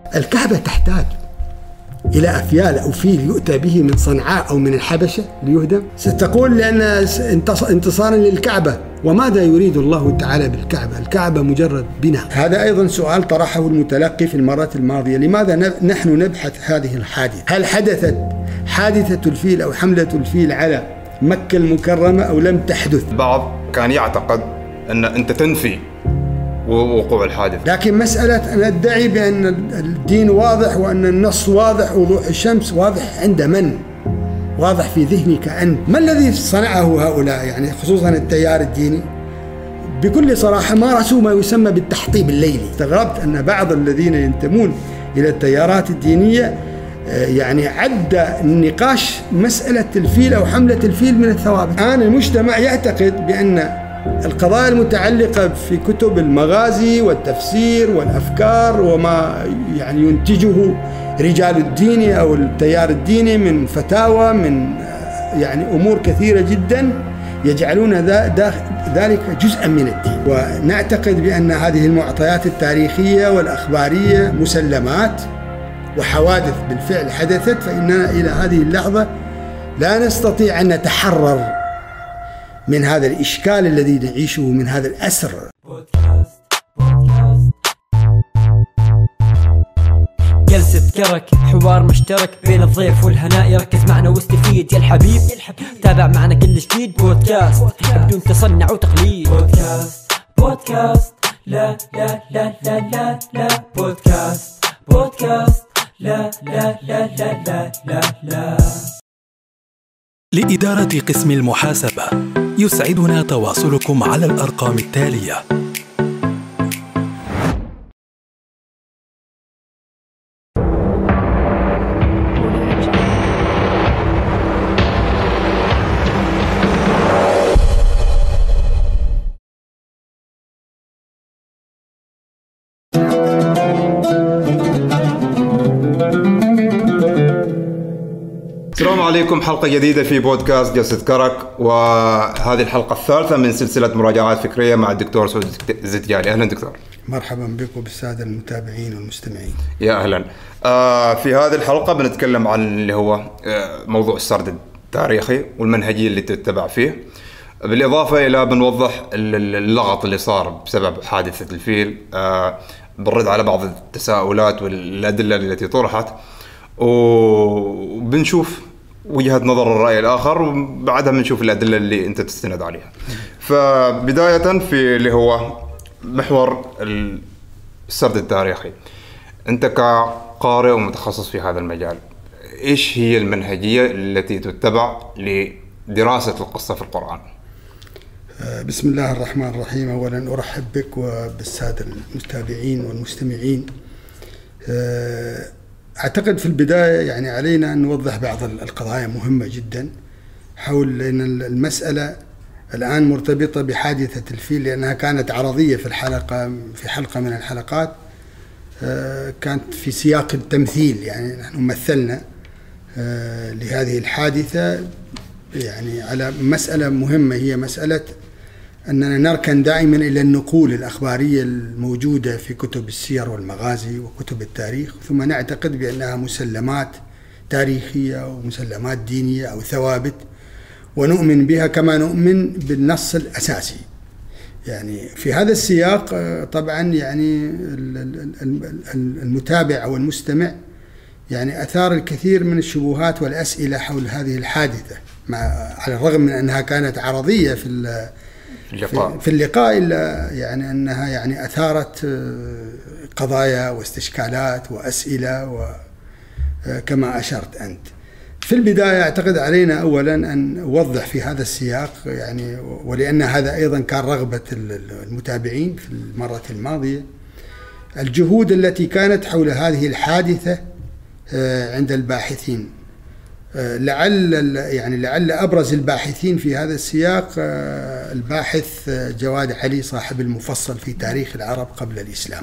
الكعبة تحتاج إلى أفيال أو فيل يؤتى به من صنعاء أو من الحبشة ليهدم؟ ستقول لأن انتصارا للكعبة. وماذا يريد الله تعالى بالكعبة؟ الكعبة مجرد بناء. هذا أيضا سؤال طرحه المتلقي في المرات الماضية. لماذا نحن نبحث هذه الحادثة؟ هل حدثت حادثة الفيل أو حملة الفيل على مكة المكرمة أو لم تحدث؟ بعض كان يعتقد أن أنت تنفي وقوع الحادث، لكن مسألة أن أدعي بأن الدين واضح وأن النص واضح، وضوح الشمس واضح عند من؟ واضح في ذهنك أنت. ما الذي صنعه هؤلاء؟ يعني خصوصا التيار الديني بكل صراحة مارسوا ما يسمى بالتحطيب الليلي. استغربت أن بعض الذين ينتمون إلى التيارات الدينية يعني عد النقاش مسألة الفيل أو حملة الفيل من الثوابت. الآن المجتمع يعتقد بأن القضايا المتعلقة في كتب المغازي والتفسير والأفكار وما يعني ينتجه رجال الدين أو التيار الديني من فتاوى من يعني أمور كثيرة جدا يجعلون ذلك جزءا من الدين. ونعتقد بأن هذه المعطيات التاريخية والأخبارية مسلمات وحوادث بالفعل حدثت، فإننا إلى هذه اللحظة لا نستطيع أن نتحرر من هذا الإشكال الذي نعيشه، من هذا الأسر. جلسة كرك، حوار مشترك بين الضيف والهناء، يركز معنا واستفيد يا الحبيب. تابع معنا كل جديد. بودكاست بدون تصنع وتقليد. بودكاست لا لا لا لا لا لا. بودكاست لا لا لا لا لا لا لا. لإدارة قسم المحاسبة يسعدنا تواصلكم على الأرقام التالية. السلام عليكم، حلقة جديدة في بودكاست جلسة كرك، وهذه الحلقة الثالثة من سلسلة مراجعات فكرية مع الدكتور سعود الزتيالي. أهلا دكتور. مرحبا بكم بالسادة المتابعين والمستمعين. يا أهلا. في هذه الحلقة بنتكلم عن اللي هو موضوع السرد التاريخي والمنهجية اللي تتبع فيه، بالإضافة إلى بنوضح اللغط اللي صار بسبب حادثة الفيل، بنرد على بعض التساؤلات والأدلة التي طرحت، وبنشوف وجهة نظر الرأي الآخر، وبعدها بنشوف الأدلة اللي أنت تستند عليها. فبداية في اللي هو محور السرد التاريخي، أنت كقارئ ومتخصص في هذا المجال، إيش هي المنهجية التي تتبع لدراسة القصة في القرآن؟ بسم الله الرحمن الرحيم. أولا أرحب بك وبالسادة المتابعين والمستمعين. أعتقد في البداية يعني علينا أن نوضح بعض القضايا مهمة جدا حول أن المسألة الآن مرتبطة بحادثة الفيل، لأنها كانت عرضية في حلقة من الحلقات كانت في سياق التمثيل. يعني نحن مثلنا لهذه الحادثة يعني على مسألة مهمة، هي مسألة أننا نركن دائما إلى النقول الأخبارية الموجودة في كتب السير والمغازي وكتب التاريخ، ثم نعتقد بأنها مسلمات تاريخية ومسلمات دينية أو ثوابت، ونؤمن بها كما نؤمن بالنص الأساسي. يعني في هذا السياق طبعا يعني المتابع أو المستمع يعني أثار الكثير من الشبهات والأسئلة حول هذه الحادثة، على الرغم من أنها كانت عرضية في اللقاء، إلا يعني أنها يعني أثارت قضايا واستشكالات وأسئلة وكما أشرت أنت. في البداية أعتقد علينا أولا أن نوضح في هذا السياق، يعني ولأن هذا أيضا كان رغبة المتابعين في المرة الماضية، الجهود التي كانت حول هذه الحادثة عند الباحثين. لعل أبرز الباحثين في هذا السياق الباحث جواد علي صاحب المفصل في تاريخ العرب قبل الإسلام.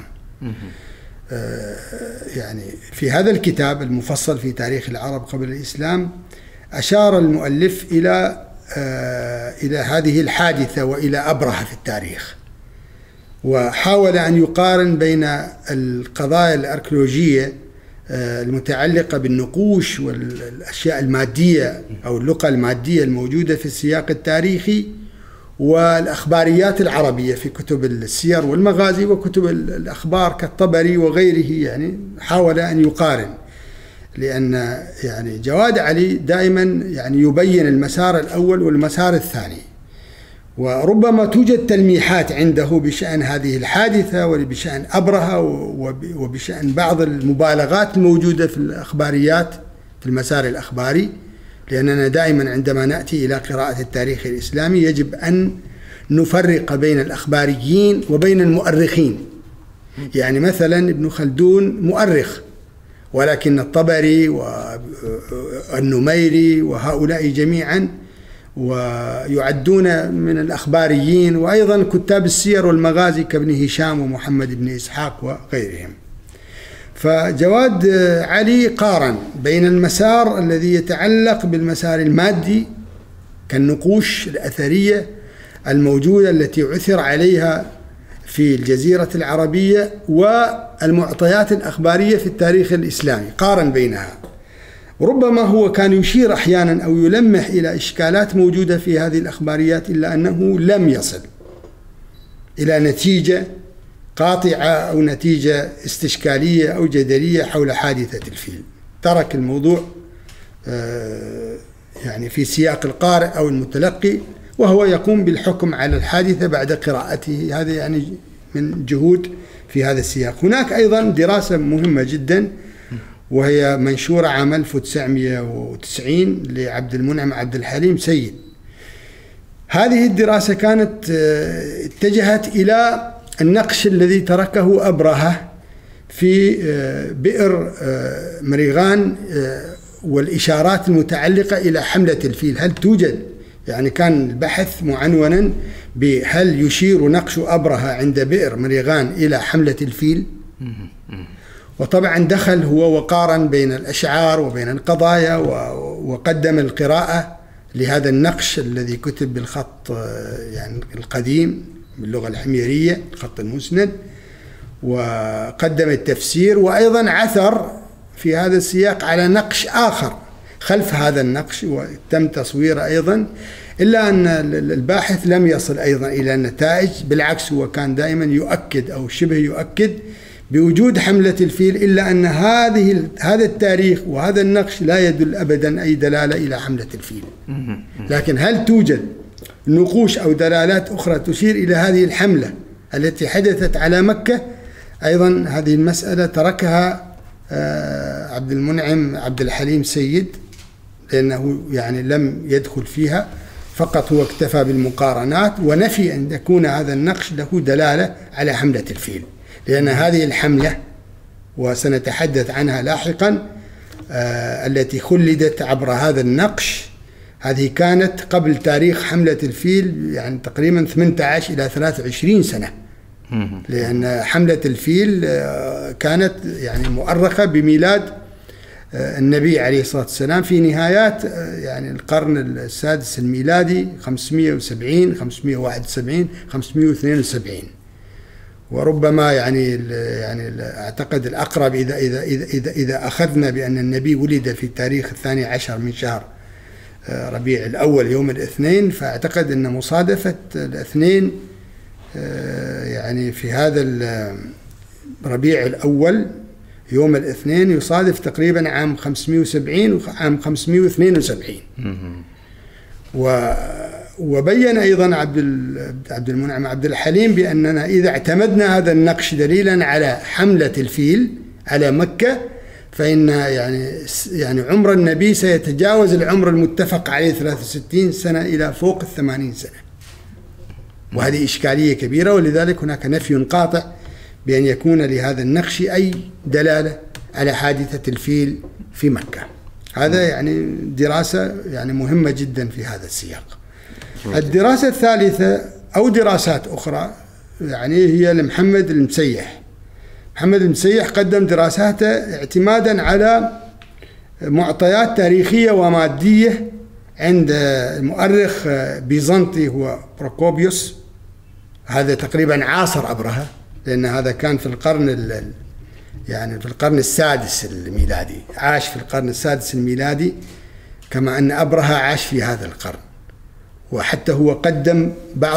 يعني في هذا الكتاب المفصل في تاريخ العرب قبل الإسلام أشار المؤلف إلى هذه الحادثة وإلى أبرهة في التاريخ، وحاول أن يقارن بين القضايا الأركيولوجية المتعلقة بالنقوش والأشياء المادية أو اللقى المادية الموجودة في السياق التاريخي والأخباريات العربية في كتب السير والمغازي وكتب الأخبار كالطبري وغيره. يعني حاول أن يقارن، لأن يعني جواد علي دائما يعني يبين المسار الأول والمسار الثاني، وربما توجد تلميحات عنده بشأن هذه الحادثة وبشأن أبرهة وبشأن بعض المبالغات الموجودة في الأخباريات في المسار الأخباري، لأننا دائما عندما نأتي إلى قراءة التاريخ الإسلامي يجب أن نفرق بين الأخباريين وبين المؤرخين. يعني مثلا ابن خلدون مؤرخ، ولكن الطبري والنميري وهؤلاء جميعا ويعدون من الأخباريين، وأيضا كتاب السير والمغازي كابن هشام ومحمد بن إسحاق وغيرهم. فجواد علي قارن بين المسار الذي يتعلق بالمسار المادي كالنقوش الأثرية الموجودة التي عثر عليها في الجزيرة العربية والمعطيات الأخبارية في التاريخ الإسلامي، قارن بينها. ربما هو كان يشير أحيانا أو يلمح إلى إشكالات موجودة في هذه الأخباريات، إلا أنه لم يصل إلى نتيجة قاطعة أو نتيجة استشكالية أو جدلية حول حادثة الفيل. ترك الموضوع يعني في سياق القارئ أو المتلقي، وهو يقوم بالحكم على الحادثة بعد قراءته. هذا يعني من جهود في هذا السياق. هناك أيضا دراسة مهمة جدا وهي منشورة عام 1990 لعبد المنعم عبد الحليم سيد. هذه الدراسة كانت اتجهت إلى النقش الذي تركه أبرهة في بئر مريغان والإشارات المتعلقة إلى حملة الفيل. هل توجد، يعني كان البحث معنونا بهل يشير نقش أبرهة عند بئر مريغان إلى حملة الفيل؟ وطبعا دخل هو وقارن بين الأشعار وبين القضايا وقدم القراءة لهذا النقش الذي كتب بالخط يعني القديم باللغة الحميرية، الخط المسند، وقدم التفسير، وأيضا عثر في هذا السياق على نقش آخر خلف هذا النقش وتم تصويره أيضا، إلا أن الباحث لم يصل أيضا إلى النتائج. بالعكس هو كان دائما يؤكد أو شبه يؤكد بوجود حملة الفيل، إلا أن هذا التاريخ وهذا النقش لا يدل أبدا أي دلالة إلى حملة الفيل. لكن هل توجد نقوش أو دلالات أخرى تشير إلى هذه الحملة التي حدثت على مكة؟ أيضا هذه المسألة تركها عبد المنعم عبد الحليم سيد، لأنه يعني لم يدخل فيها، فقط هو اكتفى بالمقارنات ونفي أن يكون هذا النقش له دلالة على حملة الفيل، لأن هذه الحملة وسنتحدث عنها لاحقا التي خلدت عبر هذا النقش، هذه كانت قبل تاريخ حملة الفيل يعني تقريبا 18 إلى 23 سنة، لأن حملة الفيل كانت يعني مؤرخة بميلاد النبي عليه الصلاة والسلام في نهايات يعني القرن السادس الميلادي 570 571 572. وربما يعني أعتقد الأقرب إذا أخذنا بأن النبي ولد في تاريخ 12 من شهر ربيع الأول يوم الاثنين، فأعتقد أن مصادفة الاثنين يعني في هذا ربيع الأول يوم الاثنين يصادف تقريبا عام 570 وعام 572. وبين أيضا عبد المنعم عبد الحليم بأننا إذا اعتمدنا هذا النقش دليلا على حملة الفيل على مكة، فإن يعني عمر النبي سيتجاوز العمر المتفق عليه 63 سنة إلى فوق 80 سنة، وهذه إشكالية كبيرة. ولذلك هناك نفي قاطع بأن يكون لهذا النقش أي دلالة على حادثة الفيل في مكة. هذا يعني دراسة يعني مهمة جدا في هذا السياق. الدراسة الثالثة أو دراسات أخرى يعني هي لمحمد المسيح. محمد المسيح قدم دراساته اعتمادا على معطيات تاريخية ومادية عند المؤرخ بيزنطي هو بروكوبيوس هذا تقريبا عاصر أبرهة، لأن هذا كان في القرن يعني في القرن السادس الميلادي، عاش في القرن السادس الميلادي، كما أن أبرهة عاش في هذا القرن. وحتى هو قدم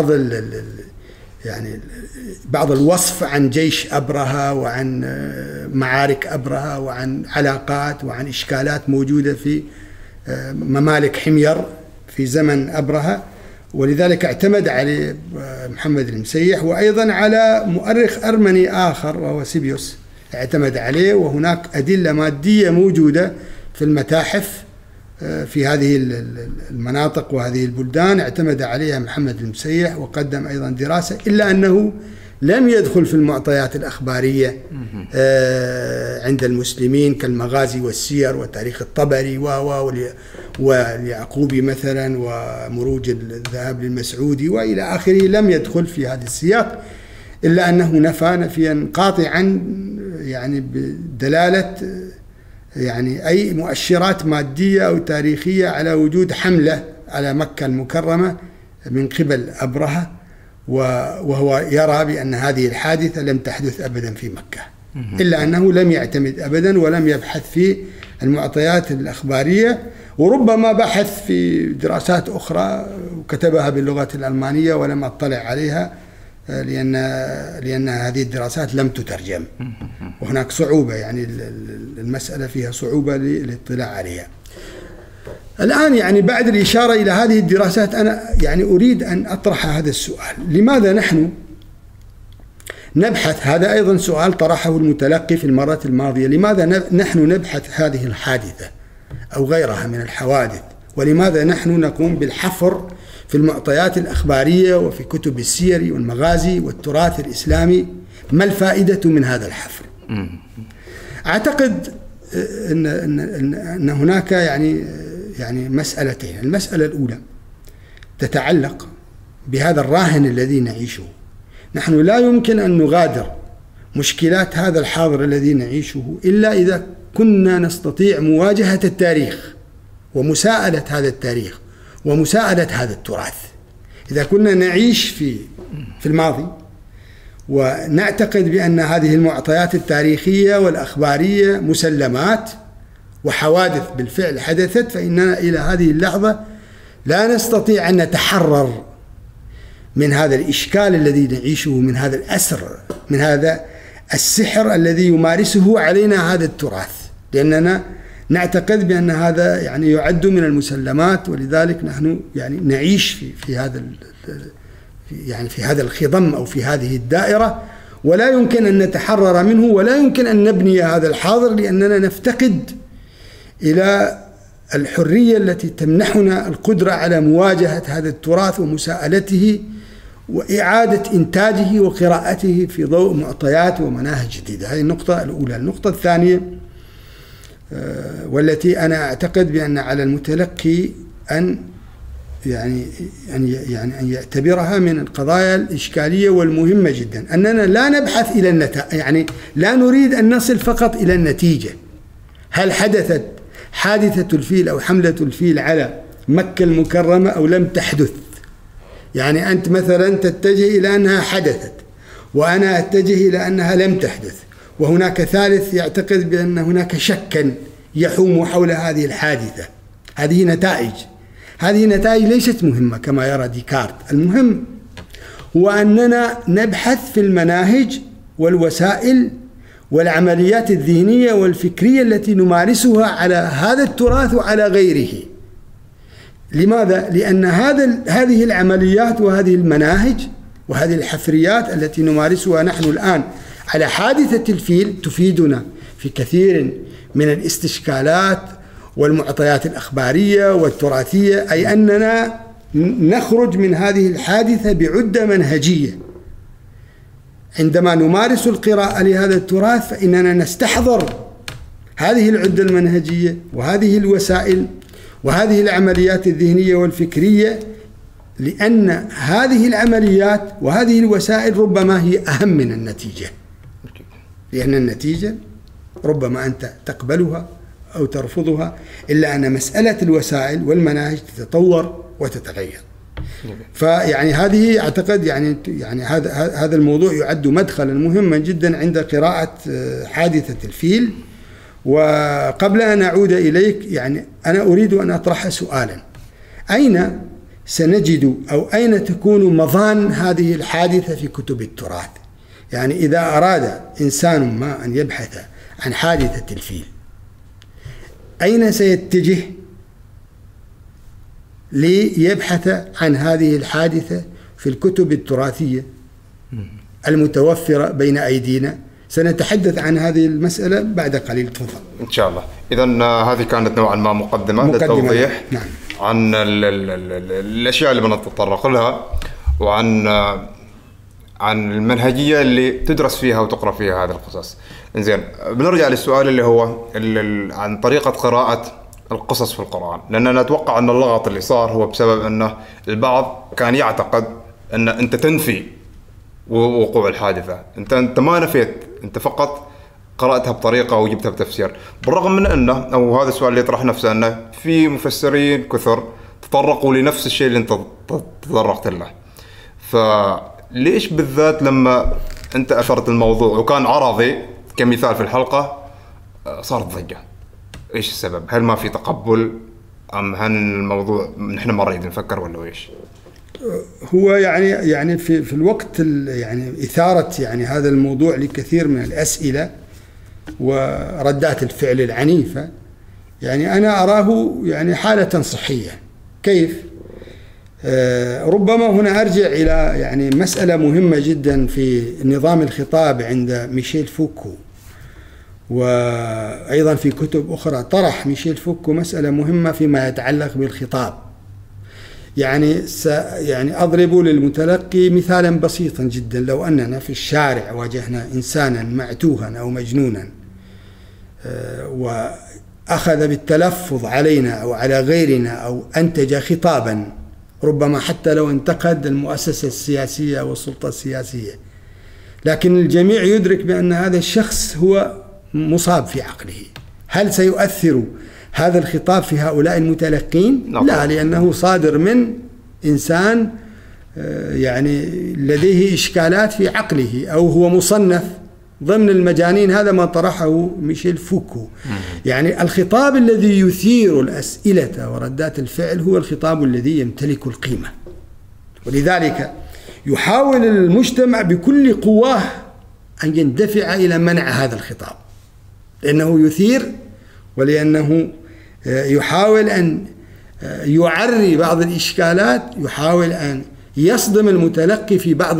يعني بعض الوصف عن جيش أبرهة وعن معارك أبرهة وعن علاقات وعن إشكالات موجودة في ممالك حمير في زمن أبرهة، ولذلك اعتمد عليه محمد المسيح، وأيضا على مؤرخ أرمني آخر وهو سيبيوس اعتمد عليه. وهناك أدلة مادية موجودة في المتاحف في هذه المناطق وهذه البلدان اعتمد عليها محمد المسيح، وقدم أيضا دراسة، إلا أنه لم يدخل في المعطيات الأخبارية عند المسلمين كالمغازي والسير وتاريخ الطبري واليعقوبي مثلا ومروج الذهب للمسعودي وإلى آخره. لم يدخل في هذا السياق، إلا أنه نفى نفيا قاطعا يعني بدلالة يعني أي مؤشرات مادية أو تاريخية على وجود حملة على مكة المكرمة من قبل أبرهة، وهو يرى بأن هذه الحادثة لم تحدث أبدا في مكة، إلا أنه لم يعتمد أبدا ولم يبحث في المعطيات الأخبارية، وربما بحث في دراسات أخرى وكتبها باللغة الألمانية ولم أطلع عليها، لأن هذه الدراسات لم تترجم، وهناك صعوبة، يعني المسألة فيها صعوبة للاطلاع عليها. الآن يعني بعد الإشارة إلى هذه الدراسات أنا يعني أريد أن أطرح هذا السؤال: لماذا نحن نبحث؟ هذا أيضا سؤال طرحه المتلقي في المرة الماضية: لماذا نحن نبحث هذه الحادثة أو غيرها من الحوادث؟ ولماذا نحن نقوم بالحفر في المعطيات الأخبارية وفي كتب السير والمغازي والتراث الإسلامي؟ ما الفائدة من هذا الحفر؟ أعتقد أن هناك يعني مسألتين. المسألة الأولى تتعلق بهذا الراهن الذي نعيشه. نحن لا يمكن أن نغادر مشكلات هذا الحاضر الذي نعيشه إلا إذا كنا نستطيع مواجهة التاريخ ومساءلة هذا التاريخ ومساءلة هذا التراث. إذا كنا نعيش في الماضي ونعتقد بأن هذه المعطيات التاريخية والأخبارية مسلمات وحوادث بالفعل حدثت، فإننا إلى هذه اللحظة لا نستطيع أن نتحرر من هذا الإشكال الذي نعيشه، من هذا الأسر، من هذا السحر الذي يمارسه علينا هذا التراث، لأننا نعتقد بأن هذا يعني يعد من المسلمات، ولذلك نحن يعني نعيش في هذا الخضم أو في هذه الدائرة، ولا يمكن أن نتحرر منه، ولا يمكن أن نبني هذا الحاضر، لأننا نفتقد إلى الحرية التي تمنحنا القدرة على مواجهة هذا التراث ومساءلته وإعادة إنتاجه وقراءته في ضوء معطيات ومناهج جديدة. هذه النقطة الأولى. النقطة الثانية والتي أنا أعتقد بأن على المتلقي أن أن يعتبرها من القضايا الإشكالية والمهمة جدا، أننا لا نبحث إلى النتائج، يعني لا نريد أن نصل فقط إلى النتيجة. هل حدثت حادثة الفيل أو حملة الفيل على مكة المكرمة أو لم تحدث؟ يعني أنت مثلا تتجه إلى أنها حدثت، وأنا أتجه إلى أنها لم تحدث، وهناك ثالث يعتقد بأن هناك شكا يحوم حول هذه الحادثة. هذه نتائج ليست مهمة كما يرى ديكارت. المهم هو أننا نبحث في المناهج والوسائل والعمليات الذهنية والفكرية التي نمارسها على هذا التراث وعلى غيره. لماذا؟ لأن هذه العمليات وهذه المناهج وهذه الحفريات التي نمارسها نحن الآن على حادثة الفيل تفيدنا في كثير من الاستشكالات والمعطيات الأخبارية والتراثية، أي أننا نخرج من هذه الحادثة بعدة منهجية. عندما نمارس القراءة لهذا التراث فإننا نستحضر هذه العدة المنهجية وهذه الوسائل وهذه العمليات الذهنية والفكرية، لأن هذه العمليات وهذه الوسائل ربما هي أهم من النتيجة، لأن النتيجة ربما أنت تقبلها أو ترفضها، إلا أن مسألة الوسائل والمناهج تتطور وتتغير. فيعني هذه أعتقد يعني هذا الموضوع يعد مدخلا مهما جدا عند قراءة حادثة الفيل. وقبل أن أعود إليك يعني أنا أريد أن أطرح سؤالا: أين سنجد أو أين تكون مظان هذه الحادثة في كتب التراث؟ يعني إذا أراد إنسان ما أن يبحث عن حادثة الفيل أين سيتجه ليبحث عن هذه الحادثة في الكتب التراثية المتوفرة بين أيدينا؟ سنتحدث عن هذه المسألة بعد قليل. تفضل. إن شاء الله. إذن هذه كانت نوعا ما مقدمة للتوضيح نعم. عن الأشياء اللي بنتطرق لها، وعن المنهجية اللي تدرس فيها وتقرأ فيها هذه القصص. إنزين، بنرجع للسؤال اللي هو عن طريقة قراءة القصص في القرآن، لأننا نتوقع أن اللغط اللي صار هو بسبب أن البعض كان يعتقد أن أنت تنفي وقوع الحادثة. أنت ما نفيت، أنت فقط قرأتها بطريقة وجبتها بتفسير، بالرغم من أنه، أو هذا السؤال اللي يطرح نفسه، أنه في مفسرين كثر تطرقوا لنفس الشيء اللي أنت تطرقت له. فليش بالذات لما أنت أثرت الموضوع وكان عرضي كمثال في الحلقة صارت ضجة؟ إيش السبب؟ هل ما في تقبل، أم هل الموضوع نحن ما نريد نفكر، ولا إيش؟ هو يعني في الوقت يعني إثارة يعني هذا الموضوع لكثير من الأسئلة وردات الفعل العنيفة، يعني أنا أراه يعني حالة صحية. كيف؟ ربما هنا أرجع إلى يعني مسألة مهمة جدا في نظام الخطاب عند ميشيل فوكو، وأيضا في كتب أخرى طرح ميشيل فوكو مسألة مهمة فيما يتعلق بالخطاب. يعني أضرب للمتلقي مثالا بسيطا جدا: لو أننا في الشارع واجهنا إنسانا معتوها أو مجنونا وأخذ بالتلفظ علينا أو على غيرنا أو أنتج خطابا، ربما حتى لو انتقد المؤسسة السياسية والسلطة السياسية، لكن الجميع يدرك بأن هذا الشخص هو مصاب في عقله، هل سيؤثر هذا الخطاب في هؤلاء المتلقين؟ لا، لأنه صادر من إنسان يعني لديه إشكالات في عقله، أو هو مصنف ضمن المجانين. هذا ما طرحه ميشيل فوكو. يعني الخطاب الذي يثير الأسئلة وردات الفعل هو الخطاب الذي يمتلك القيمة، ولذلك يحاول المجتمع بكل قواه أن يندفع إلى منع هذا الخطاب، لأنه يثير، ولأنه يحاول أن يعري بعض الإشكالات، يحاول أن يصدم المتلقي في بعض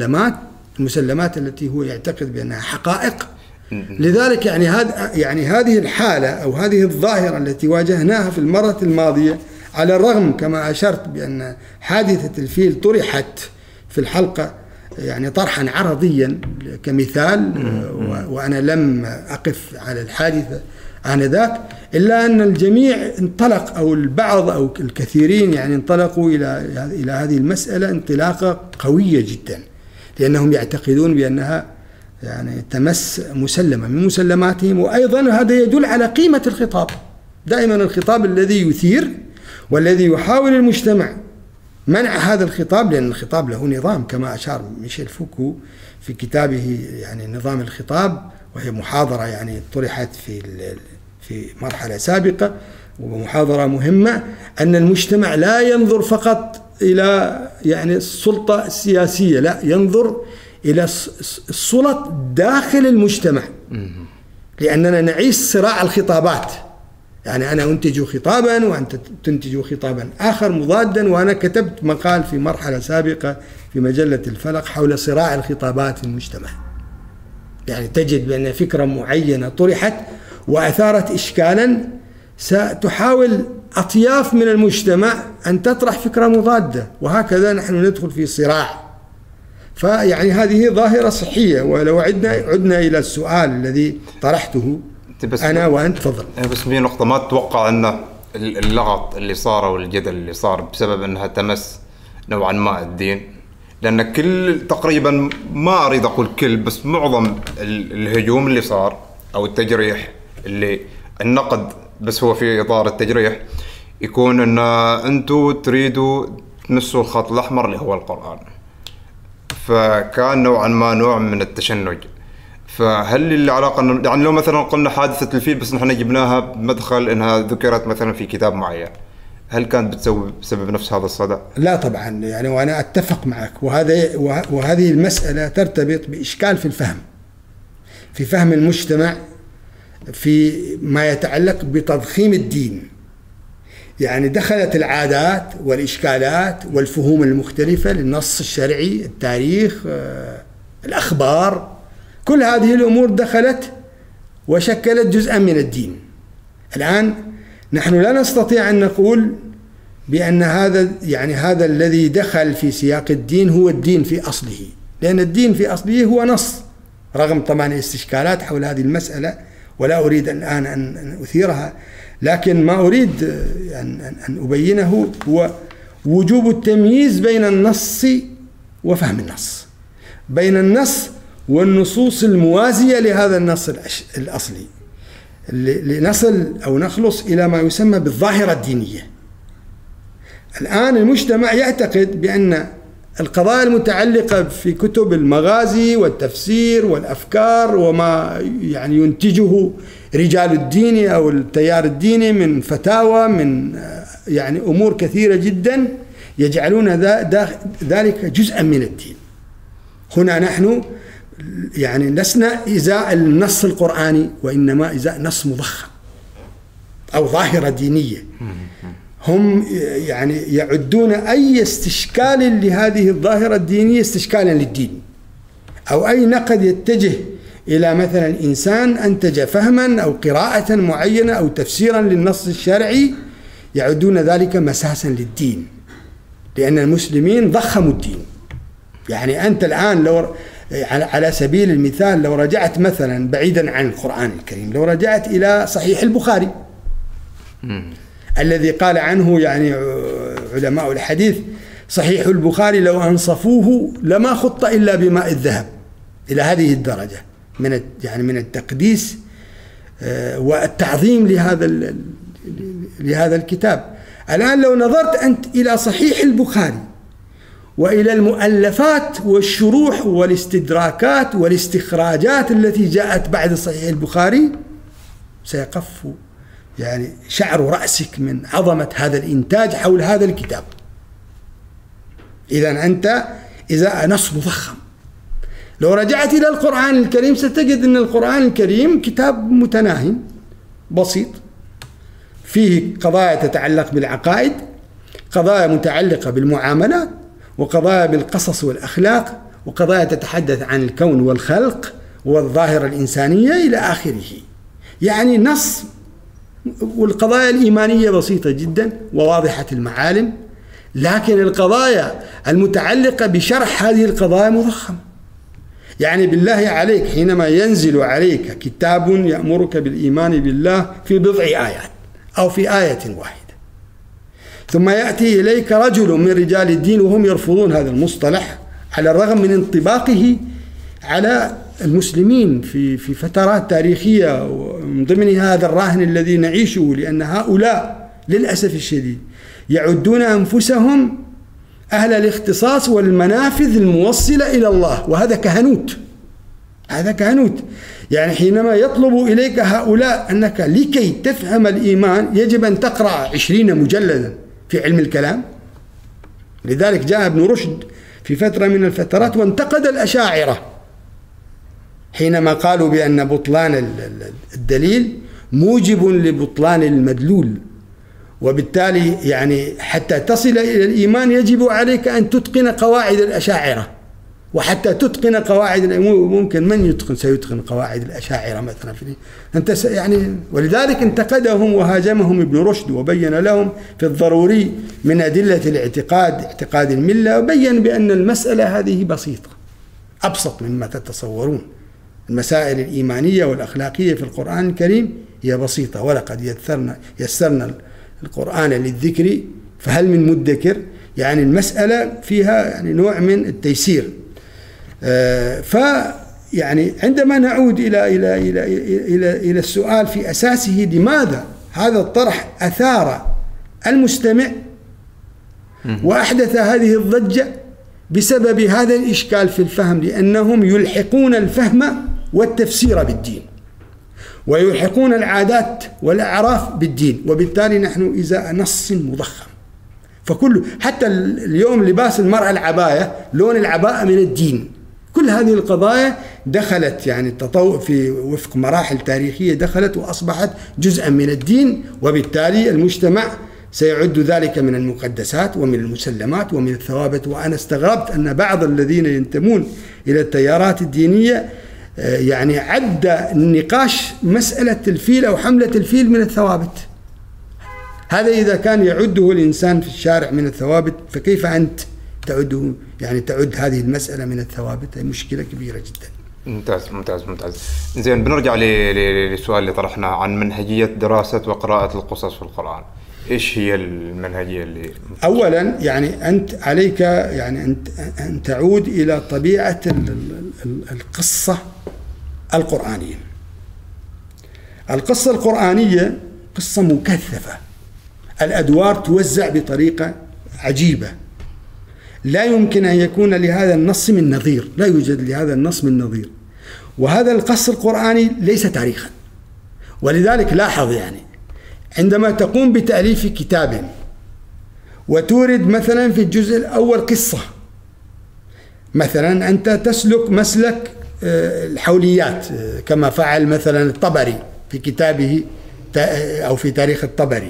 المسلمات التي هو يعتقد بأنها حقائق. لذلك يعني هذه الحالة أو هذه الظاهرة التي واجهناها في المرة الماضية، على الرغم كما أشرت بأن حادثة الفيل طرحت في الحلقة يعني طرحا عرضيا كمثال، وأنا لم أقف على الحادثة آنذاك، إلا أن الجميع انطلق، أو البعض أو الكثيرين يعني انطلقوا إلى هذه المسألة انطلاقة قوية جدا، لأنهم يعتقدون بأنها يعني تمس مسلمة من مسلماتهم. وأيضا هذا يدل على قيمة الخطاب. دائما الخطاب الذي يثير والذي يحاول المجتمع منع هذا الخطاب، لأن الخطاب له نظام كما أشار ميشيل فوكو في كتابه يعني نظام الخطاب، وهي محاضرة يعني طرحت في مرحلة سابقة ومحاضرة مهمة، أن المجتمع لا ينظر فقط إلى يعني السلطة السياسية، لا، ينظر إلى السلط داخل المجتمع، لأننا نعيش صراع الخطابات. يعني أنا أنتج خطابا وأنت تنتج خطابا آخر مضادا. وأنا كتبت مقال في مرحلة سابقة في مجلة الفلق حول صراع الخطابات في المجتمع. يعني تجد بأن فكرة معينة طرحت وأثارت إشكالا، ستحاول أطياف من المجتمع أن تطرح فكرة مضادة، وهكذا نحن ندخل في صراع. فيعني هذه ظاهرة صحية. ولو عدنا إلى السؤال الذي طرحته أنا وأنت، تفضل. بس في نقطة، ما تتوقع أن اللغط اللي صار والجدل اللي صار بسبب أنها تمس نوعا ما الدين؟ لأن تقريبا ما أريد أقول كل، بس معظم الهجوم اللي صار أو التجريح، اللي النقد بس هو في إطار التجريح، يكون أن أنتوا تريدوا تمسوا الخط الأحمر اللي هو القرآن، فكان نوعا ما نوع من التشنج. فهل العلاقة يعني لو مثلا قلنا حادثة الفيل بس نحن جبناها بمدخل إنها ذكرت مثلا في كتاب معين، هل كانت بسبب نفس هذا الصدى؟ لا طبعا، يعني وأنا أتفق معك، وهذه المسألة ترتبط بإشكال في فهم المجتمع في ما يتعلق بتضخيم الدين. يعني دخلت العادات والإشكالات والفهوم المختلفة للنص الشرعي، التاريخ، الأخبار، كل هذه الأمور دخلت وشكلت جزءا من الدين. الآن نحن لا نستطيع أن نقول بأن هذا الذي دخل في سياق الدين هو الدين في أصله، لأن الدين في أصله هو نص، رغم طبعا الاستشكالات حول هذه المسألة ولا أريد الآن أن أثيرها، لكن ما أريد أن أبينه هو وجوب التمييز بين النص وفهم النص، بين النص والنصوص الموازية لهذا النص الأصلي، لنصل أو نخلص إلى ما يسمى بالظاهرة الدينية. الآن المجتمع يعتقد بأن القضايا المتعلقة في كتب المغازي والتفسير والأفكار وما يعني ينتجه رجال الدين أو التيار الديني من فتاوى، من يعني أمور كثيرة جدا يجعلون ذلك جزءا من الدين. هنا نحن يعني لسنا إزاء النص القرآني، وإنما إزاء نص مضخم أو ظاهرة دينية. هم يعني يعدون أي استشكال لهذه الظاهرة الدينية استشكالا للدين، أو أي نقد يتجه إلى مثلا إنسان أنتج فهما أو قراءة معينة أو تفسيرا للنص الشرعي، يعدون ذلك مساسا للدين، لأن المسلمين ضخموا الدين. يعني أنت الآن لو على سبيل المثال لو رجعت مثلا بعيدا عن القرآن الكريم، لو رجعت إلى صحيح البخاري الذي قال عنه يعني علماء الحديث صحيح البخاري لو أنصفوه لما خط إلا بماء الذهب، إلى هذه الدرجة من التقديس والتعظيم لهذا الكتاب. الآن لو نظرت أنت إلى صحيح البخاري وإلى المؤلفات والشروح والاستدراكات والاستخراجات التي جاءت بعد صحيح البخاري، سيقف يعني شعر رأسك من عظمة هذا الإنتاج حول هذا الكتاب. إذن أنت إذا نص مضخم. لو رجعت إلى القرآن الكريم ستجد أن القرآن الكريم كتاب متناهي بسيط، فيه قضايا تتعلق بالعقائد، قضايا متعلقة بالمعاملات، وقضايا بالقصص والأخلاق، وقضايا تتحدث عن الكون والخلق والظاهرة الإنسانية إلى آخره. يعني نص، والقضايا الإيمانية بسيطة جدا وواضحة المعالم، لكن القضايا المتعلقة بشرح هذه القضايا مضخمة. يعني بالله عليك حينما ينزل عليك كتاب يأمرك بالإيمان بالله في بضع آيات أو في آية واحدة، ثم يأتي إليك رجل من رجال الدين وهم يرفضون هذا المصطلح على الرغم من انطباقه على المسلمين في فترات تاريخية، ومن ضمنها هذا الراهن الذي نعيشه، لأن هؤلاء للأسف الشديد يعدون أنفسهم أهل الاختصاص والمنافذ الموصلة إلى الله، وهذا كهنوت. هذا كهنوت. يعني حينما يطلب إليك هؤلاء أنك لكي تفهم الإيمان يجب أن تقرأ 20 مجلدا في علم الكلام. لذلك جاء ابن رشد في فترة من الفترات وانتقد الأشاعرة حينما قالوا بأن بطلان الدليل موجب لبطلان المدلول، وبالتالي يعني حتى تصل إلى الإيمان يجب عليك أن تتقن قواعد الأشاعرة، وحتى تتقن قواعد ممكن من يتقن سيتقن قواعد الأشاعرة مثلا أنت يعني. ولذلك انتقدهم وهاجمهم ابن رشد وبين لهم في الضروري من أدلة الاعتقاد اعتقاد الملة، وبين بأن المسألة هذه بسيطة أبسط مما تتصورون. المسائل الإيمانية والأخلاقية في القرآن الكريم هي بسيطة، ولقد يسرنا القرآن للذكر فهل من مدكر. يعني المسألة فيها يعني نوع من التيسير. يعني عندما نعود إلى السؤال في أساسه، لماذا هذا الطرح أثار المستمع وأحدث هذه الضجة بسبب هذا الإشكال في الفهم، لأنهم يلحقون الفهم والتفسير بالدين، ويلحقون العادات والأعراف بالدين، وبالتالي نحن إزاء نص مضخم. فكل حتى اليوم لباس المرأة العباية، لون العباءة من الدين. كل هذه القضايا دخلت يعني التطور في وفق مراحل تاريخية، دخلت وأصبحت جزءا من الدين، وبالتالي المجتمع سيعد ذلك من المقدسات ومن المسلمات ومن الثوابت. وأنا استغربت أن بعض الذين ينتمون إلى التيارات الدينية يعني عد النقاش مسألة الفيل أو حملة الفيل من الثوابت. هذا إذا كان يعده الإنسان في الشارع من الثوابت، فكيف أنت تعده، يعني تعد هذه المسألة من الثوابت؟ هي مشكلة كبيرة جدا. ممتاز. زين، بنرجع للسؤال اللي طرحناه عن منهجية دراسة وقراءة القصص في القرآن. إيش هي المنهجية اللي أولا يعني أنت عليك يعني أن تعود إلى طبيعة القصة القرآنية. القصة القرآنية قصة مكثفة، الأدوار توزع بطريقة عجيبة، لا يمكن أن يكون لهذا النص من نظير، لا يوجد لهذا النص من نظير. وهذا القص القرآني ليس تاريخا، ولذلك لاحظ يعني عندما تقوم بتأليف كتاب وتورد مثلا في الجزء الأول قصة، مثلا أنت تسلك مسلك الحوليات كما فعل مثلا الطبري في كتابه أو في تاريخ الطبري،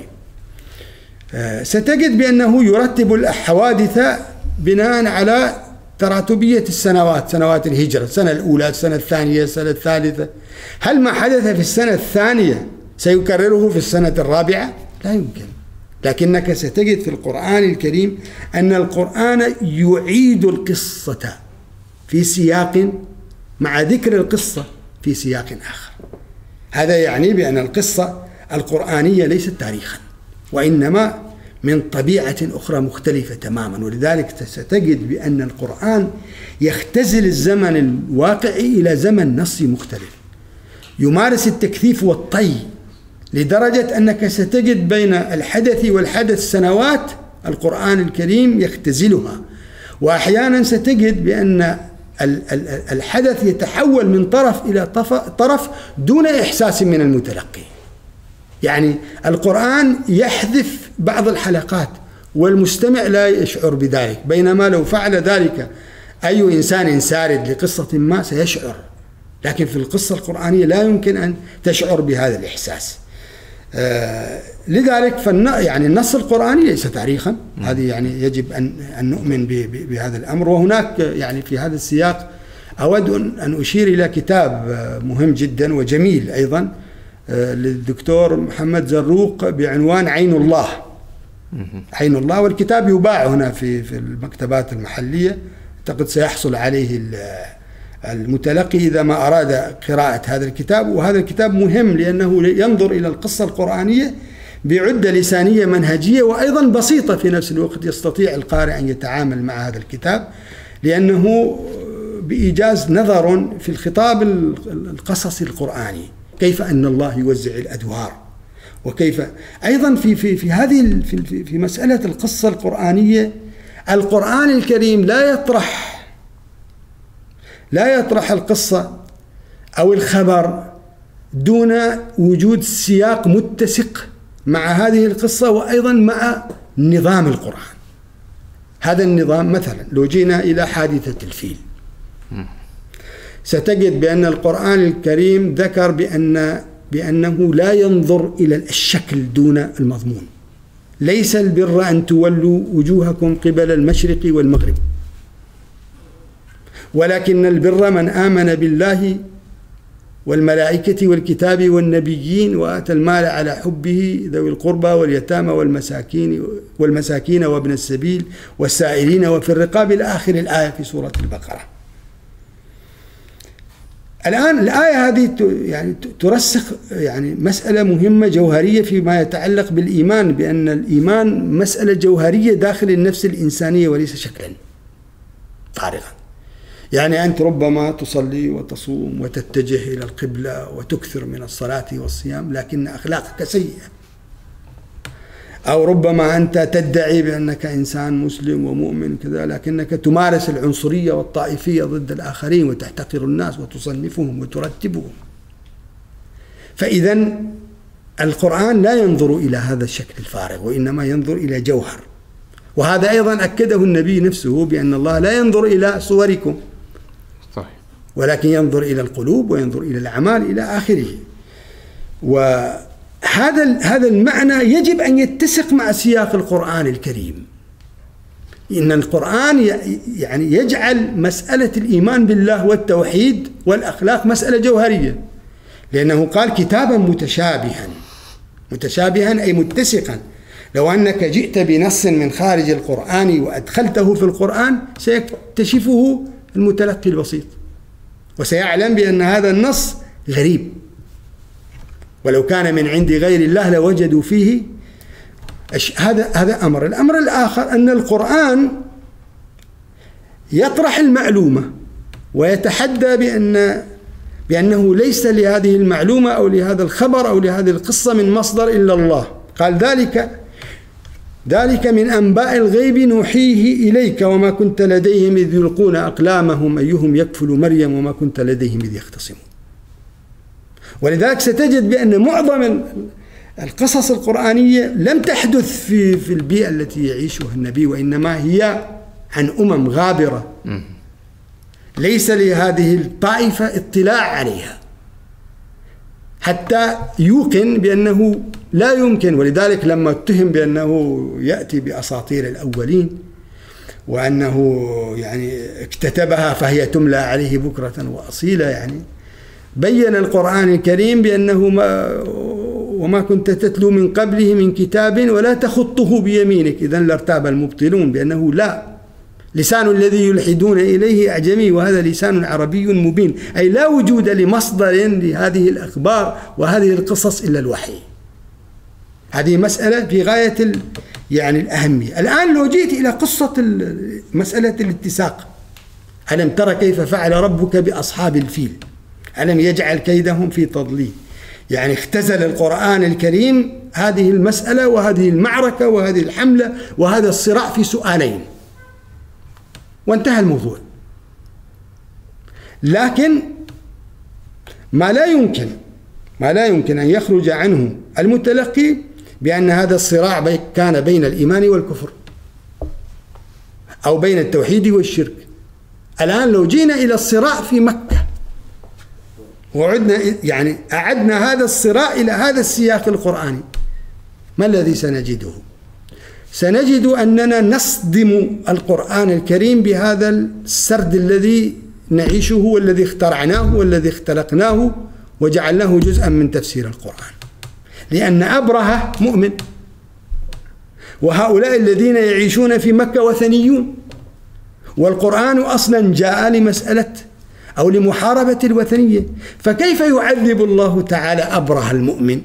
ستجد بأنه يرتب الحوادث بناء على تراتبية السنوات، سنوات الهجرة، السنة الأولى، السنة الثانية، السنة الثالثة. هل ما حدث في السنة الثانية سيكرره في السنة الرابعة؟ لا يمكن. لكنك ستجد في القرآن الكريم أن القرآن يعيد القصة في سياق مع ذكر القصة في سياق آخر. هذا يعني بأن القصة القرآنية ليست تاريخا، وإنما من طبيعة أخرى مختلفة تماما. ولذلك ستجد بأن القرآن يختزل الزمن الواقعي إلى زمن نصي مختلف، يمارس التكثيف والطي، لدرجة أنك ستجد بين الحدث والحدث سنوات القرآن الكريم يختزلها. وأحيانا ستجد بأن الحدث يتحول من طرف إلى طرف دون إحساس من المتلقي. يعني القرآن يحذف بعض الحلقات والمستمع لا يشعر بذلك، بينما لو فعل ذلك أي إنسان سارد لقصة ما سيشعر، لكن في القصة القرآنية لا يمكن أن تشعر بهذا الإحساس. لذلك يعني النص القرآني ليس تاريخا، هذه يعني يجب أن نؤمن بهذا الأمر. وهناك يعني في هذا السياق أود أن أشير إلى كتاب مهم جدا وجميل أيضا للدكتور محمد زروق بعنوان عين الله. عين الله، والكتاب يباع هنا في المكتبات المحلية، أعتقد سيحصل عليه المتلقي إذا ما أراد قراءة هذا الكتاب. وهذا الكتاب مهم لأنه ينظر إلى القصة القرآنية بعدة لسانية منهجية وأيضا بسيطة في نفس الوقت، يستطيع القارئ أن يتعامل مع هذا الكتاب، لأنه بإيجاز نظر في الخطاب القصصي القرآني، كيف أن الله يوزع الأدوار، وكيف أيضا في هذه في مسألة القصة القرآنية. القرآن الكريم لا يطرح القصة أو الخبر دون وجود سياق متسق مع هذه القصة وأيضا مع نظام القرآن. هذا النظام مثلا لو جينا إلى حادثة الفيل، ستجد بأن القرآن الكريم ذكر بأنه لا ينظر إلى الشكل دون المضمون. ليس البر أن تولوا وجوهكم قبل المشرق والمغرب، ولكن البر من آمن بالله والملائكة والكتاب والنبيين وآتى المال على حبه ذوي القربى واليتامى والمساكين وابن السبيل والسائلين وفي الرقاب إلى آخر الآية في سورة البقرة. الآن الآية هذه يعني ترسخ يعني مسألة مهمة جوهرية فيما يتعلق بالإيمان، بأن الإيمان مسألة جوهرية داخل النفس الإنسانية وليس شكلا فارغا. يعني أنت ربما تصلي وتصوم وتتجه إلى القبلة وتكثر من الصلاة والصيام، لكن أخلاقك سيئة، أو ربما أنت تدعي بأنك إنسان مسلم ومؤمن كذا، لكنك تمارس العنصرية والطائفية ضد الآخرين وتحتقر الناس وتصنفهم وترتبهم. فإذا القرآن لا ينظر إلى هذا الشكل الفارغ، وإنما ينظر إلى جوهر. وهذا أيضا أكده النبي نفسه بأن الله لا ينظر إلى صوركم صحيح، ولكن ينظر إلى القلوب وينظر إلى الأعمال إلى آخره. وهذا المعنى يجب أن يتسق مع سياق القرآن الكريم. إن القرآن يعني يجعل مسألة الإيمان بالله والتوحيد والأخلاق مسألة جوهرية، لأنه قال كتابا متشابها أي متسقا. لو أنك جئت بنص من خارج القرآن وأدخلته في القرآن سيكتشفه المتلقي البسيط وسيعلم بأن هذا النص غريب، ولو كان من عند غير الله لوجدوا فيه هذا أمر. الأمر الآخر أن القرآن يطرح المعلومة ويتحدى بأنه ليس لهذه المعلومة أو لهذا الخبر أو لهذه القصة من مصدر إلا الله. قال ذلك من أنباء الغيب نوحيه إليك وما كنت لديهم إذ يلقون أقلامهم أيهم يكفل مريم وما كنت لديهم إذ يختصمون. ولذلك ستجد بأن معظم القصص القرآنية لم تحدث في البيئة التي يعيشها النبي، وإنما هي عن أمم غابرة ليس لهذه الطائفة اطلاع عليها حتى يوقن بأنه لا يمكن. ولذلك لما اتهم بأنه يأتي بأساطير الأولين وأنه يعني اكتتبها فهي تملى عليه بكرة وأصيلا، يعني بين القرآن الكريم بأنه وما كنت تتلو من قبله من كتاب ولا تخطه بيمينك إذن لارتاب المبطلون، بأنه لا، لسان الذي يلحدون إليه أعجمي وهذا لسان عربي مبين، أي لا وجود لمصدر لهذه الأخبار وهذه القصص إلا الوحي. هذه مسألة في غاية يعني الأهمية. الآن لو جئت إلى قصة مسألة الاتساق، ألم ترى كيف فعل ربك بأصحاب الفيل ألم يجعل كيدهم في تضليل. يعني اختزل القرآن الكريم هذه المسألة وهذه المعركة وهذه الحملة وهذا الصراع في سؤالين وانتهى الموضوع. لكن ما لا يمكن أن يخرج عنه المتلقي بأن هذا الصراع كان بين الإيمان والكفر أو بين التوحيد والشرك. الآن لو جينا إلى الصراع في مكة وعدنا يعني أعدنا هذا الصراع إلى هذا السياق القرآني، ما الذي سنجده؟ سنجد أننا نصدم القرآن الكريم بهذا السرد الذي نعيشه والذي اخترعناه والذي اختلقناه وجعلناه جزءا من تفسير القرآن. لأن أبرهة مؤمن، وهؤلاء الذين يعيشون في مكة وثنيون، والقرآن أصلا جاء لمسألة أو لمحاربة الوثنية، فكيف يعذب الله تعالى أبرهة المؤمن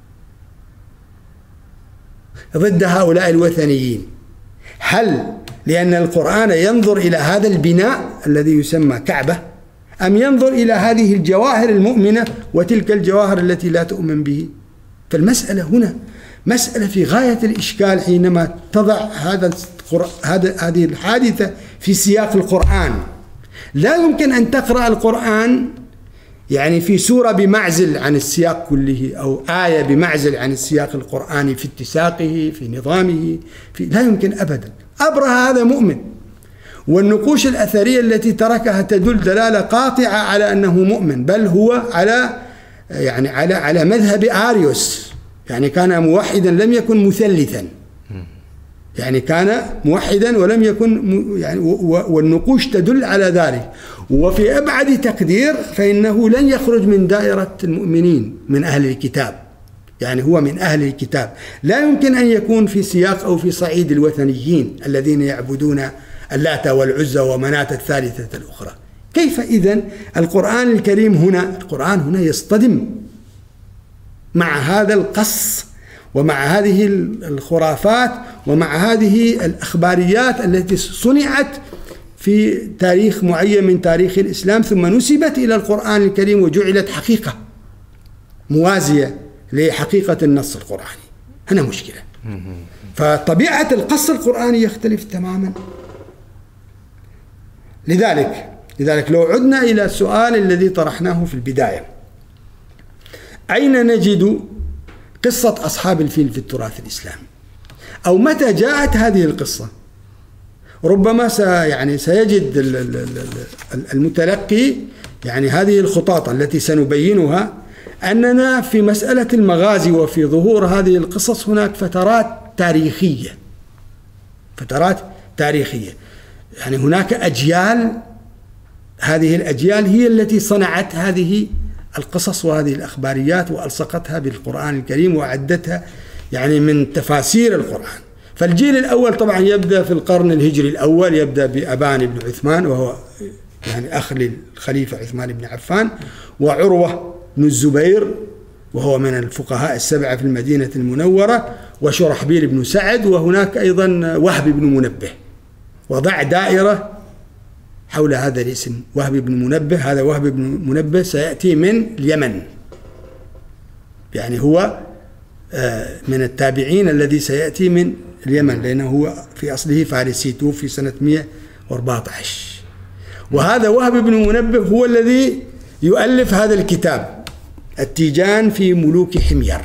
ضد هؤلاء الوثنيين؟ هل لأن القرآن ينظر إلى هذا البناء الذي يسمى كعبة، أم ينظر إلى هذه الجواهر المؤمنة وتلك الجواهر التي لا تؤمن به؟ فالمسألة هنا مسألة في غاية الإشكال حينما تضع هذه الحادثة في سياق القرآن. لا يمكن أن تقرأ القرآن يعني في سورة بمعزل عن السياق كله، أو آية بمعزل عن السياق القرآني في اتساقه في نظامه لا يمكن أبدا. أبرهة هذا مؤمن، والنقوش الأثرية التي تركها تدل دلالة قاطعة على أنه مؤمن، بل هو على مذهب آريوس، يعني كان موحدا لم يكن مثلثا، يعني كان موحدا ولم يكن يعني، والنقوش تدل على ذلك. وفي أبعد تقدير فإنه لن يخرج من دائرة المؤمنين من أهل الكتاب، يعني هو من أهل الكتاب، لا يمكن أن يكون في سياق أو في صعيد الوثنيين الذين يعبدون اللات والعزى ومناة الثالثة الأخرى. كيف إذن القرآن الكريم هنا يصطدم مع هذا القص ومع هذه الخرافات ومع هذه الأخباريات التي صنعت في تاريخ معين من تاريخ الإسلام ثم نسبت إلى القرآن الكريم وجعلت حقيقة موازية لحقيقة النص القرآني؟ هنا مشكلة. فطبيعة القص القرآني يختلف تماما. لذلك لو عدنا إلى السؤال الذي طرحناه في البداية، أين نجد قصة أصحاب الفيل في التراث الإسلامي؟ أو متى جاءت هذه القصة؟ ربما سيجد المتلقي يعني هذه الخطاط التي سنبينها أننا في مسألة المغازي وفي ظهور هذه القصص هناك فترات تاريخية، يعني هناك أجيال، هذه الأجيال هي التي صنعت هذه القصص وهذه الأخباريات وألصقتها بالقرآن الكريم وعدتها يعني من تفاسير القرآن. فالجيل الأول طبعا يبدأ في القرن الهجري الأول، يبدأ بأبان بن عثمان وهو يعني أخ للخليفة عثمان بن عفان، وعروة بن الزبير وهو من الفقهاء السبعة في المدينة المنورة، وشرحبيل بن سعد، وهناك أيضا وهب بن منبه. وضع دائرة حول هذا الاسم وهب بن منبه. هذا وهب بن منبه سيأتي من اليمن، يعني هو من التابعين الذي سيأتي من اليمن، لأنه هو في أصله فارسي، توفي سنة 114. وهذا وهب بن منبه هو الذي يؤلف هذا الكتاب التيجان في ملوك حمير،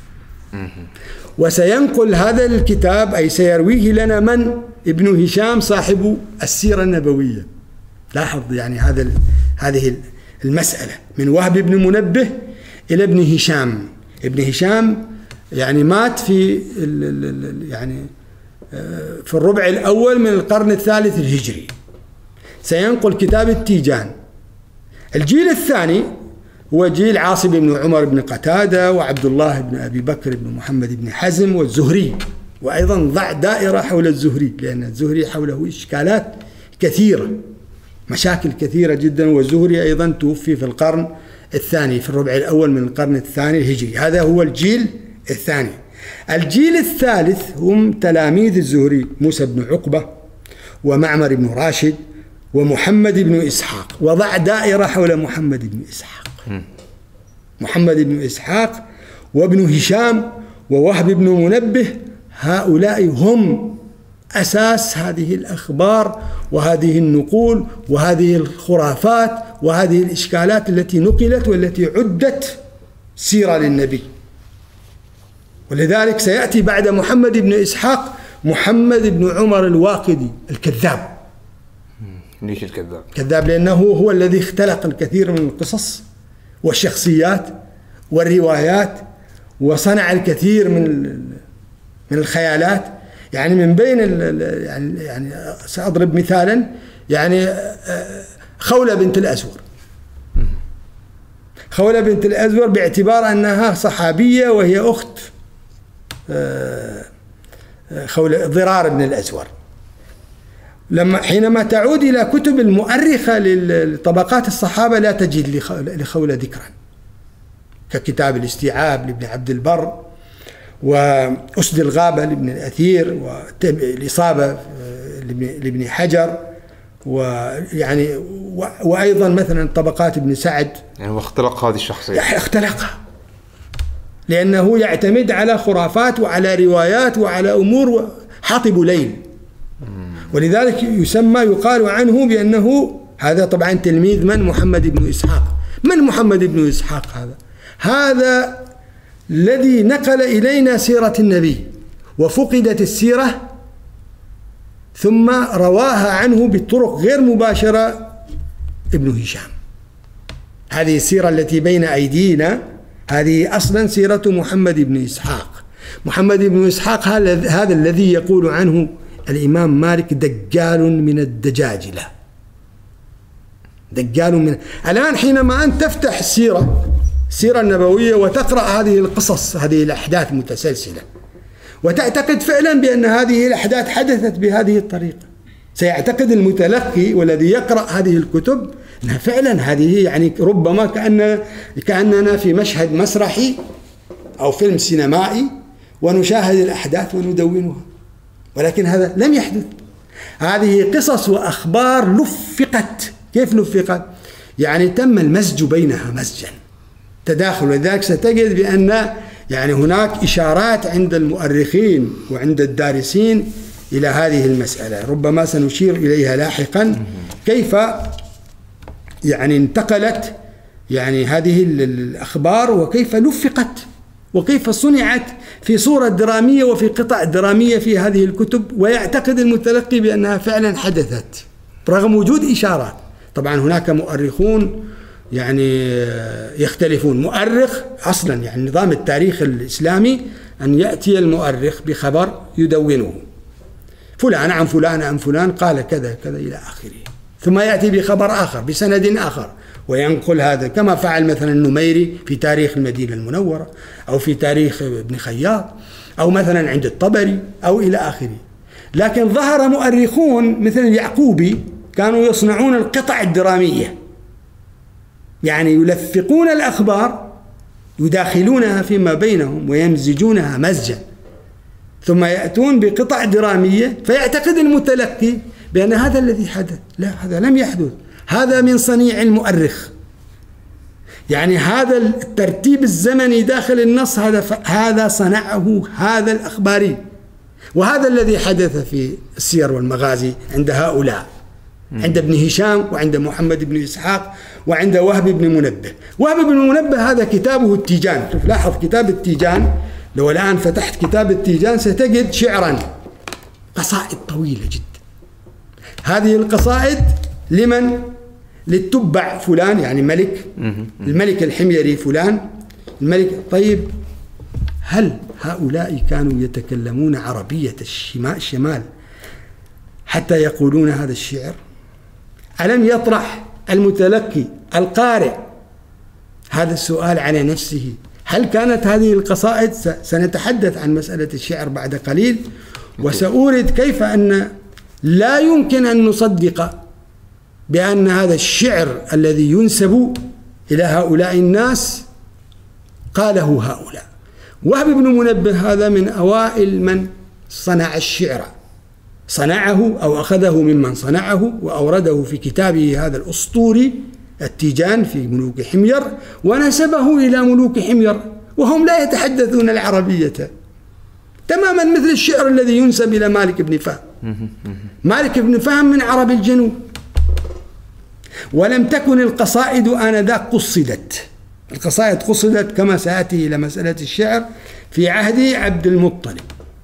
وسينقل هذا الكتاب أي سيرويه لنا من؟ ابن هشام صاحب السيرة النبوية. لاحظ يعني هذه المسألة من وهب بن منبه إلى ابن هشام. ابن هشام يعني مات في يعني في الربع الأول من القرن الثالث الهجري. سينقل كتاب التيجان. الجيل الثاني هو جيل عاصم بن عمر بن قتادة وعبد الله بن أبي بكر بن محمد بن حزم والزهري. وأيضا ضع دائرة حول الزهري، لأن الزهري حوله إشكالات كثيرة، مشاكل كثيرة جدا. والزهري أيضا توفي في القرن الثاني، في الربع الأول من القرن الثاني الهجري. هذا هو الجيل الثاني. الجيل الثالث هم تلاميذ الزهري، موسى بن عقبة ومعمر بن راشد ومحمد بن إسحاق. وضع دائرة حول محمد بن إسحاق. محمد بن إسحاق وابن هشام ووهب بن منبه، هؤلاء هم أساس هذه الأخبار وهذه النقول وهذه الخرافات وهذه الإشكالات التي نقلت والتي عدت سيرة للنبي. ولذلك سيأتي بعد محمد بن إسحاق محمد بن عمر الواقدي الكذاب. ليش الكذاب؟ كذاب لأنه هو الذي اختلق الكثير من القصص والشخصيات والروايات، وصنع الكثير من الخيالات. يعني من بين يعني سأضرب مثالا، يعني خولة بنت الأزور. خولة بنت الأزور باعتبار أنها صحابية وهي أخت ضرار بن الأزور. حينما تعود إلى كتب المؤرخة لطبقات الصحابة لا تجد لخولة ذكرا، ككتاب الاستيعاب لابن عبد البر، وأسد الغابة لابن الأثير، والإصابة لابن حجر، ويعني وأيضا مثلا طبقات ابن سعد. يعني واختلق هذه الشخصية، اختلقها لأنه يعتمد على خرافات وعلى روايات وعلى أمور حاطب ليل. ولذلك يقال عنه بأنه هذا طبعا تلميذ من؟ محمد بن إسحاق. من محمد بن إسحاق هذا الذي نقل إلينا سيرة النبي وفقدت السيرة ثم رواها عنه بطرق غير مباشرة ابن هشام. هذه السيرة التي بين أيدينا هذه أصلا سيرة محمد بن إسحاق. محمد بن إسحاق هذا الذي يقول عنه الإمام مالك دجال من الدجاجلة. دجال من الآن حينما أنت تفتح السيرة النبوية وتقرأ هذه القصص، هذه الأحداث متسلسلة، وتعتقد فعلا بأن هذه الأحداث حدثت بهذه الطريقة، سيعتقد المتلقي والذي يقرأ هذه الكتب أنها فعلا هذه يعني ربما كأننا في مشهد مسرحي أو فيلم سينمائي ونشاهد الأحداث وندونها. ولكن هذا لم يحدث. هذه قصص وأخبار لفقت. كيف لفقت؟ يعني تم المزج بينها مزجا، تداخل. ولذلك ستجد بأن يعني هناك إشارات عند المؤرخين وعند الدارسين إلى هذه المسألة، ربما سنشير إليها لاحقا، كيف يعني انتقلت يعني هذه الأخبار، وكيف لفقت، وكيف صنعت في صورة درامية وفي قطع درامية في هذه الكتب، ويعتقد المتلقي بأنها فعلا حدثت رغم وجود إشارات. طبعا هناك مؤرخون يعني يختلفون. مؤرخ أصلا يعني نظام التاريخ الإسلامي أن يأتي المؤرخ بخبر يدونه، فلان عن فلان عن فلان قال كذا كذا إلى آخره، ثم يأتي بخبر آخر بسند آخر وينقل هذا، كما فعل مثلا النميري في تاريخ المدينة المنورة، أو في تاريخ ابن خياط، أو مثلا عند الطبري، أو إلى آخره. لكن ظهر مؤرخون مثل اليعقوبي كانوا يصنعون القطع الدرامية، يعني يلفقون الأخبار، يداخلونها فيما بينهم ويمزجونها مزجا، ثم يأتون بقطع درامية، فيعتقد المتلقي بأن هذا الذي حدث. لا، هذا لم يحدث، هذا من صنيع المؤرخ. يعني هذا الترتيب الزمني داخل النص هذا صنعه هذا الأخباري، وهذا الذي حدث في السير والمغازي عند هؤلاء، عند ابن هشام وعند محمد بن إسحاق وعند وهب بن منبه. وهب بن منبه هذا كتابه التيجان. شوف لاحظ كتاب التيجان، لو الآن فتحت كتاب التيجان ستجد شعرا، قصائد طويلة جدا. هذه القصائد لمن؟ للتبع فلان، يعني ملك، الملك الحميري فلان الملك. طيب هل هؤلاء كانوا يتكلمون عربية الشمال حتى يقولون هذا الشعر؟ ألم يطرح المتلقي القارئ هذا السؤال على نفسه؟ هل كانت هذه القصائد؟ سنتحدث عن مسألة الشعر بعد قليل، وسأورد كيف أن لا يمكن أن نصدق بأن هذا الشعر الذي ينسب إلى هؤلاء الناس قاله هؤلاء. وهب بن منبه هذا من أوائل من صنع الشعر، صنعه أو أخذه ممن صنعه وأورده في كتابه هذا الأسطوري التيجان في ملوك حمير، ونسبه إلى ملوك حمير وهم لا يتحدثون العربية، تماما مثل الشعر الذي ينسب إلى مالك بن فهم. مالك بن فهم من عرب الجنوب، ولم تكن القصائد آنذاك قصدت. القصائد قصدت كما سآتي إلى مسألة الشعر في عهد عبد المطلب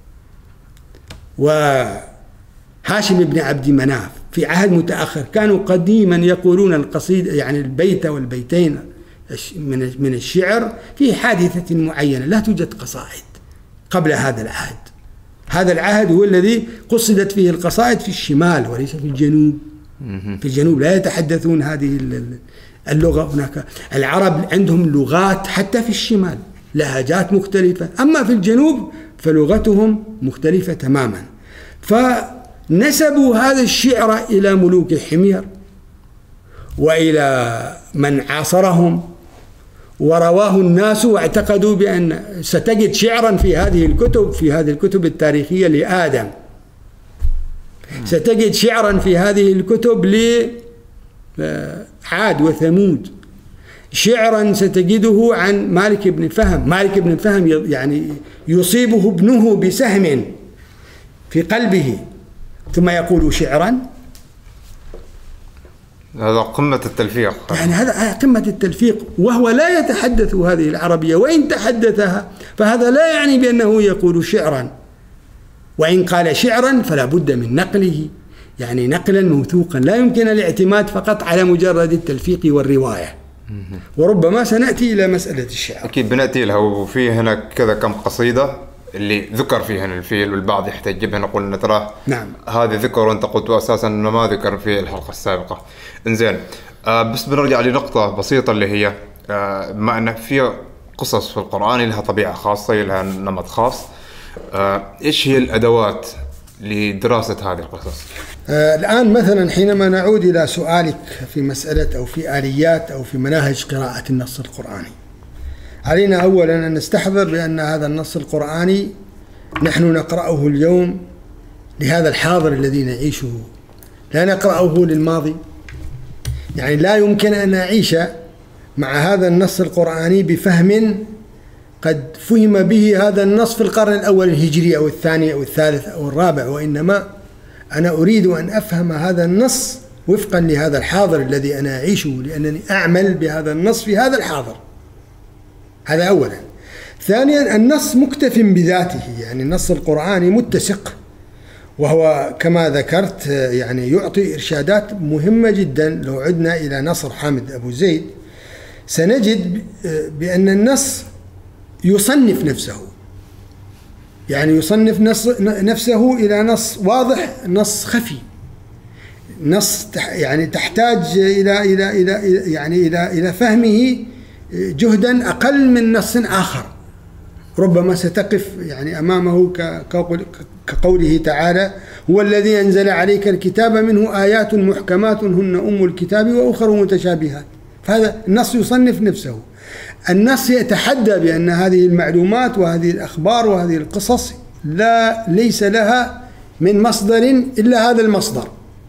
وهاشم بن عبد مناف في عهد متأخر. كانوا قديما يقولون القصيدة يعني البيت والبيتين من الشعر في حادثة معينة، لا توجد قصائد قبل هذا العهد. هذا العهد هو الذي قصدت فيه القصائد في الشمال وليس في الجنوب. في الجنوب لا يتحدثون هذه اللغة. هناك العرب عندهم لغات حتى في الشمال، لهجات مختلفة، أما في الجنوب فلغتهم مختلفة تماما. فنسبوا هذا الشعر إلى ملوك حمير وإلى من عاصرهم، ورواه الناس واعتقدوا بأن ستجد شعرا في هذه الكتب، في هذه الكتب التاريخية لآدم، ستجد شعرا في هذه الكتب لعاد وثمود، شعرا ستجده عن مالك بن فهم. مالك بن فهم يعني يصيبه ابنه بسهم في قلبه ثم يقول شعرا. هذا قمة التلفيق، يعني هذا قمة التلفيق، وهو لا يتحدث هذه العربية، وإن تحدثها فهذا لا يعني بأنه يقول شعرا، وإن قال شعرا فلا بد من نقله، يعني نقلا موثوقا، لا يمكن الاعتماد فقط على مجرد التلفيق والرواية. وربما سنأتي إلى مسألة الشعر، أكيد بنأتي لها. وفي هنا كذا كم قصيدة اللي ذكر فيها الفيل، والبعض يحتج بها، نقول ترى نعم هذه ذكر وانت قلت أساسا أنه ما ذكر في الحلقة السابقة. إنزين، بس بنرجع لنقطة بسيطة اللي هي ما أن في قصص في القرآن لها طبيعة خاصة، لها نمط خاص. إيش هي الأدوات لدراسة هذه القصص؟ الآن مثلا حينما نعود إلى سؤالك في مسألة أو في آليات أو في مناهج قراءة النص القرآني، علينا أولا أن نستحضر بأن هذا النص القرآني نحن نقرأه اليوم لهذا الحاضر الذي نعيشه، لا نقرأه للماضي. يعني لا يمكن أن أعيش مع هذا النص القرآني بفهم قد فهم به هذا النص في القرن الأول الهجري أو الثاني أو الثالث أو الرابع، وإنما أنا أريد أن أفهم هذا النص وفقا لهذا الحاضر الذي أنا أعيشه، لأنني أعمل بهذا النص في هذا الحاضر. هذا أولا. ثانيا النص مكتف بذاته، يعني النص القرآني متسق، وهو كما ذكرت يعني يعطي إرشادات مهمة جدا. لو عدنا إلى نصر حامد أبو زيد سنجد بأن النص يصنف نفسه، يعني يصنف نفسه إلى نص واضح، نص خفي، نص يعني تحتاج إلى فهمه جهدا أقل من نص آخر ربما ستقف يعني أمامه كقوله تعالى: هو الذي أنزل عليك الكتاب منه آيات محكمات هن أم الكتاب وأخر متشابهات. فهذا النص يصنف نفسه. النص يتحدى بأن هذه المعلومات وهذه الأخبار وهذه القصص ليس لها من مصدر إلا هذا المصدر،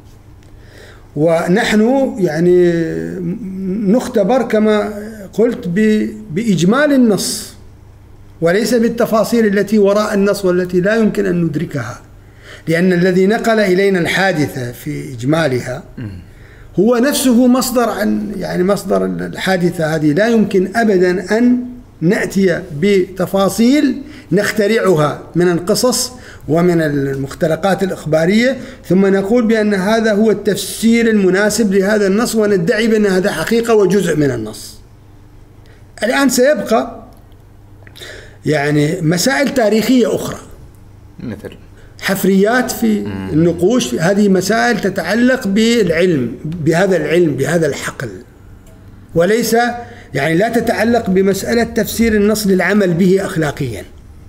ونحن يعني نختبر كما قلت بإجمال النص وليس بالتفاصيل التي وراء النص والتي لا يمكن أن ندركها، لأن الذي نقل إلينا الحادثة في إجمالها هو نفسه مصدر الحادثة هذه. لا يمكن أبدا أن نأتي بتفاصيل نخترعها من القصص ومن المختلقات الإخبارية ثم نقول بأن هذا هو التفسير المناسب لهذا النص وندعي بأن هذا حقيقة وجزء من النص. الآن سيبقى يعني مسائل تاريخية أخرى مثل حفريات في النقوش، هذه مسائل تتعلق بالعلم، بهذا الحقل، وليس يعني لا تتعلق بمسألة تفسير النص للعمل به أخلاقيا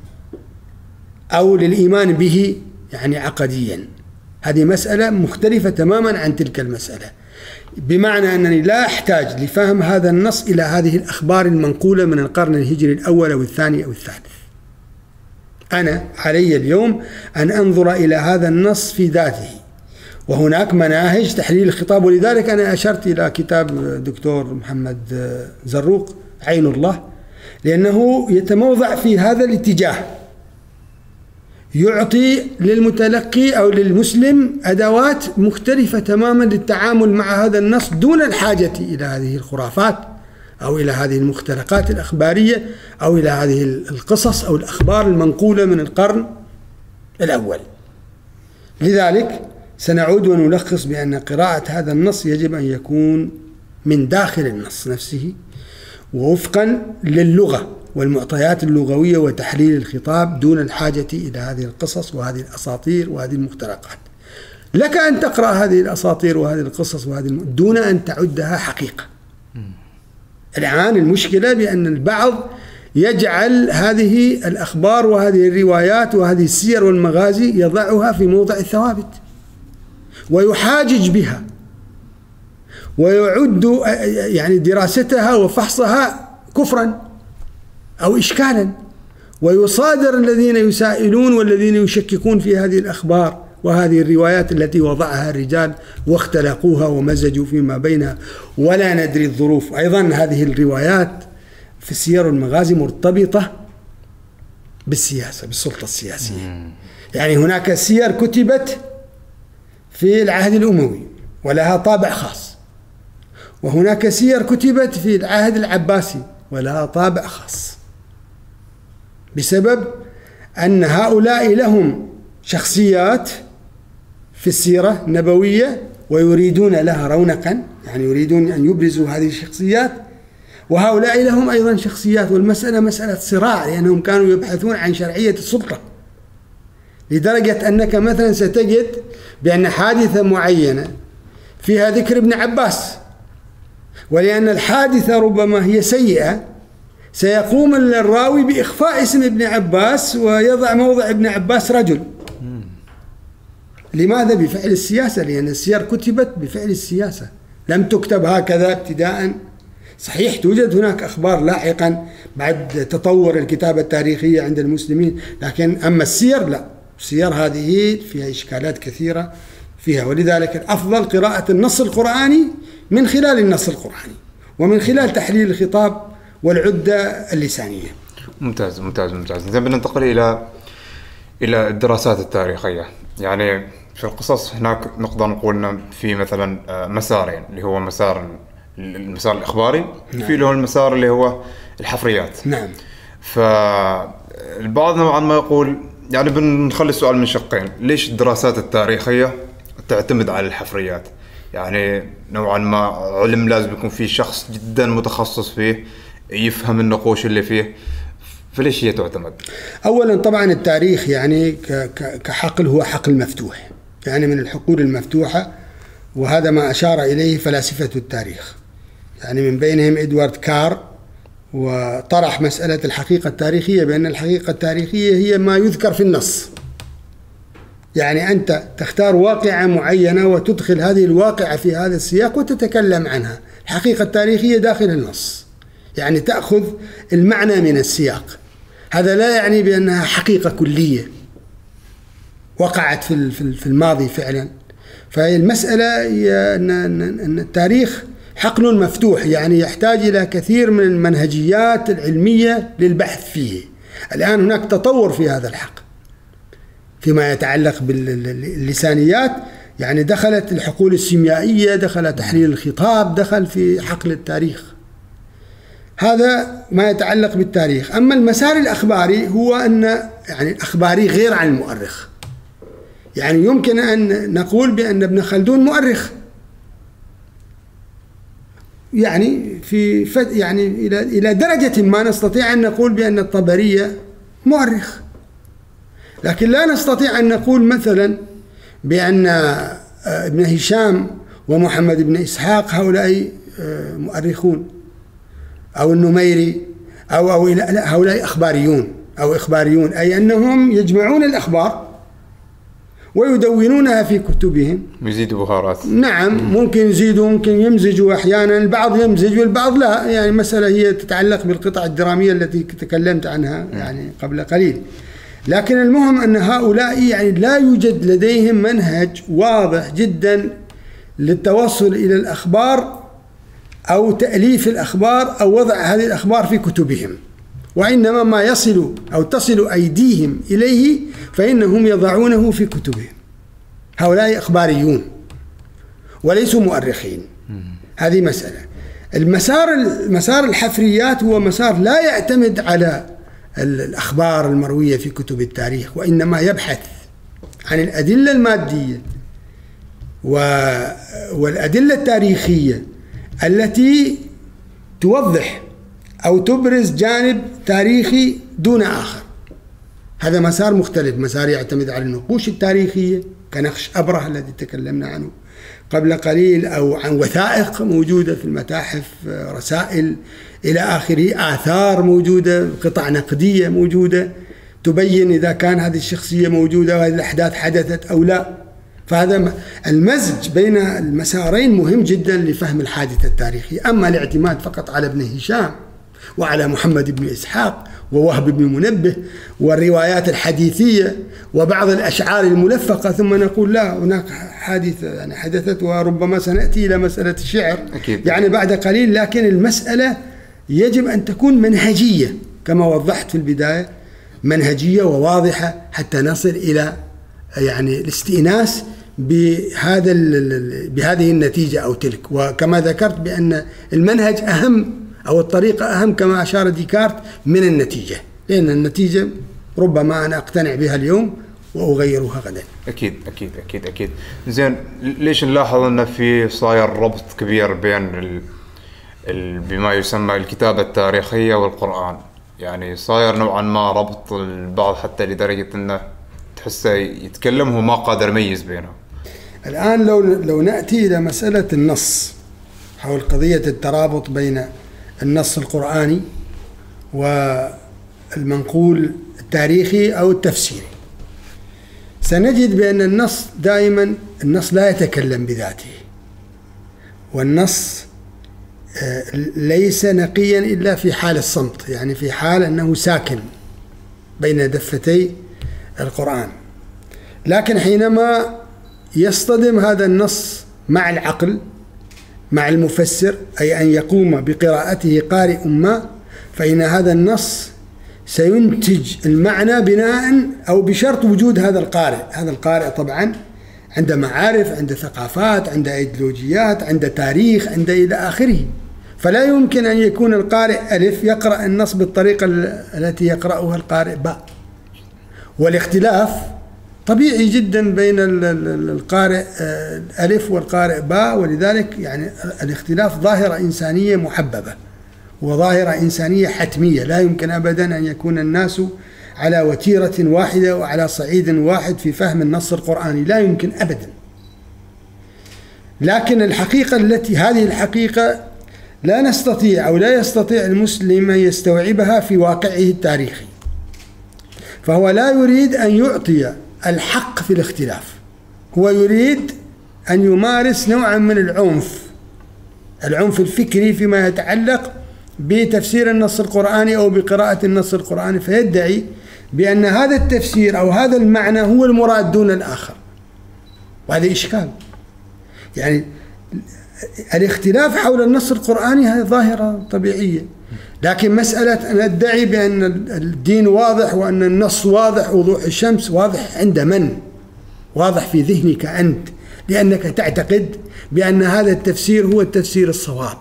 أو للإيمان به يعني عقديا. هذه مسألة مختلفة تماما عن تلك المسألة، بمعنى أنني لا أحتاج لفهم هذا النص إلى هذه الأخبار المنقولة من القرن الهجري الأول أو الثاني أو الثالث. أنا علي اليوم أن أنظر إلى هذا النص في ذاته، وهناك مناهج تحليل الخطاب، ولذلك أنا أشرت إلى كتاب دكتور محمد زروق عين الله، لأنه يتموضع في هذا الاتجاه، يعطي للمتلقي أو للمسلم أدوات مختلفة تماما للتعامل مع هذا النص دون الحاجة إلى هذه الخرافات أو إلى هذه المختلقات الأخبارية أو إلى هذه القصص أو الأخبار المنقولة من القرن الأول. لذلك سنعود ونلخص بأن قراءة هذا النص يجب أن يكون من داخل النص نفسه ووفقا للغة والمعطيات اللغوية وتحليل الخطاب دون الحاجة إلى هذه القصص وهذه الأساطير وهذه المخترقات. لك أن تقرأ هذه الأساطير وهذه القصص دون أن تعدها حقيقة. الآن المشكلة بأن البعض يجعل هذه الأخبار وهذه الروايات وهذه السير والمغازي يضعها في موضع الثوابت ويحاجج بها ويعد يعني دراستها وفحصها كفرا أو إشكالا، ويصادر الذين يسائلون والذين يشككون في هذه الأخبار وهذه الروايات التي وضعها الرجال واختلقوها ومزجوا فيما بينها ولا ندري الظروف. أيضا هذه الروايات في السير والمغازي مرتبطة بالسياسة، بالسلطة السياسية. يعني هناك سير كتبت في العهد الأموي ولها طابع خاص، وهناك سير كتبت في العهد العباسي ولها طابع خاص، بسبب أن هؤلاء لهم شخصيات في السيرة النبوية ويريدون لها رونقا، يعني يريدون أن يبرزوا هذه الشخصيات، وهؤلاء لهم أيضا شخصيات، والمسألة مسألة صراع لأنهم كانوا يبحثون عن شرعية السلطة، لدرجة أنك مثلا ستجد بأن حادثة معينة فيها ذكر ابن عباس، ولأن الحادثة ربما هي سيئة سيقوم الراوي بإخفاء اسم ابن عباس ويضع موضع ابن عباس رجل. لماذا؟ بفعل السياسة، لأن السير كتبت بفعل السياسة، لم تكتب هكذا ابتداء. صحيح توجد هناك أخبار لاحقا بعد تطور الكتابة التاريخية عند المسلمين، لكن أما السير لا، السير هذه فيها إشكالات كثيرة فيها، ولذلك الأفضل قراءة النص القرآني من خلال النص القرآني ومن خلال تحليل الخطاب والعدة اللسانية. ممتاز. زين بننتقل إلى الدراسات التاريخية. يعني في القصص هناك نقدر نقول في مثلا مسارين، اللي هو المسار الإخباري، في اللي هو المسار اللي هو الحفريات. نعم. فالبعض نوعا ما يقول، يعني بنخلي السؤال من شقين: ليش الدراسات التاريخية تعتمد على الحفريات؟ يعني نوعا ما علم لازم يكون فيه شخص جدا متخصص فيه، يفهم النقوش اللي فيه، فليش هي تعتمد؟ أولا طبعا التاريخ يعني كحقل هو حقل مفتوح، يعني من الحقول المفتوحة، وهذا ما أشار إليه فلاسفة التاريخ، يعني من بينهم إدوارد كار، وطرح مسألة الحقيقة التاريخية بأن الحقيقة التاريخية هي ما يذكر في النص. يعني أنت تختار واقعة معينة وتدخل هذه الواقعة في هذا السياق وتتكلم عنها. الحقيقة التاريخية داخل النص، يعني تأخذ المعنى من السياق. هذا لا يعني بأنها حقيقة كلية وقعت في الماضي فعلا. فالمسألة هي أن التاريخ حقل مفتوح، يعني يحتاج إلى كثير من المنهجيات العلمية للبحث فيه. الآن هناك تطور في هذا الحقل فيما يتعلق باللسانيات، يعني دخلت الحقول السيميائية، دخل تحليل الخطاب، دخل في حقل التاريخ. هذا ما يتعلق بالتاريخ. أما المسار الأخباري هو أن يعني الأخباري غير عن المؤرخ. يعني يمكن أن نقول بأن ابن خلدون مؤرخ، يعني يعني إلى درجة ما نستطيع أن نقول بأن الطبرية مؤرخ، لكن لا نستطيع أن نقول مثلا بأن ابن هشام ومحمد بن إسحاق هؤلاء مؤرخون، أو النميري أو هؤلاء أخباريون أو إخباريون، أي أنهم يجمعون الأخبار ويدونونها في كتبهم، يزيدوا بهارات. نعم، ممكن يزيدوا، ممكن يمزجوا أحيانا، البعض يمزج والبعض لا. يعني مسألة هي تتعلق بالقطع الدرامية التي تكلمت عنها يعني قبل قليل. لكن المهم أن هؤلاء يعني لا يوجد لديهم منهج واضح جدا للتوصل إلى الأخبار أو تأليف الأخبار أو وضع هذه الأخبار في كتبهم، وإنما ما يصل أو تصل أيديهم إليه فإنهم يضعونه في كتبهم. هؤلاء أخباريون وليسوا مؤرخين. هذه مسألة. مسار الحفريات هو مسار لا يعتمد على الأخبار المروية في كتب التاريخ، وإنما يبحث عن الأدلة المادية والأدلة التاريخية التي توضح أو تبرز جانب تاريخي دون آخر. هذا مسار مختلف، مسار يعتمد على النقوش التاريخية كنقش أبره الذي تكلمنا عنه قبل قليل، أو عن وثائق موجودة في المتاحف، رسائل إلى آخره، آثار موجودة، قطع نقدية موجودة تبين إذا كان هذه الشخصية موجودة وهذه الأحداث حدثت أو لا. فهذا المزج بين المسارين مهم جدا لفهم الحادثة التاريخية. أما الاعتماد فقط على ابن هشام وعلى محمد بن إسحاق ووهب بن منبه والروايات الحديثية وبعض الأشعار الملفقة ثم نقول لا، هناك حادثة يعني حدثت، وربما سنأتي إلى مسألة الشعر أكيد. يعني بعد قليل. لكن المسألة يجب أن تكون منهجية كما وضحت في البداية، منهجية وواضحة حتى نصل إلى يعني الاستئناس بهذه النتيجة أو تلك. وكما ذكرت بأن المنهج أهم أو الطريقة أهم كما أشار ديكارت من النتيجة، لأن النتيجة ربما أنا أقتنع بها اليوم وأغيرها غدا. أكيد أكيد أكيد أكيد. زين، ليش نلاحظ أن في صاير ربط كبير بين بما يسمى الكتابة التاريخية والقرآن؟ يعني صاير نوعا ما ربط البعض حتى لدرجة أنه تحسه يتكلم هو ما قادر يميز بينهم. الآن لو نأتي إلى مسألة النص حول قضية الترابط بين النص القرآني والمنقول التاريخي أو التفسيري، سنجد بأن النص دائما النص لا يتكلم بذاته، والنص ليس نقيا إلا في حال الصمت، يعني في حال أنه ساكن بين دفتي القرآن. لكن حينما يصطدم هذا النص مع العقل مع المفسر، أي أن يقوم بقراءته قارئ ما، فإن هذا النص سينتج المعنى بناء أو بشرط وجود هذا القارئ. هذا القارئ طبعا عنده معارف، عنده ثقافات، عنده أيديولوجيات، عنده تاريخ، عنده إلى آخره. فلا يمكن أن يكون القارئ ألف يقرأ النص بالطريقة التي يقرأها القارئ باء. والاختلاف طبيعي جدا بين القارئ ألف والقارئ باء، ولذلك يعني الاختلاف ظاهرة إنسانية محببة وظاهرة إنسانية حتمية. لا يمكن أبدا أن يكون الناس على وتيرة واحدة وعلى صعيد واحد في فهم النص القرآني، لا يمكن أبدا. لكن الحقيقة هذه الحقيقة لا نستطيع أو لا يستطيع المسلم أن يستوعبها في واقعه التاريخي. فهو لا يريد أن يعطي الحق في الاختلاف، هو يريد أن يمارس نوعا من العنف الفكري فيما يتعلق بتفسير النص القرآني أو بقراءة النص القرآني، فيدعي بأن هذا التفسير أو هذا المعنى هو المراد دون الآخر، وهذا إشكال. يعني الاختلاف حول النص القرآني هذه ظاهرة طبيعية، لكن مسألة أن أدعي بأن الدين واضح وأن النص واضح وضوح الشمس، واضح عند من؟ واضح في ذهنك أنت، لأنك تعتقد بأن هذا التفسير هو التفسير الصواب،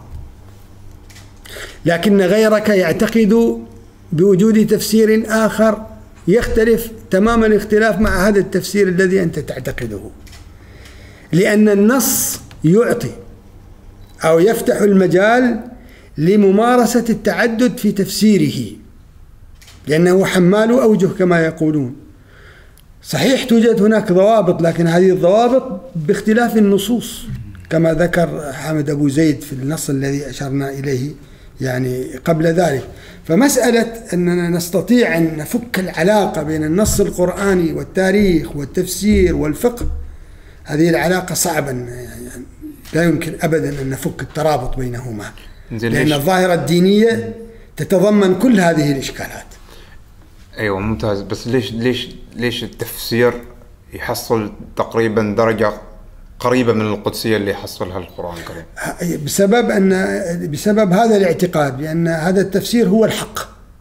لكن غيرك يعتقد بوجود تفسير آخر يختلف تمام الاختلاف مع هذا التفسير الذي أنت تعتقده، لأن النص يعطي أو يفتح المجال لممارسة التعدد في تفسيره، لأنه حمال أوجه كما يقولون. صحيح توجد هناك ضوابط، لكن هذه الضوابط باختلاف النصوص كما ذكر حامد أبو زيد في النص الذي أشرنا إليه يعني قبل ذلك. فمسألة أننا نستطيع أن نفك العلاقة بين النص القرآني والتاريخ والتفسير والفقه، هذه العلاقة صعبة، يعني لا يمكن أبدا أن نفك الترابط بينهما، لأن الظاهرة الدينية تتضمن كل هذه الإشكالات. أيوة ممتاز. بس ليش التفسير يحصل تقريبا درجة قريبة من القدسية اللي يحصلها القرآن الكريم؟ بسبب هذا الاعتقاد بأن هذا التفسير هو الحق،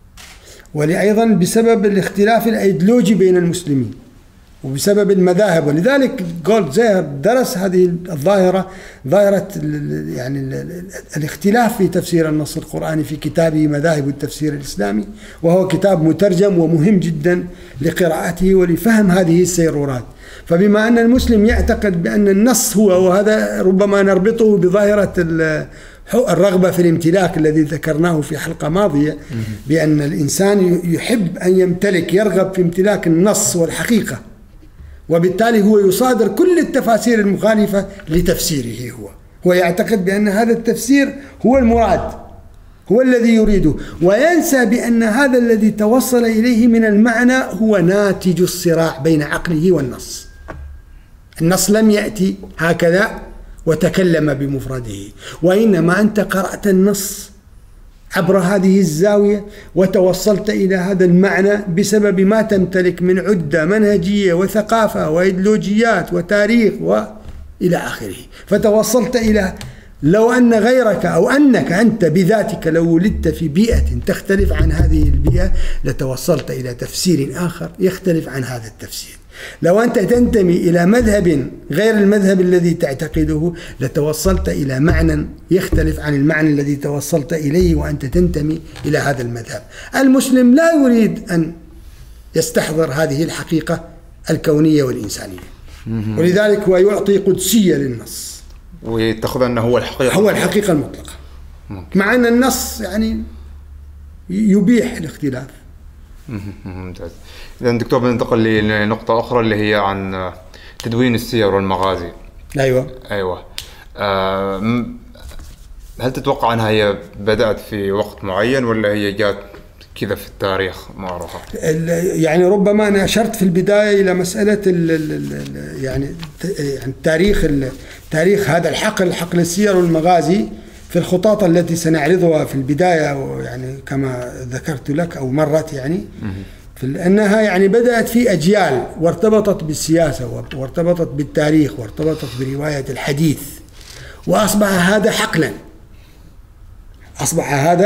وأيضا بسبب الاختلاف الأيديولوجي بين المسلمين وبسبب المذاهب. ولذلك جولدزير درس هذه الظاهرة، ظاهرة يعني الاختلاف في تفسير النص القرآني في كتابه مذاهب التفسير الإسلامي، وهو كتاب مترجم ومهم جدا لقراءته ولفهم هذه السيرورات. فبما أن المسلم يعتقد بأن النص هو، وهذا ربما نربطه بظاهرة الرغبة في الامتلاك الذي ذكرناه في حلقة ماضية، بأن الإنسان يحب أن يمتلك، يرغب في امتلاك النص والحقيقة، وبالتالي هو يصادر كل التفاسير المخالفة لتفسيره. هو يعتقد بأن هذا التفسير هو المراد، هو الذي يريده، وينسى بأن هذا الذي توصل إليه من المعنى هو ناتج الصراع بين عقله والنص. النص لم يأتي هكذا وتكلم بمفرده، وإنما أنت قرأت النص عبر هذه الزاوية وتوصلت إلى هذا المعنى بسبب ما تمتلك من عدة منهجية وثقافة وإيديولوجيات وتاريخ وإلى آخره. فتوصلت إلى، لو أن غيرك أو أنك أنت بذاتك لو ولدت في بيئة تختلف عن هذه البيئة لتوصلت إلى تفسير آخر يختلف عن هذا التفسير. لو أنت تنتمي إلى مذهب غير المذهب الذي تعتقده لتوصلت إلى معنى يختلف عن المعنى الذي توصلت إليه وأنت تنتمي إلى هذا المذهب. المسلم لا يريد أن يستحضر هذه الحقيقة الكونية والإنسانية، ولذلك هو يعطي قدسية للنص ويتخذ أنه هو الحقيقة، هو الحقيقة المطلقة، مع أن النص يعني يبيح الاختلاف. ممتاز. إذا دكتور بننتقل لنقطة أخرى اللي هي عن تدوين السير والمغازي. أيوة. هل تتوقع أنها هي بدأت في وقت معين ولا هي جات كذا في التاريخ معروفة؟ يعني ربما أنا أشرت في البداية إلى مسألة يعني تاريخ هذا حقل السير والمغازي في الخطاط التي سنعرضها في البداية، يعني كما ذكرت لك أو مرت يعني أنها يعني بدأت في أجيال وارتبطت بالسياسة وارتبطت بالتاريخ وارتبطت برواية الحديث، وأصبح هذا حقلا، أصبح هذا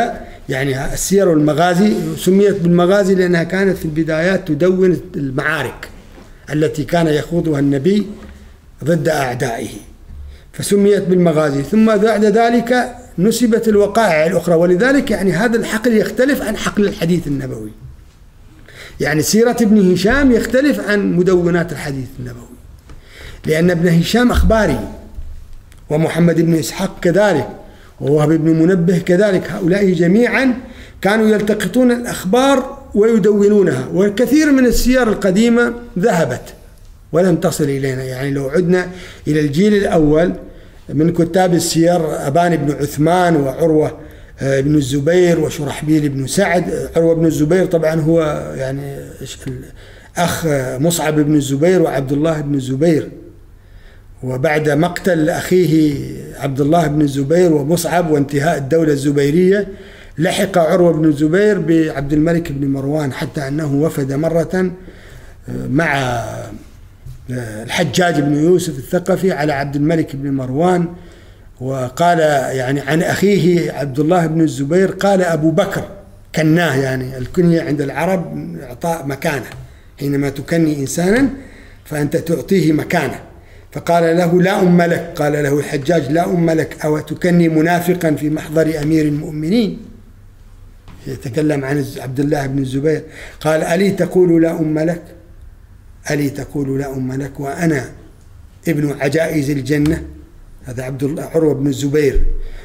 يعني السير والمغازي سميت بالمغازي لأنها كانت في البدايات تدون المعارك التي كان يخوضها النبي ضد أعدائه، فسميت بالمغازي. ثم بعد ذلك نسبت الوقائع الأخرى، ولذلك يعني هذا الحقل يختلف عن حقل الحديث النبوي. يعني سيرة ابن هشام يختلف عن مدونات الحديث النبوي، لأن ابن هشام أخباري، ومحمد بن إسحاق كذلك، ووهب بن منبه كذلك. هؤلاء جميعا كانوا يلتقطون الأخبار ويدونونها، وكثير من السير القديمة ذهبت ولم تصل إلينا. يعني لو عدنا إلى الجيل الأول من كتاب السير أبان بن عثمان وعروة بن الزبير وشرحبيل بن سعد. عروة بن الزبير طبعا هو يعني أخ مصعب بن الزبير وعبد الله بن الزبير، وبعد مقتل أخيه عبد الله بن الزبير ومصعب وانتهاء الدولة الزبيرية لحق عروة بن الزبير بعبد الملك بن مروان، حتى أنه وفد مرة مع الحجاج بن يوسف الثقفي على عبد الملك بن مروان، وقال يعني عن أخيه عبد الله بن الزبير قال أبو بكر، كناه، يعني الكنية عند العرب إعطاء مكانة، حينما تكني إنسانا فأنت تعطيه مكانة. فقال له لا أم لك، قال له الحجاج لا أم لك، أو تكني منافقا في محضر أمير المؤمنين، يتكلم عن عبد الله بن الزبير. قال ألي تقول لا أم لك، ألي تقول لا أم لك وأنا ابن عجائز الجنة. هذا عبد الله عروة بن الزبير.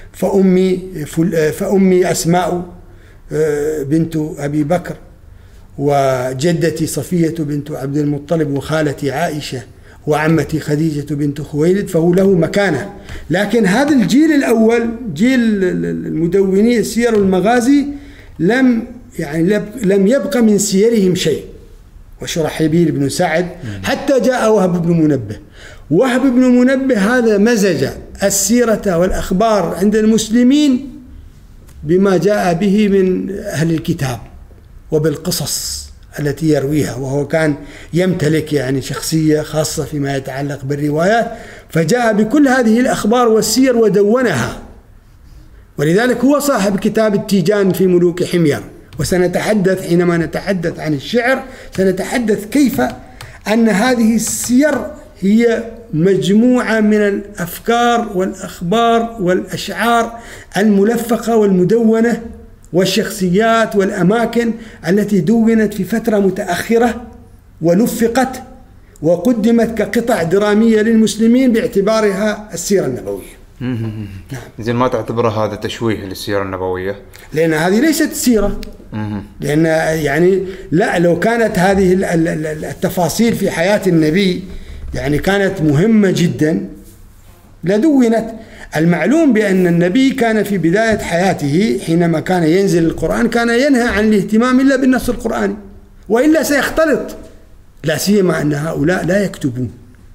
فأمي أسماء بنت أبي بكر، وجدتي صفية بنت عبد المطلب، وخالتي عائشة، وعمتي خديجة بنت خويلد، فهو له مكانة. لكن هذا الجيل الأول، جيل المدوني السير والمغازي، لم يبقى من سيرهم شيء. وشرحبيل بن سعد حتى جاء وهب بن منبه. وهب بن منبه هذا مزج السيرة والأخبار عند المسلمين بما جاء به من أهل الكتاب وبالقصص التي يرويها، وهو كان يمتلك يعني شخصية خاصة فيما يتعلق بالروايات، فجاء بكل هذه الأخبار والسير ودونها. ولذلك هو صاحب كتاب التيجان في ملوك حمير. وسنتحدث حينما نتحدث عن الشعر سنتحدث كيف أن هذه السير هي مجموعة من الأفكار والأخبار والأشعار الملفقة والمدونة والشخصيات والأماكن التي دونت في فترة متأخرة ولفقت وقدمت كقطع درامية للمسلمين باعتبارها السيرة النبوية. نعم. زين، ما تعتبرها هذا تشويه للسيرة النبوية؟ لأن هذه ليست سيرة. لأن يعني لا، لو كانت هذه التفاصيل في حياة النبي يعني كانت مهمة جدا لدونت. المعلوم بأن النبي كان في بداية حياته حينما كان ينزل القرآن كان ينهى عن الاهتمام إلا بالنص القرآني، وإلا سيختلط، لا سيما أن هؤلاء لا يكتبون.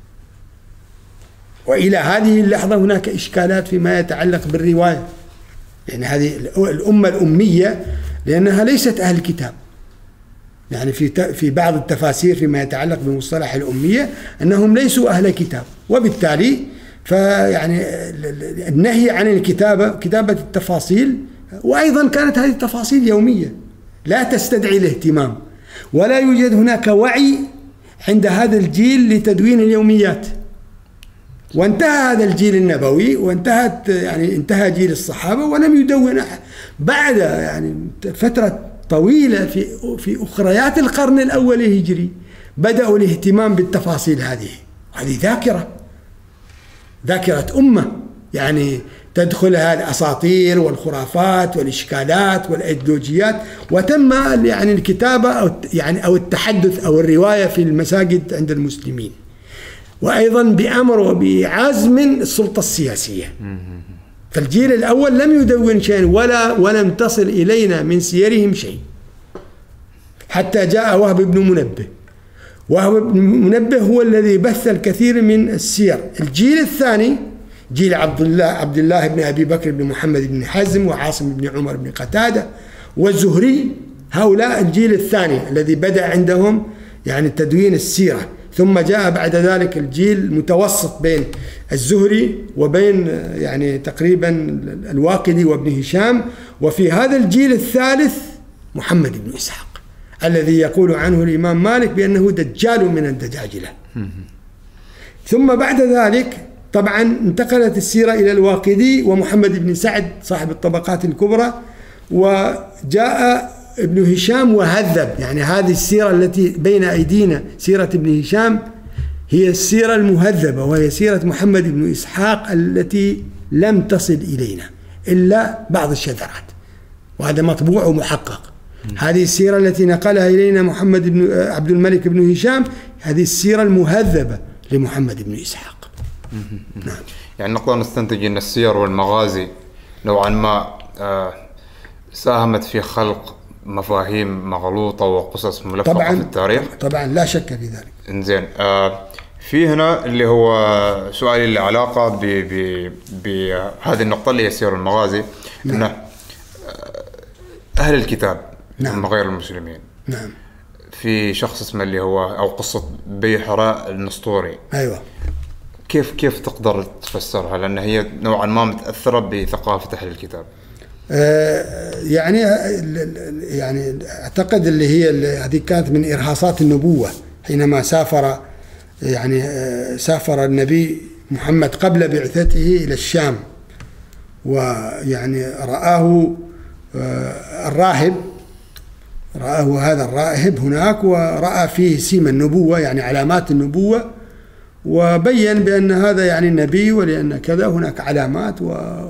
وإلى هذه اللحظة هناك إشكالات فيما يتعلق بالرواية. يعني هذه الأمة الأمية لأنها ليست أهل الكتاب. يعني في بعض التفاسير فيما يتعلق بمصطلح الأمية أنهم ليسوا أهل كتاب، وبالتالي فيعني النهي عن كتابة التفاصيل. وأيضا كانت هذه التفاصيل يومية لا تستدعي الاهتمام، ولا يوجد هناك وعي عند هذا الجيل لتدوين اليوميات. وانتهى هذا الجيل النبوي انتهى جيل الصحابة ولم يدون أحد. بعد يعني فترة طويلة في أخريات القرن الأول الهجري بدأوا الاهتمام بالتفاصيل هذه. هذه ذاكرة أمة، يعني تدخلها الأساطير والخرافات والإشكالات والأيديولوجيات، وتم يعني الكتابة أو التحدث أو الرواية في المساجد عند المسلمين، وأيضا بأمر وبعزم السلطة السياسية. فالجيل الأول لم يدون شيئا ولم تصل إلينا من سيرهم شيء حتى جاء وهب بن منبه. وهب بن منبه هو الذي بث الكثير من السير. الجيل الثاني جيل عبد الله بن أبي بكر بن محمد بن حزم وعاصم بن عمر بن قتادة والزهري، هؤلاء الجيل الثاني الذي بدأ عندهم يعني تدوين السيرة. ثم جاء بعد ذلك الجيل المتوسط بين الزهري وبين يعني تقريبا الواقدي وابن هشام، وفي هذا الجيل الثالث محمد بن إسحاق الذي يقول عنه الإمام مالك بأنه دجال من الدجاجلة. ثم بعد ذلك طبعا انتقلت السيرة إلى الواقدي ومحمد بن سعد صاحب الطبقات الكبرى، وجاء ابن هشام وهذب. يعني هذه السيرة التي بين أيدينا سيرة ابن هشام هي السيرة المهذبة، وهي سيرة محمد بن إسحاق التي لم تصل إلينا إلا بعض الشذرات، وهذا مطبوع ومحقق. هذه السيرة التي نقلها إلينا محمد بن عبد الملك بن هشام هذه السيرة المهذبة لمحمد بن إسحاق. نعم. يعني نقدر نستنتج أن السير والمغازي نوعا ما ساهمت في خلق مفاهيم مغلوطة وقصص ملفقة في التاريخ. طبعا لا شك في ذلك. إنزين، في هنا اللي هو سؤالي اللي علاقة بهذه النقطة اللي هي سير المغازي. نعم. أن أهل الكتاب نعم. غير المسلمين. نعم. في شخص اسمه اللي هو أو قصة بيحراء النسطوري. أيوة. كيف تقدر تفسرها؟ لأن هي نوعا ما متأثرة بثقافة أهل الكتاب. يعني أعتقد اللي هي هذه كانت من إرهاصات النبوة حينما سافر النبي محمد قبل بعثته إلى الشام، ويعني رآه هذا الراهب هناك، ورأى فيه سيم النبوة يعني علامات النبوة، وبين بأن هذا يعني النبي، ولأن كذا هناك علامات،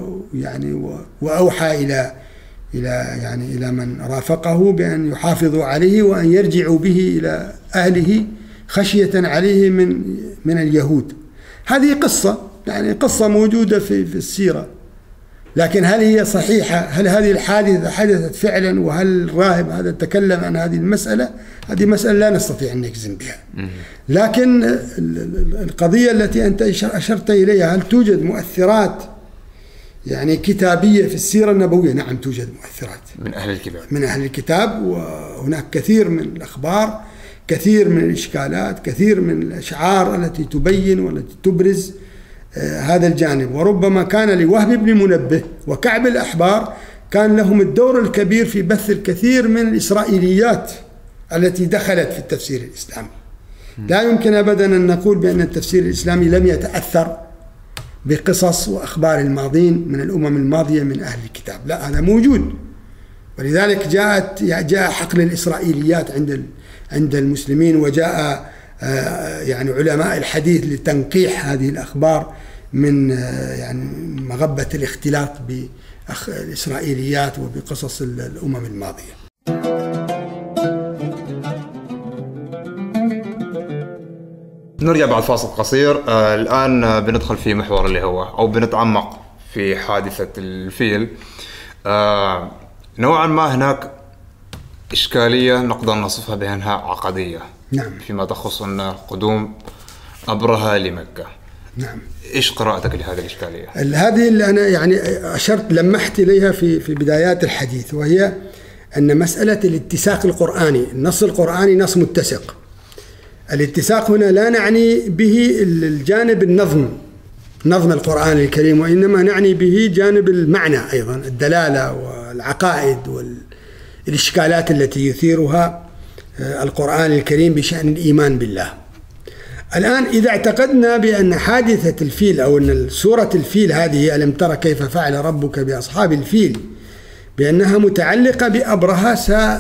وأوحى إلى من رافقه بأن يحافظوا عليه وأن يرجعوا به إلى أهله خشية عليه من اليهود. هذه قصة موجودة في السيرة، لكن هل هي صحيحة؟ هل هذه الحادثة حدثت فعلا؟ وهل الراهب هذا تكلم عن هذه المسألة؟ هذه مسألة لا نستطيع أن نجزم بها. لكن القضية التي أنت أشرت إليها، هل توجد مؤثرات يعني كتابية في السيرة النبوية؟ نعم توجد مؤثرات من أهل الكتاب، وهناك كثير من الأخبار، كثير من الإشكالات، كثير من الأشعار التي تبين والتي تبرز هذا الجانب. وربما كان لوهب بن منبه وكعب الأحبار كان لهم الدور الكبير في بث الكثير من الإسرائيليات التي دخلت في التفسير الإسلامي. لا يمكن أبدا أن نقول بأن التفسير الإسلامي لم يتأثر بقصص وأخبار الماضين من الأمم الماضية من أهل الكتاب، لا، هذا موجود. ولذلك جاء حقل الإسرائيليات عند المسلمين، وجاء يعني علماء الحديث لتنقيح هذه الأخبار من يعني مغبة الاختلاط بالإسرائيليات وبقصص الأمم الماضية. نرجع بعد فاصل قصير. الآن بندخل في محور اللي هو أو بنتعمق في حادثة الفيل. نوعا ما هناك إشكالية نقدر نصفها بأنها عقدية. نعم. فيما تخص أن قدوم أبرهة لمكة. نعم. إيش قراءتك لهذه الإشكالية؟ هذه اللي أنا يعني لمحت إليها في بدايات الحديث، وهي أن مسألة الاتساق القرآني، النص القرآني نص متسق. الاتساق هنا لا نعني به الجانب نظم القرآن الكريم، وإنما نعني به جانب المعنى أيضا، الدلالة والعقائد والإشكالات التي يثيرها القرآن الكريم بشأن الإيمان بالله. الآن إذا اعتقدنا بأن حادثة الفيل أو أن سورة الفيل هذه ألم تر كيف فعل ربك بأصحاب الفيل بأنها متعلقة بأبرهة،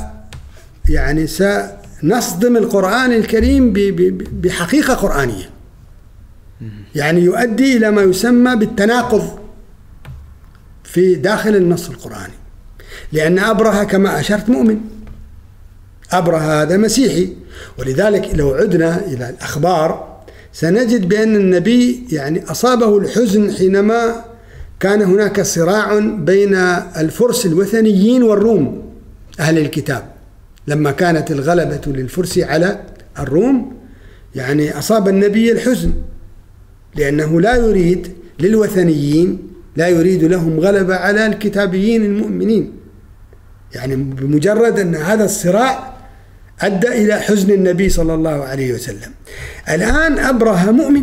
سنصدم القرآن الكريم بحقيقة قرآنية، يعني يؤدي إلى ما يسمى بالتناقض في داخل النص القرآني. لأن أبرهة كما أشرت مؤمن، أبرهة هذا مسيحي، ولذلك لو عدنا إلى الأخبار سنجد بأن النبي يعني أصابه الحزن حينما كان هناك صراع بين الفرس الوثنيين والروم أهل الكتاب. لما كانت الغلبة للفرس على الروم يعني أصاب النبي الحزن، لأنه لا يريد للوثنيين، لا يريد لهم غلبة على الكتابيين المؤمنين. يعني بمجرد أن هذا الصراع أدى إلى حزن النبي صلى الله عليه وسلم. الآن أبرهة مؤمن،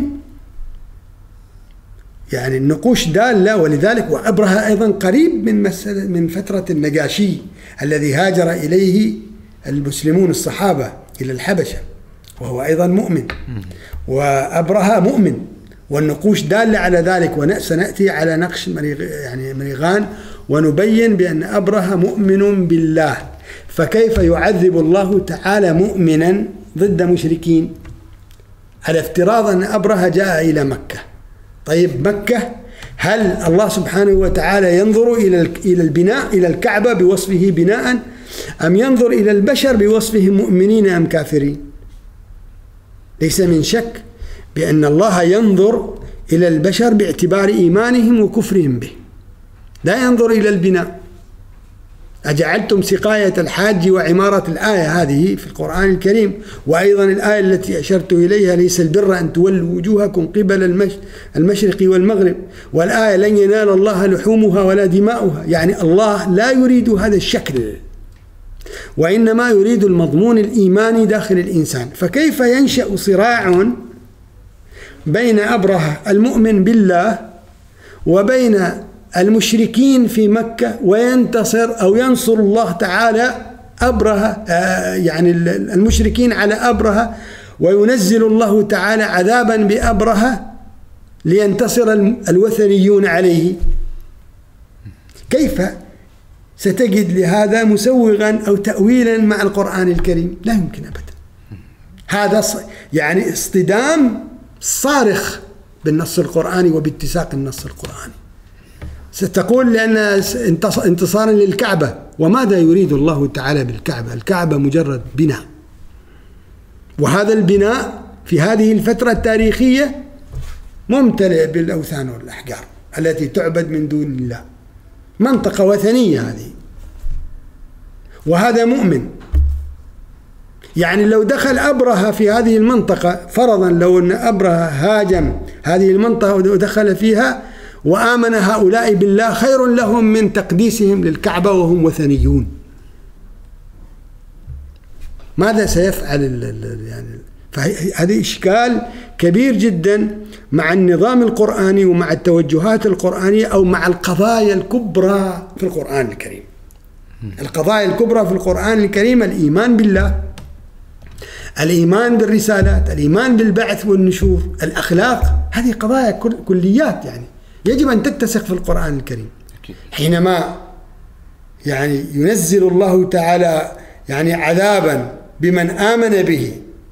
يعني النقوش دالة، ولذلك وأبرهة أيضا قريب من فترة النجاشي الذي هاجر إليه المسلمون الصحابة إلى الحبشة، وهو أيضا مؤمن، وأبرهة مؤمن، والنقوش دالة على ذلك. وسنأتي على نقش مريغان ونبين بأن أبرهة مؤمن بالله، فكيف يعذب الله تعالى مؤمنا ضد مشركين؟ على افتراض أن أبرهة جاء إلى مكة. طيب مكة، هل الله سبحانه وتعالى ينظر إلى البناء، إلى الكعبة بوصفه بناء، أم ينظر إلى البشر بوصفهم مؤمنين أم كافرين؟ ليس من شك بأن الله ينظر إلى البشر باعتبار إيمانهم وكفرهم به، لا ينظر إلى البناء. أجعلتم سقاية الحاج وعمارة، الآية هذه في القرآن الكريم، وأيضا الآية التي أشرت إليها ليس البر أن تولوا وجوهكم قبل المشرق والمغرب، والآية لن ينال الله لحومها ولا دماؤها. يعني الله لا يريد هذا الشكل، وإنما يريد المضمون الإيماني داخل الإنسان. فكيف ينشأ صراع بين أبرهة المؤمن بالله وبين المشركين في مكة، وينتصر أو ينصر الله تعالى أبرهة، يعني المشركين على أبرهة، وينزل الله تعالى عذابا بأبرهة لينتصر الوثنيون عليه؟ كيف ستجد لهذا مسوغا أو تأويلا مع القرآن الكريم؟ لا يمكن أبدا. هذا يعني اصطدام صارخ بالنص القرآني وباتساق النص القرآني. ستقول لأن انتصارا للكعبة، وماذا يريد الله تعالى بالكعبة؟ الكعبة مجرد بناء، وهذا البناء في هذه الفترة التاريخية ممتلئ بالأوثان والأحجار التي تعبد من دون الله، منطقة وثنية هذه، وهذا مؤمن. يعني لو دخل أبرهة في هذه المنطقة، فرضا لو أن أبرهة هاجم هذه المنطقة ودخل فيها وآمن هؤلاء بالله، خير لهم من تقديسهم للكعبة وهم وثنيون. ماذا سيفعل يعني؟ فهذا إشكال كبير جدا مع النظام القرآني ومع التوجهات القرآنية، أو مع القضايا الكبرى في القرآن الكريم. القضايا الكبرى في القرآن الكريم: الإيمان بالله، الإيمان بالرسالات، الإيمان بالبعث والنشور، الأخلاق. هذه قضايا كليات يعني يجب أن تتسق في القرآن الكريم. حينما يعني ينزل الله تعالى يعني عذابا بمن آمن به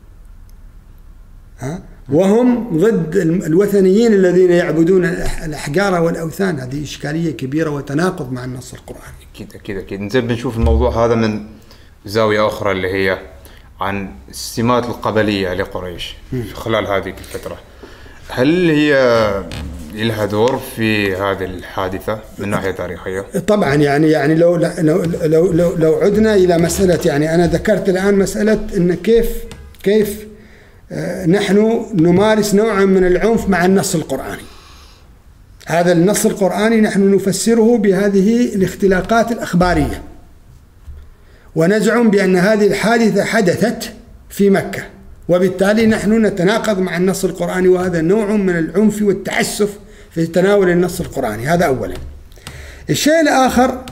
وهم ضد الوثنيين الذين يعبدون الأحجار والأوثان، هذه إشكالية كبيرة وتناقض مع النص القرآني. أكيد. نزل بنشوف الموضوع هذا من زاوية أخرى، اللي هي عن السمات القبلية لقريش خلال هذه الفترة. هل هي لها دور في هذه الحادثة من ناحية تاريخية؟ طبعا يعني لو عدنا إلى مسألة، يعني أنا ذكرت الآن مسألة إن كيف نحن نمارس نوعا من العنف مع النص القرآني. هذا النص القرآني نحن نفسره بهذه الاختلاقات الأخبارية، ونزعم بأن هذه الحادثة حدثت في مكة، وبالتالي نحن نتناقض مع النص القرآني، وهذا نوع من العنف والتعسف في تناول النص القرآني. هذا أولا. الشيء الآخر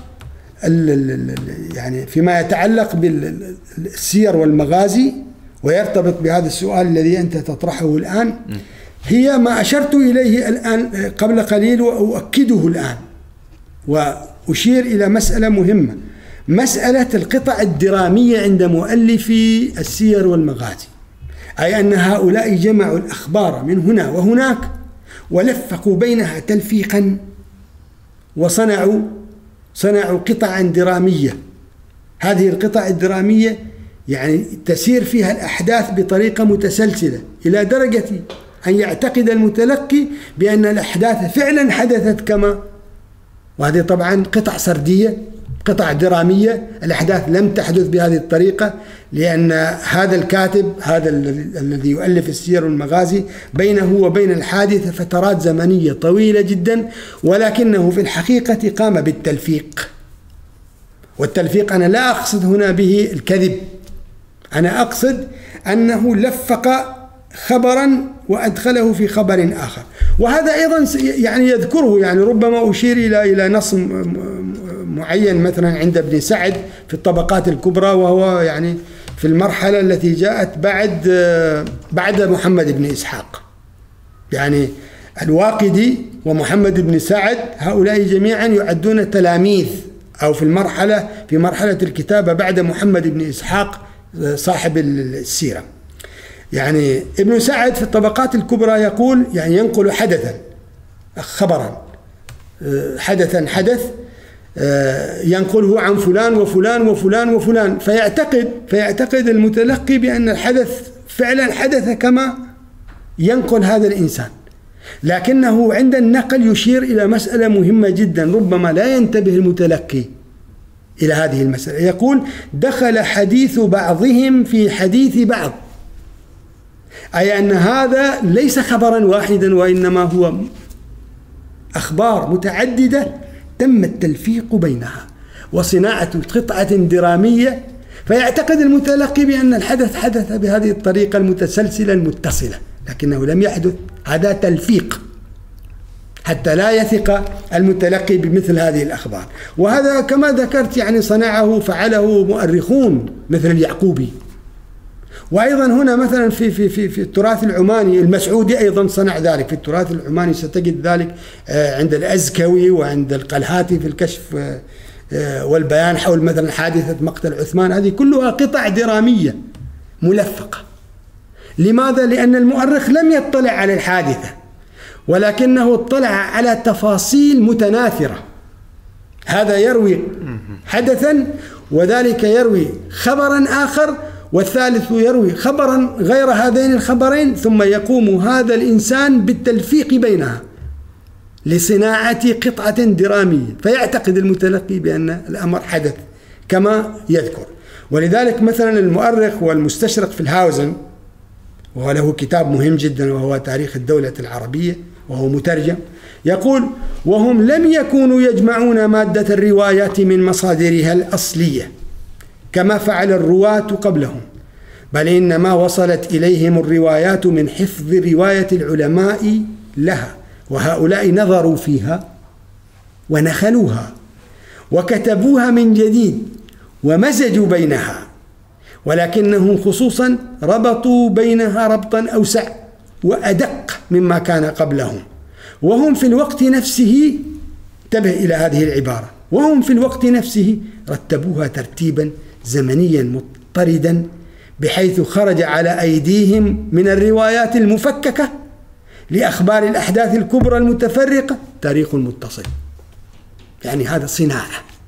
يعني فيما يتعلق بالسير والمغازي، ويرتبط بهذا السؤال الذي أنت تطرحه الآن، هي ما أشرت إليه الآن قبل قليل وأؤكده الآن، وأشير إلى مسألة مهمة، مسألة القطع الدرامية عند مؤلفي السير والمغازي، أي أن هؤلاء جمعوا الأخبار من هنا وهناك ولفقوا بينها تلفيقا، وصنعوا قطعا درامية. هذه القطع الدرامية يعني تسير فيها الأحداث بطريقة متسلسلة إلى درجة أن يعتقد المتلقي بأن الأحداث فعلا حدثت كما، وهذه طبعا قطع سردية، قطع درامية. الأحداث لم تحدث بهذه الطريقة، لأن هذا الكاتب، هذا الذي يؤلف السير والمغازي، بينه وبين الحادثة فترات زمنية طويلة جدا، ولكنه في الحقيقة قام بالتلفيق. والتلفيق أنا لا أقصد هنا به الكذب أنا أقصد أنه لفق خبرا وأدخله في خبر آخر. وهذا أيضا يعني يذكره، يعني ربما أشير إلى نص معين مثلا عند ابن سعد في الطبقات الكبرى، وهو يعني في المرحلة التي جاءت بعد محمد بن إسحاق. يعني الواقدي ومحمد بن سعد هؤلاء جميعا يعدون تلاميذ، أو في مرحلة الكتابة بعد محمد بن إسحاق صاحب السيرة. يعني ابن سعد في الطبقات الكبرى يقول، يعني ينقل حدثا خبرا، حدث ينقله عن فلان وفلان وفلان وفلان، فيعتقد المتلقي بأن الحدث فعلا حدث كما ينقل هذا الإنسان، لكنه عند النقل يشير إلى مسألة مهمة جدا ربما لا ينتبه المتلقي إلى هذه المسألة. يقول: دخل حديث بعضهم في حديث بعض، أي أن هذا ليس خبرا واحدا، وإنما هو أخبار متعددة تم التلفيق بينها وصناعة قطعة درامية، فيعتقد المتلقي بأن الحدث حدث بهذه الطريقة المتسلسلة المتصلة، لكنه لم يحدث. هذا تلفيق حتى لا يثق المتلقي بمثل هذه الأخبار. وهذا كما ذكرت يعني فعله مؤرخون مثل اليعقوبي. وأيضا هنا مثلا في التراث العماني المسعودي أيضا صنع ذلك. في التراث العماني ستجد ذلك عند الأزكوي وعند القلهاتي في الكشف والبيان حول مثلا حادثة مقتل عثمان. هذه كلها قطع درامية ملفقة. لماذا؟ لأن المؤرخ لم يطلع على الحادثة، ولكنه اطلع على تفاصيل متناثرة. هذا يروي حدثا، وذلك يروي خبرا آخر، والثالث يروي خبرا غير هذين الخبرين، ثم يقوم هذا الإنسان بالتلفيق بينها لصناعة قطعة درامية، فيعتقد المتلقي بأن الأمر حدث كما يذكر. ولذلك مثلا المؤرخ والمستشرق في الهاوزن، وهو له كتاب مهم جدا وهو تاريخ الدولة العربية وهو مترجم، يقول: وهم لم يكونوا يجمعون مادة الروايات من مصادرها الأصلية كما فعل الرواة قبلهم، بل إنما وصلت إليهم الروايات من حفظ رواية العلماء لها، وهؤلاء نظروا فيها ونخلوها وكتبوها من جديد ومزجوا بينها، ولكنهم خصوصا ربطوا بينها ربطا أوسع وأدق مما كان قبلهم، وهم في الوقت نفسه، انتبه إلى هذه العبارة، وهم في الوقت نفسه رتبوها ترتيبا زمنيا مضطردا، بحيث خرج على أيديهم من الروايات المفككة لأخبار الأحداث الكبرى المتفرقة تاريخ متصل. يعني هذا صناعة،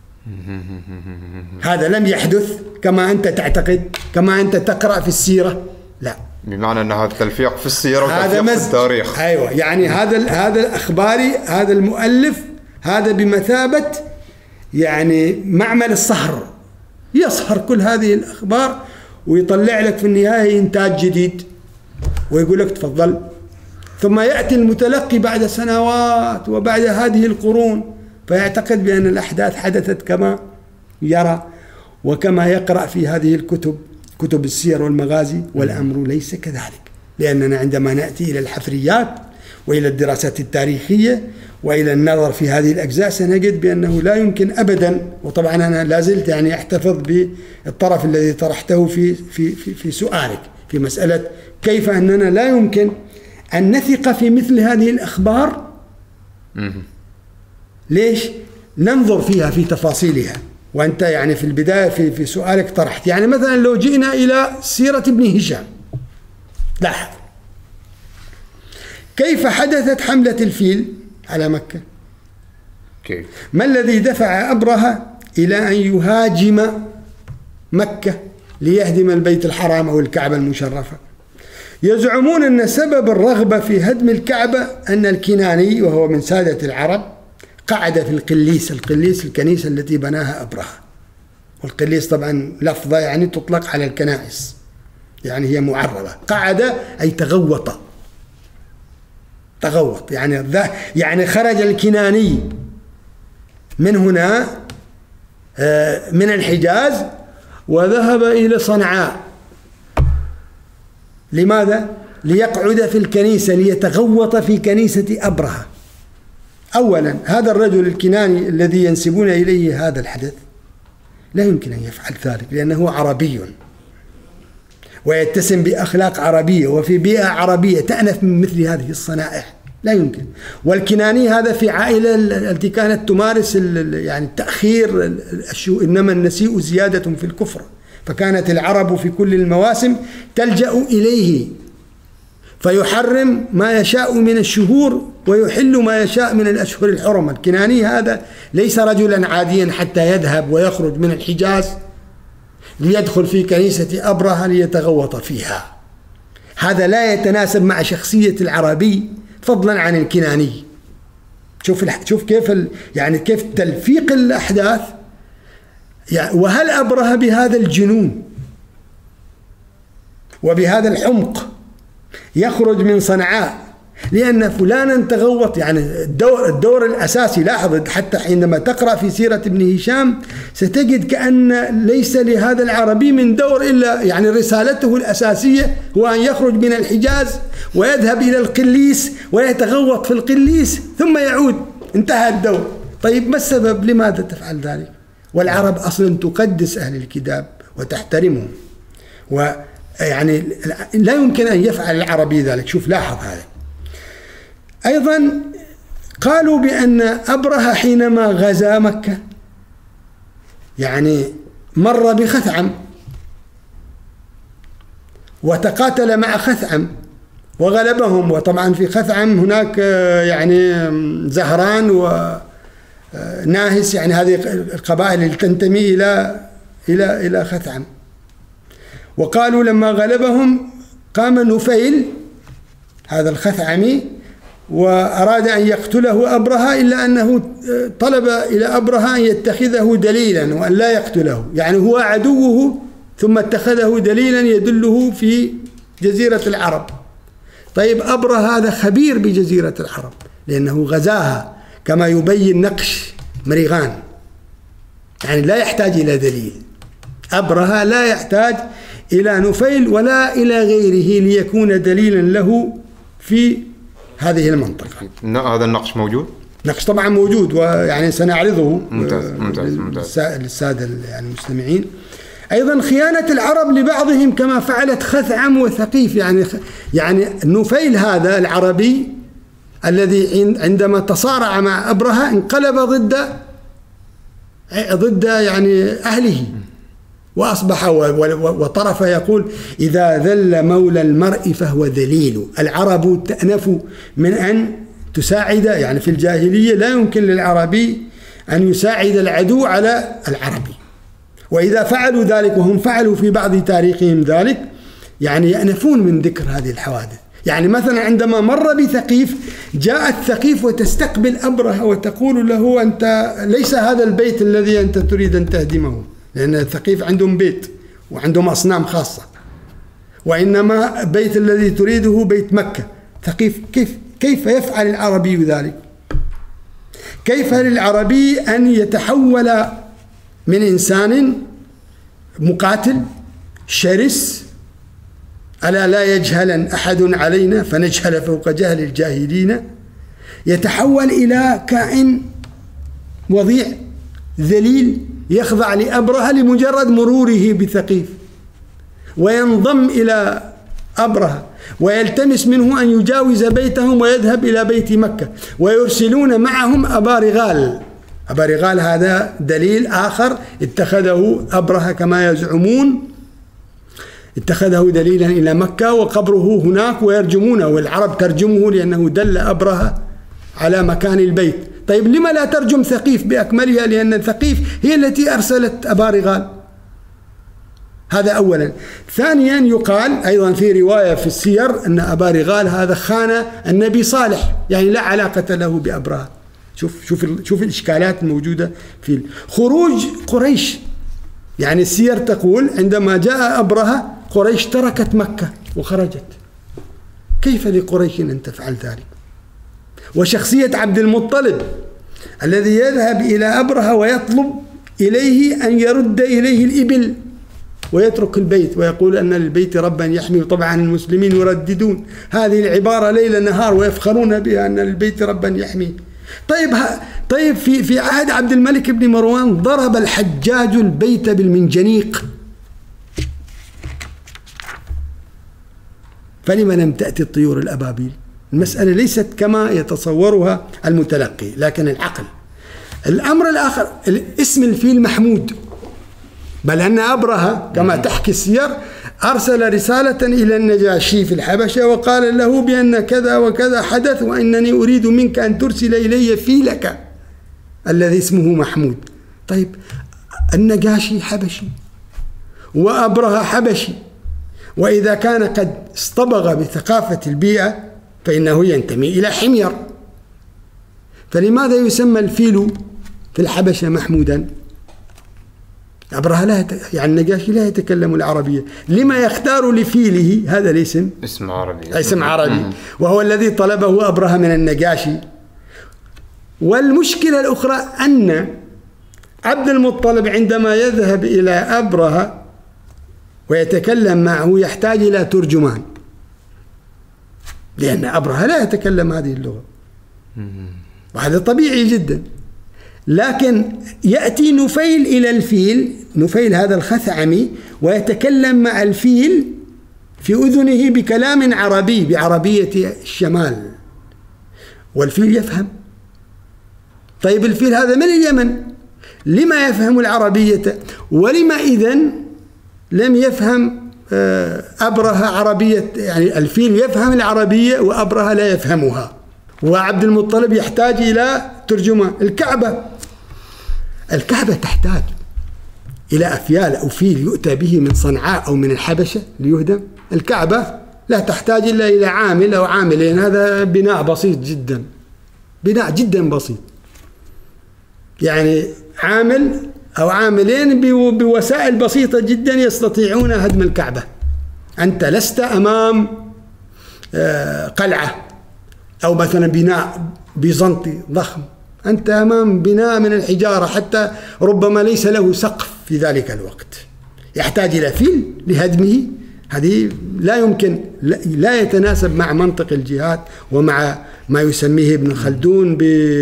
هذا لم يحدث كما أنت تعتقد، كما أنت تقرأ في السيرة، لا، بمعنى أن هذا تلفيق في السيرة وتلفيق في التاريخ. أيوة، يعني هذا الأخباري، هذا المؤلف، هذا بمثابة يعني معمل الصهر، يصهر كل هذه الأخبار ويطلع لك في النهاية إنتاج جديد ويقول لك تفضل. ثم يأتي المتلقي بعد سنوات وبعد هذه القرون فيعتقد بأن الأحداث حدثت كما يرى وكما يقرأ في هذه الكتب، كتب السير والمغازي، والأمر ليس كذلك. لأننا عندما نأتي إلى الحفريات وإلى الدراسات التاريخية وإلى النظر في هذه الأجزاء سنجد بأنه لا يمكن أبدا، وطبعا أنا لازلت يعني أحتفظ بالطرف الذي طرحته في سؤالك في مسألة كيف أننا لا يمكن أن نثق في مثل هذه الأخبار. ليش؟ ننظر فيها في تفاصيلها. وأنت يعني في البداية في سؤالك طرحت يعني مثلا لو جئنا إلى سيرة ابن هشام، لاحظ كيف حدثت حملة الفيل على مكة. كيف؟ ما الذي دفع أبرهة إلى أن يهاجم مكة ليهدم البيت الحرام أو الكعبة المشرفة؟ يزعمون أن سبب الرغبة في هدم الكعبة أن الكناني وهو من سادة العرب قعد في القليس الكنيسة التي بناها أبرهة. والقليس طبعا لفظة يعني تطلق على الكنائس، يعني هي معربة. قعد أي تغوط يعني خرج الكناني من هنا من الحجاز وذهب إلى صنعاء لماذا؟ ليقعد في الكنيسة، ليتغوط في كنيسة أبرهة. أولا هذا الرجل الكناني الذي ينسبون إليه هذا الحدث لا يمكن أن يفعل ذلك، لأنه عربي ويتسم بأخلاق عربية وفي بيئة عربية تأنف من مثل هذه الصنائع، لا يمكن. والكناني هذا في عائلة التي كانت تمارس يعني التأخير، إنما النسيء زيادة في الكفر، فكانت العرب في كل المواسم تلجأ إليه فيحرم ما يشاء من الشهور ويحل ما يشاء من الأشهر الحرم. الكناني هذا ليس رجلا عاديا حتى يذهب ويخرج من الحجاز ليدخل في كنيسة أبرهة ليتغوط فيها، هذا لا يتناسب مع شخصية العربي فضلا عن الكناني. شوف كيف يعني كيف تلفيق الأحداث. يعني وهل أبرهة بهذا الجنون وبهذا الحمق يخرج من صنعاء لأن فلانا تغوط؟ يعني الدور الأساسي، لاحظ حتى حينما تقرأ في سيرة ابن هشام ستجد كأن ليس لهذا العربي من دور إلا يعني رسالته الأساسية هو أن يخرج من الحجاز ويذهب إلى القليس ويتغوط في القليس ثم يعود، انتهى الدور. طيب ما السبب؟ لماذا تفعل ذلك؟ والعرب أصلا تقدس أهل الكتاب وتحترمهم، ويعني لا يمكن أن يفعل العربي ذلك. شوف لاحظ هذا. أيضا قالوا بأن أبرهة حينما غزا مكة يعني مر بخثعم وتقاتل مع خثعم وغلبهم، وطبعا في خثعم هناك يعني زهران وناهس، يعني هذه القبائل اللي تنتمي إلى خثعم. وقالوا لما غلبهم قام نفيل هذا الخثعمي وأراد أن يقتله أبرهة، إلا أنه طلب إلى أبرهة أن يتخذه دليلا وأن لا يقتله، يعني هو عدوه ثم اتخذه دليلا يدله في جزيرة العرب. طيب أبرهة هذا خبير بجزيرة العرب لأنه غزاها كما يبين نقش مريغان، يعني لا يحتاج إلى دليل. أبرهة لا يحتاج إلى نفيل ولا إلى غيره ليكون دليلا له في هذه المنطقة. هذا النقش موجود؟ نقش طبعا موجود، ويعني سنعرضه ممتاز. للسادة يعني المستمعين. أيضا خيانة العرب لبعضهم كما فعلت خثعم وثقيف، يعني نفيل هذا العربي الذي عندما تصارع مع أبرهة انقلب ضد يعني أهله، وأصبح وطرف يقول إذا ذل مولى المرء فهو ذليل. العرب تأنف من أن تساعد، يعني في الجاهلية لا يمكن للعربي أن يساعد العدو على العربي، وإذا فعلوا ذلك وهم فعلوا في بعض تاريخهم ذلك يعني يأنفون من ذكر هذه الحوادث. يعني مثلا عندما مر بثقيف جاءت ثقيف وتستقبل أبرهة وتقول له أنت ليس هذا البيت الذي أنت تريد أن تهدمه، لأن الثقيف عندهم بيت وعندهم أصنام خاصة، وإنما بيت الذي تريده بيت مكة. ثقيف كيف يفعل العربي ذلك؟ كيف للعربي أن يتحول من إنسان مقاتل شرس ألا لا يجهل أحد علينا فنجهل فوق جهل الجاهلين، يتحول إلى كائن وضيع ذليل يخضع لأبرهة لمجرد مروره بثقيف، وينضم إلى أبرهة ويلتمس منه أن يجاوز بيتهم ويذهب إلى بيت مكة، ويرسلون معهم أبا رغال. أبا رغال هذا دليل آخر اتخذه أبرهة كما يزعمون، اتخذه دليلا إلى مكة وقبره هناك ويرجمونه، والعرب ترجمه لأنه دل أبرهة على مكان البيت. طيب لما لا ترجم ثقيف بأكملها؟ لأن ثقيف هي التي أرسلت أبا رغال. هذا أولا. ثانيا يقال أيضا في رواية في السير أن أبا رغال هذا خان النبي صالح، يعني لا علاقة له بأبرهة. شوف الإشكالات الموجودة في خروج قريش. يعني السير تقول عندما جاء أبرهة قريش تركت مكة وخرجت. كيف لقريش أن تفعل ذلك؟ وشخصية عبد المطلب الذي يذهب إلى أبرهة ويطلب إليه أن يرد إليه الإبل ويترك البيت ويقول أن للبيت ربا يحمي. طبعا المسلمين يرددون هذه العبارة ليل نهار ويفخرون بها أن للبيت ربا يحمي. طيب في عهد عبد الملك بن مروان ضرب الحجاج البيت بالمنجنيق، فلما لم تأتي الطيور الأبابيل؟ المسألة ليست كما يتصورها المتلقي لكن العقل. الأمر الآخر اسم الفيل محمود، بل أن أبرهة كما تحكي السير أرسل رسالة إلى النجاشي في الحبشة وقال له بأن كذا وكذا حدث وإنني أريد منك أن ترسل إلي فيلك الذي اسمه محمود. طيب النجاشي حبشي وأبرهة حبشي، وإذا كان قد اصطبغ بثقافة البيئة فإنه ينتمي إلى حمير، فلماذا يسمى الفيل في الحبشة محمودا؟ أبرهة يعني النجاشي لا يتكلم العربية، لما يختار لفيله هذا الاسم اسم عربي وهو الذي طلبه أبرهة من النجاشي. والمشكلة الأخرى أن عبد المطلب عندما يذهب إلى أبرهة ويتكلم معه يحتاج إلى ترجمان، لأن أبرهة لا يتكلم هذه اللغة، وهذا طبيعي جدا. لكن يأتي نفيل إلى الفيل، نفيل هذا الخثعمي، ويتكلم مع الفيل في أذنه بكلام عربي بعربية الشمال، والفيل يفهم. طيب الفيل هذا من اليمن، لما يفهم العربية؟ ولما إذن لم يفهم أبرهة عربية؟ يعني الفيل يفهم العربية وأبرهة لا يفهمها، وعبد المطلب يحتاج إلى ترجمة. الكعبة تحتاج إلى أفيال أو فيل يؤتى به من صنعاء أو من الحبشة ليهدم. الكعبة لا تحتاج إلا إلى عامل أو عاملين، هذا بناء بسيط جدا، بناء جدا بسيط، يعني عامل أو عاملين بوسائل بسيطة جدا يستطيعون هدم الكعبة. أنت لست أمام قلعة أو مثلا بناء بيزنطي ضخم، أنت أمام بناء من الحجارة حتى ربما ليس له سقف في ذلك الوقت، يحتاج إلى فيل لهدمه. هذه لا يمكن، لا يتناسب مع منطق الجهاد ومع ما يسميه ابن خلدون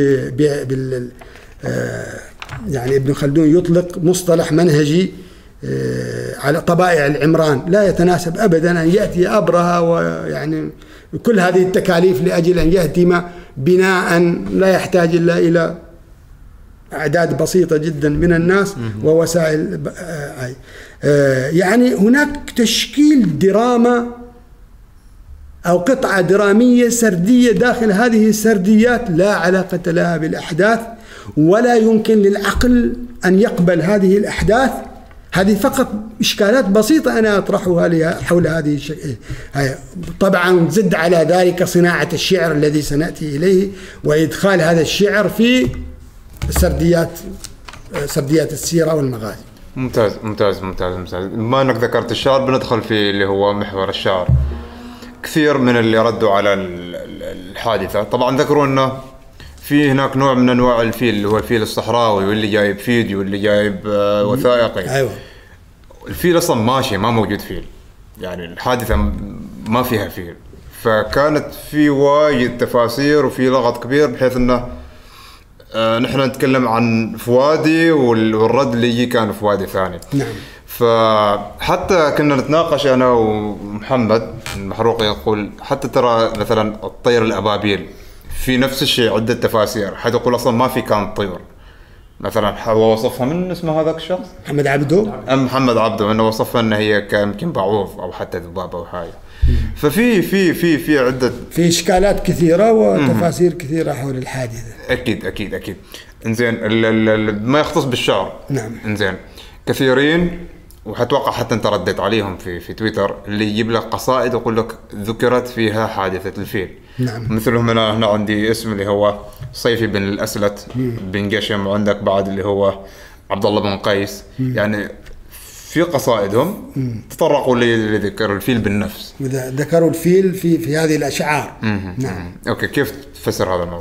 يعني ابن خلدون يطلق مصطلح منهجي على طبائع العمران، لا يتناسب أبدا أن يأتي أبرهة ويعني كل هذه التكاليف لأجل أن يهدم بناء لا يحتاج إلا إلى أعداد بسيطة جدا من الناس ووسائل. يعني هناك تشكيل دراما أو قطعة درامية سردية داخل هذه السرديات لا علاقة لها بالأحداث، ولا يمكن للعقل أن يقبل هذه الأحداث. هذه فقط إشكالات بسيطة أنا أطرحها حول هذه طبعا زد على ذلك صناعة الشعر الذي سنأتي إليه وإدخال هذا الشعر في سرديات السيرة والمغازي. ممتاز ممتاز ممتاز ممتاز. ما أنك ذكرت الشعر بندخل في اللي هو محور الشعر. كثير من اللي ردوا على الحادثة طبعا ذكروا أنه في هناك نوع من أنواع الفيل اللي هو الفيل الصحراوي، واللي جايب فيديو واللي جايب وثائقي. أيوة. الفيل أصلا ماشي، ما موجود فيل، يعني الحادثة ما فيها فيل، فكانت في وايد تفاسير وفي لغط كبير بحيث أنه نحن نتكلم عن فوادي والرد اللي يجي كان فوادي ثاني. نعم. فحتى كنا نتناقش أنا ومحمد المحروقي، يقول حتى ترى مثلا الطير الأبابيل في نفس الشيء عدة تفاسير، حد يقول أصلا ما في كان طير، مثلا هو وصفها من اسمه هذاك الشخص محمد عبده، محمد عبده، انه وصفها ان هي كان يمكن بعوض او حتى ذبابه او حاجه. ففي في في في عده في اشكالات كثيره وتفاسير كثيره حول الحادثه. اكيد اكيد اكيد. انزين ما يختص بالشعر. نعم. انزين كثيرين وحتوقع حتى انت رديت عليهم في تويتر اللي يجيب لك قصائد ويقول لك ذكرت فيها حادثه الفيل. نعم. مثلهم هنا عندي اسم اللي هو صيفي بن الأسلت بن قشم، وعندك بعد اللي هو عبد الله بن قيس. يعني في قصائدهم تطرقوا لذكر الفيل بالنفس، ذكروا الفيل في هذه الأشعار. نعم. اوكي، كيف تفسر هذا الموضوع؟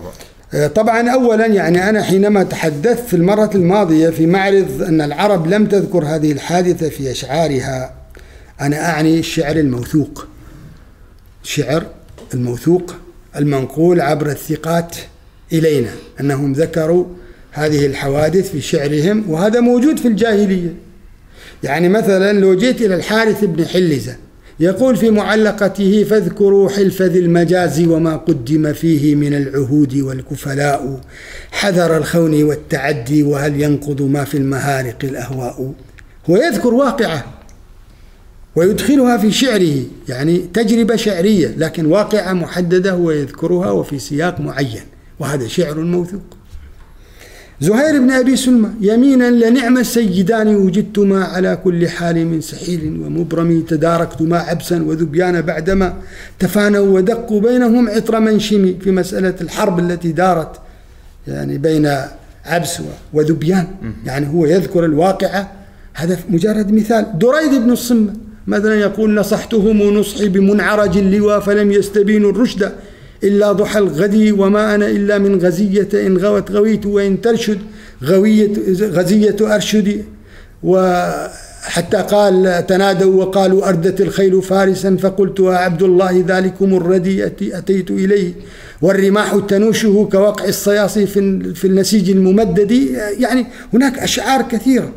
طبعا أولا يعني أنا حينما تحدثت في المرة الماضية في معرض أن العرب لم تذكر هذه الحادثة في أشعارها، أنا أعني الشعر الموثوق، الشعر الموثوق المنقول عبر الثقات إلينا أنهم ذكروا هذه الحوادث في شعرهم، وهذا موجود في الجاهلية. يعني مثلا لو جيت إلى الحارث بن حلزة يقول في معلقته: فاذكروا حلف ذي المجاز وما قدم فيه من العهود والكفلاء، حذر الخون والتعدي وهل ينقض ما في المهارق الأهواء. هو يذكر واقعة ويدخلها في شعره، يعني تجربة شعرية لكن واقعة محددة هو يذكرها وفي سياق معين، وهذا شعر موثوق. زهير بن أبي سلمى: يمينا لنعم السيدان وجدتما على كل حال من سحيل ومبرم، تداركتما عبسا وذبيان بعدما تفانوا ودقوا بينهم عطر منشم، في مسألة الحرب التي دارت يعني بين عبس وذبيان، يعني هو يذكر الواقعة، هذا مجرد مثال. دريد بن الصمة مثلا يقول: نصحتهم نصحي بمنعرج اللواء فلم يستبينوا الرشد إلا ضحى الغدي، وما أنا إلا من غزية إن غوت غويت وإن ترشد غزية أرشدي. وحتى قال: تنادوا وقالوا أردت الخيل فارسا فقلت عبد الله ذلكم الردي أتيت إليه، والرماح تنوشه كوقع الصياصي في النسيج الممدد. يعني هناك أشعار كثيرة.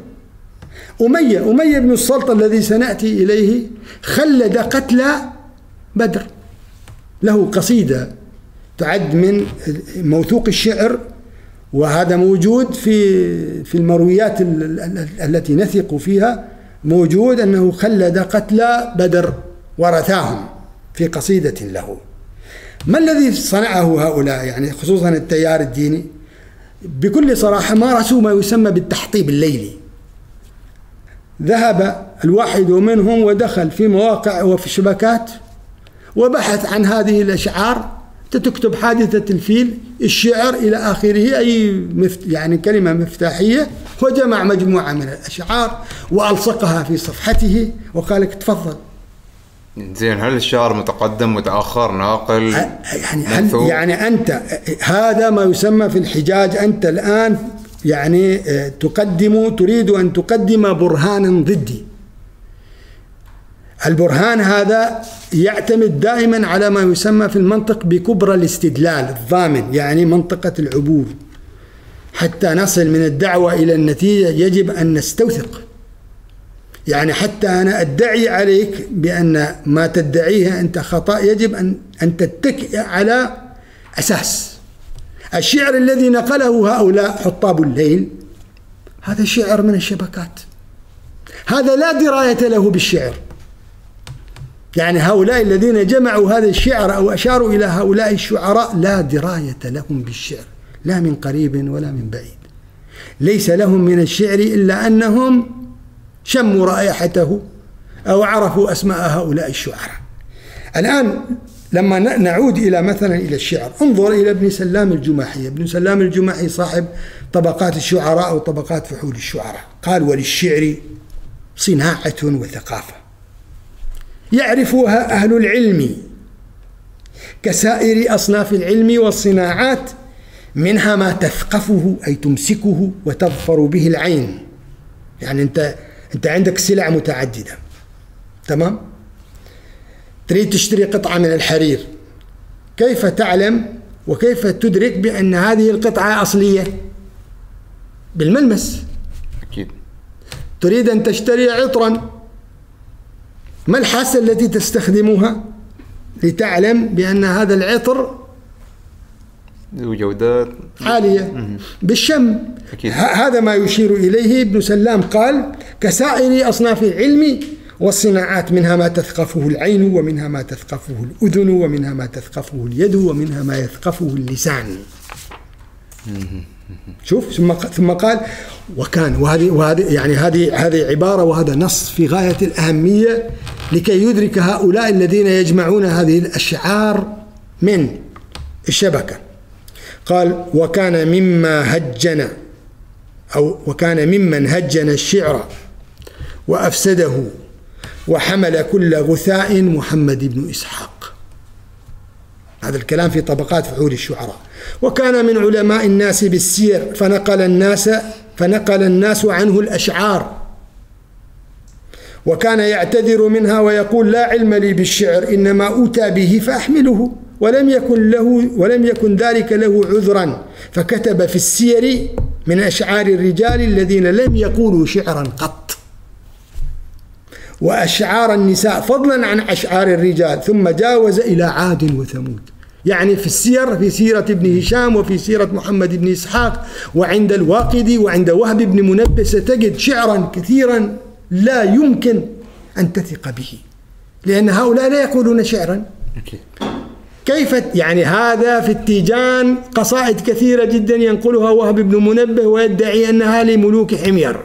أمية بن السلطة الذي سنأتي إليه خلد قتلى بدر، له قصيدة تعد من موثوق الشعر، وهذا موجود في المرويات التي نثق فيها، موجود أنه خلد قتلى بدر ورثاهم في قصيدة له. ما الذي صنعه هؤلاء يعني خصوصا التيار الديني؟ بكل صراحة مارسوا ما يسمى بالتحطيب الليلي. ذهب الواحد منهم ودخل في مواقع وفي شبكات وبحث عن هذه الأشعار، تكتب حادثة الفيل الشعر إلى آخره، أي يعني كلمة مفتاحية، وجمع مجموعة من الأشعار وألصقها في صفحته وقال لك تفضل. زين، هل الشعر متقدم متأخر ناقل؟ يعني أنت هذا ما يسمى في الحجاج، أنت الآن يعني تريد أن تقدم برهانا ضدي. البرهان هذا يعتمد دائما على ما يسمى في المنطق بكبرى الاستدلال الضامن، يعني منطقة العبور. حتى نصل من الدعوة إلى النتيجة يجب أن نستوثق. يعني حتى أنا أدعي عليك بأن ما تدعيه أنت خطأ، يجب أن تتكئ على أساس. الشعر الذي نقله هؤلاء حطاب الليل هذا شعر من الشبكات، هذا لا دراية له بالشعر. يعني هؤلاء الذين جمعوا هذا الشعر أو أشاروا إلى هؤلاء الشعراء لا دراية لهم بالشعر، لا من قريب ولا من بعيد. ليس لهم من الشعر إلا أنهم شموا رائحته أو عرفوا أسماء هؤلاء الشعراء. الآن لما نعود إلى مثلا إلى الشعر، انظر إلى ابن سلام الجماحي. ابن سلام الجماحي صاحب طبقات الشعراء أو طبقات فحول الشعراء، قال: وللشعر صناعة وثقافة يعرفها أهل العلم كسائر أصناف العلم والصناعات، منها ما تثقفه أي تمسكه وتظفر به العين. يعني أنت عندك سلع متعددة، تمام؟ تريد تشتري قطعة من الحرير، كيف تعلم وكيف تدرك بأن هذه القطعة أصلية؟ بالملمس. أكيد. تريد أن تشتري عطرا، ما الحاسة التي تستخدمها لتعلم بأن هذا العطر ذو جودات عالية؟ بالشم. أكيد. هذا ما يشير إليه ابن سلام، قال: كسائر أصناف العلم والصناعات، منها ما تثقفه العين ومنها ما تثقفه الأذن ومنها ما تثقفه اليد ومنها ما يثقفه اللسان. شوف، ثم قال: وكان، وهذه يعني هذه عبارة وهذا نص في غاية الأهمية لكي يدرك هؤلاء الذين يجمعون هذه الأشعار من الشبكة. قال: وكان ممن هجن الشعر وأفسده وحمل كل غثاء محمد بن إسحاق. هذا الكلام في طبقات فحول الشعراء. وكان من علماء الناس بالسير فنقل الناس عنه الأشعار، وكان يعتذر منها ويقول لا علم لي بالشعر إنما أوتى به فأحمله، ولم يكن ذلك له عذرا، فكتب في السير من أشعار الرجال الذين لم يقولوا شعرا قط، وأشعار النساء فضلا عن أشعار الرجال، ثم جاوز إلى عاد وثمود. يعني في السير، في سيرة ابن هشام وفي سيرة محمد بن إسحاق وعند الواقدي وعند وهب بن منبه ستجد شعرا كثيرا لا يمكن أن تثق به، لأن هؤلاء لا يقولون شعرا. كيف يعني هذا في التيجان قصائد كثيرة جدا ينقلها وهب بن منبه ويدعي أنها لملوك حمير،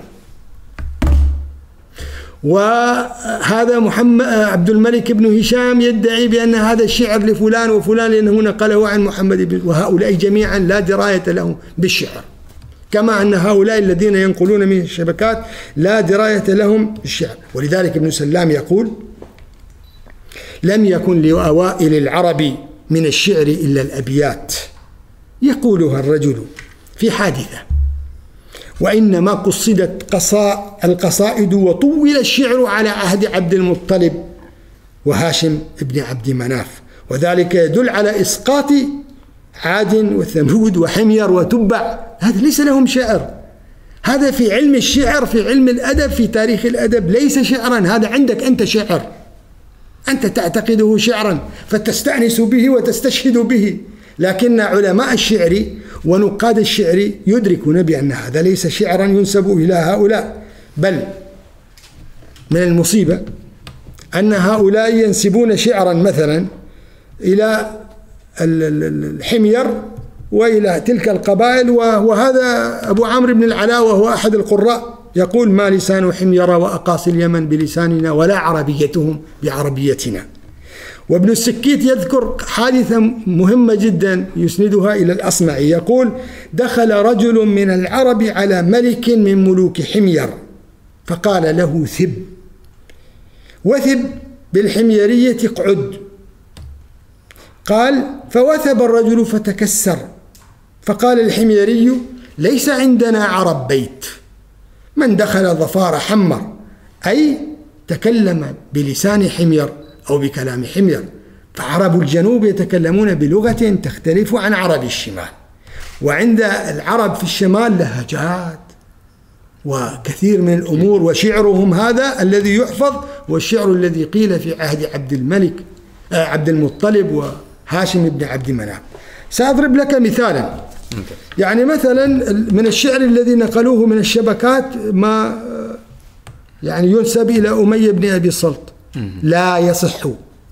وهذا محمد عبد الملك بن هشام يدعي بأن هذا الشعر لفلان وفلان لأنه نقله عن محمد بن، وهؤلاء جميعا لا دراية لهم بالشعر، كما أن هؤلاء الذين ينقلون من الشبكات لا دراية لهم بالشعر. ولذلك ابن سلام يقول لم يكن لأوائل العرب من الشعر إلا الأبيات يقولها الرجل في حادثة، وإنما قصدت القصائد وطول الشعر على عهد عبد المطلب وهاشم بن عبد مناف، وذلك يدل على إسقاط عاد وثمود وحمير وتبع. هذا ليس لهم شعر، هذا في علم الشعر، في علم الأدب، في تاريخ الأدب ليس شعرا، هذا عندك أنت شعر، أنت تعتقده شعرا فتستأنس به وتستشهد به، لكن علماء الشعر ونقاد الشعر يدركون بأن هذا ليس شعرا ينسب إلى هؤلاء. بل من المصيبة أن هؤلاء ينسبون شعرا مثلا إلى الحمير وإلى تلك القبائل، وهذا أبو عمرو بن العلاء وهو أحد القراء يقول ما لسان حمير وأقاصي اليمن بلساننا ولا عربيتهم بعربيتنا. وابن السكيت يذكر حادثة مهمة جدا يسندها إلى الأصمعي، يقول دخل رجل من العرب على ملك من ملوك حمير فقال له ثب، وثب بالحميرية اقعد، قال فوثب الرجل فتكسر، فقال الحميري ليس عندنا عرب بيت، من دخل ظفار حمر، أي تكلم بلسان حمير أو بكلام حمير، فعرب الجنوب يتكلمون بلغة تختلف عن عرب الشمال، وعند العرب في الشمال لهجات وكثير من الأمور، وشعرهم هذا الذي يحفظ والشعر الذي قيل في عهد عبد المطلب وهاشم بن عبد مناف. سأضرب لك مثالا، يعني مثلا من الشعر الذي نقلوه من الشبكات ما يعني ينسب إلى أمية بن أبي الصلت، لا يصح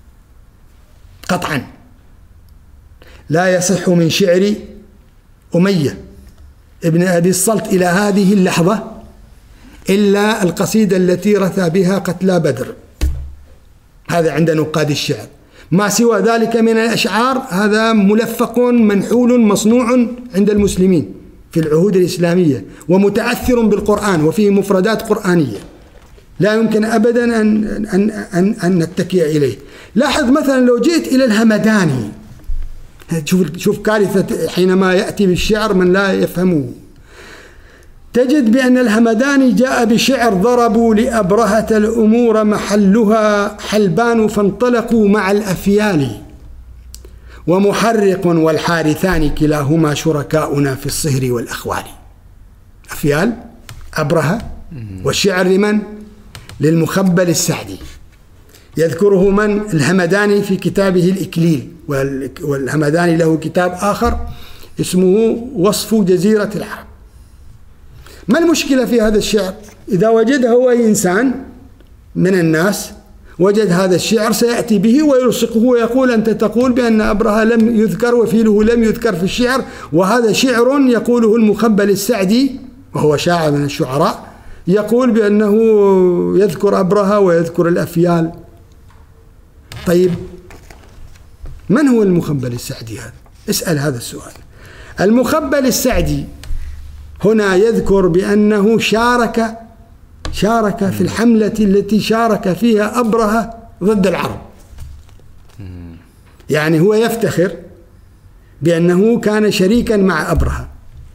قطعا، لا يصح من شعر أمية ابن أبي الصلت إلى هذه اللحظة إلا القصيدة التي رثى بها قتلى بدر، هذا عند نقاد الشعر. ما سوى ذلك من الأشعار هذا ملفق منحول مصنوع عند المسلمين في العهود الإسلامية، ومتأثر بالقرآن وفيه مفردات قرآنية لا يمكن أبدا أن نتكئ إليه. لاحظ مثلا لو جئت إلى الهمداني، شوف كارثة حينما يأتي بالشعر من لا يفهمه، تجد بأن الهمداني جاء بشعر ضربوا لأبرهة الأمور محلها حلبان فانطلقوا مع الأفيال، ومحرق والحارثان كلاهما شركاؤنا في الصهر والأخوال. أفيال أبرهة، والشعر لمن؟ للمخبل السعدي، يذكره من؟ الهمداني في كتابه الإكليل، والهمداني له كتاب آخر اسمه وصف جزيرة العرب. ما المشكلة في هذا الشعر؟ إذا وجده أي إنسان من الناس وجد هذا الشعر سيأتي به ويلصقه ويقول أنت تقول بأن أبرهة لم يذكر وفيله لم يذكر في الشعر، وهذا شعر يقوله المخبل السعدي وهو شاعر من الشعراء، يقول بأنه يذكر أبرهة ويذكر الأفيال. طيب من هو المخبل السعدي هذا؟ اسأل هذا السؤال. المخبل السعدي هنا يذكر بأنه شارك في الحملة التي شارك فيها أبرهة ضد العرب، يعني هو يفتخر بأنه كان شريكا مع أبرهة.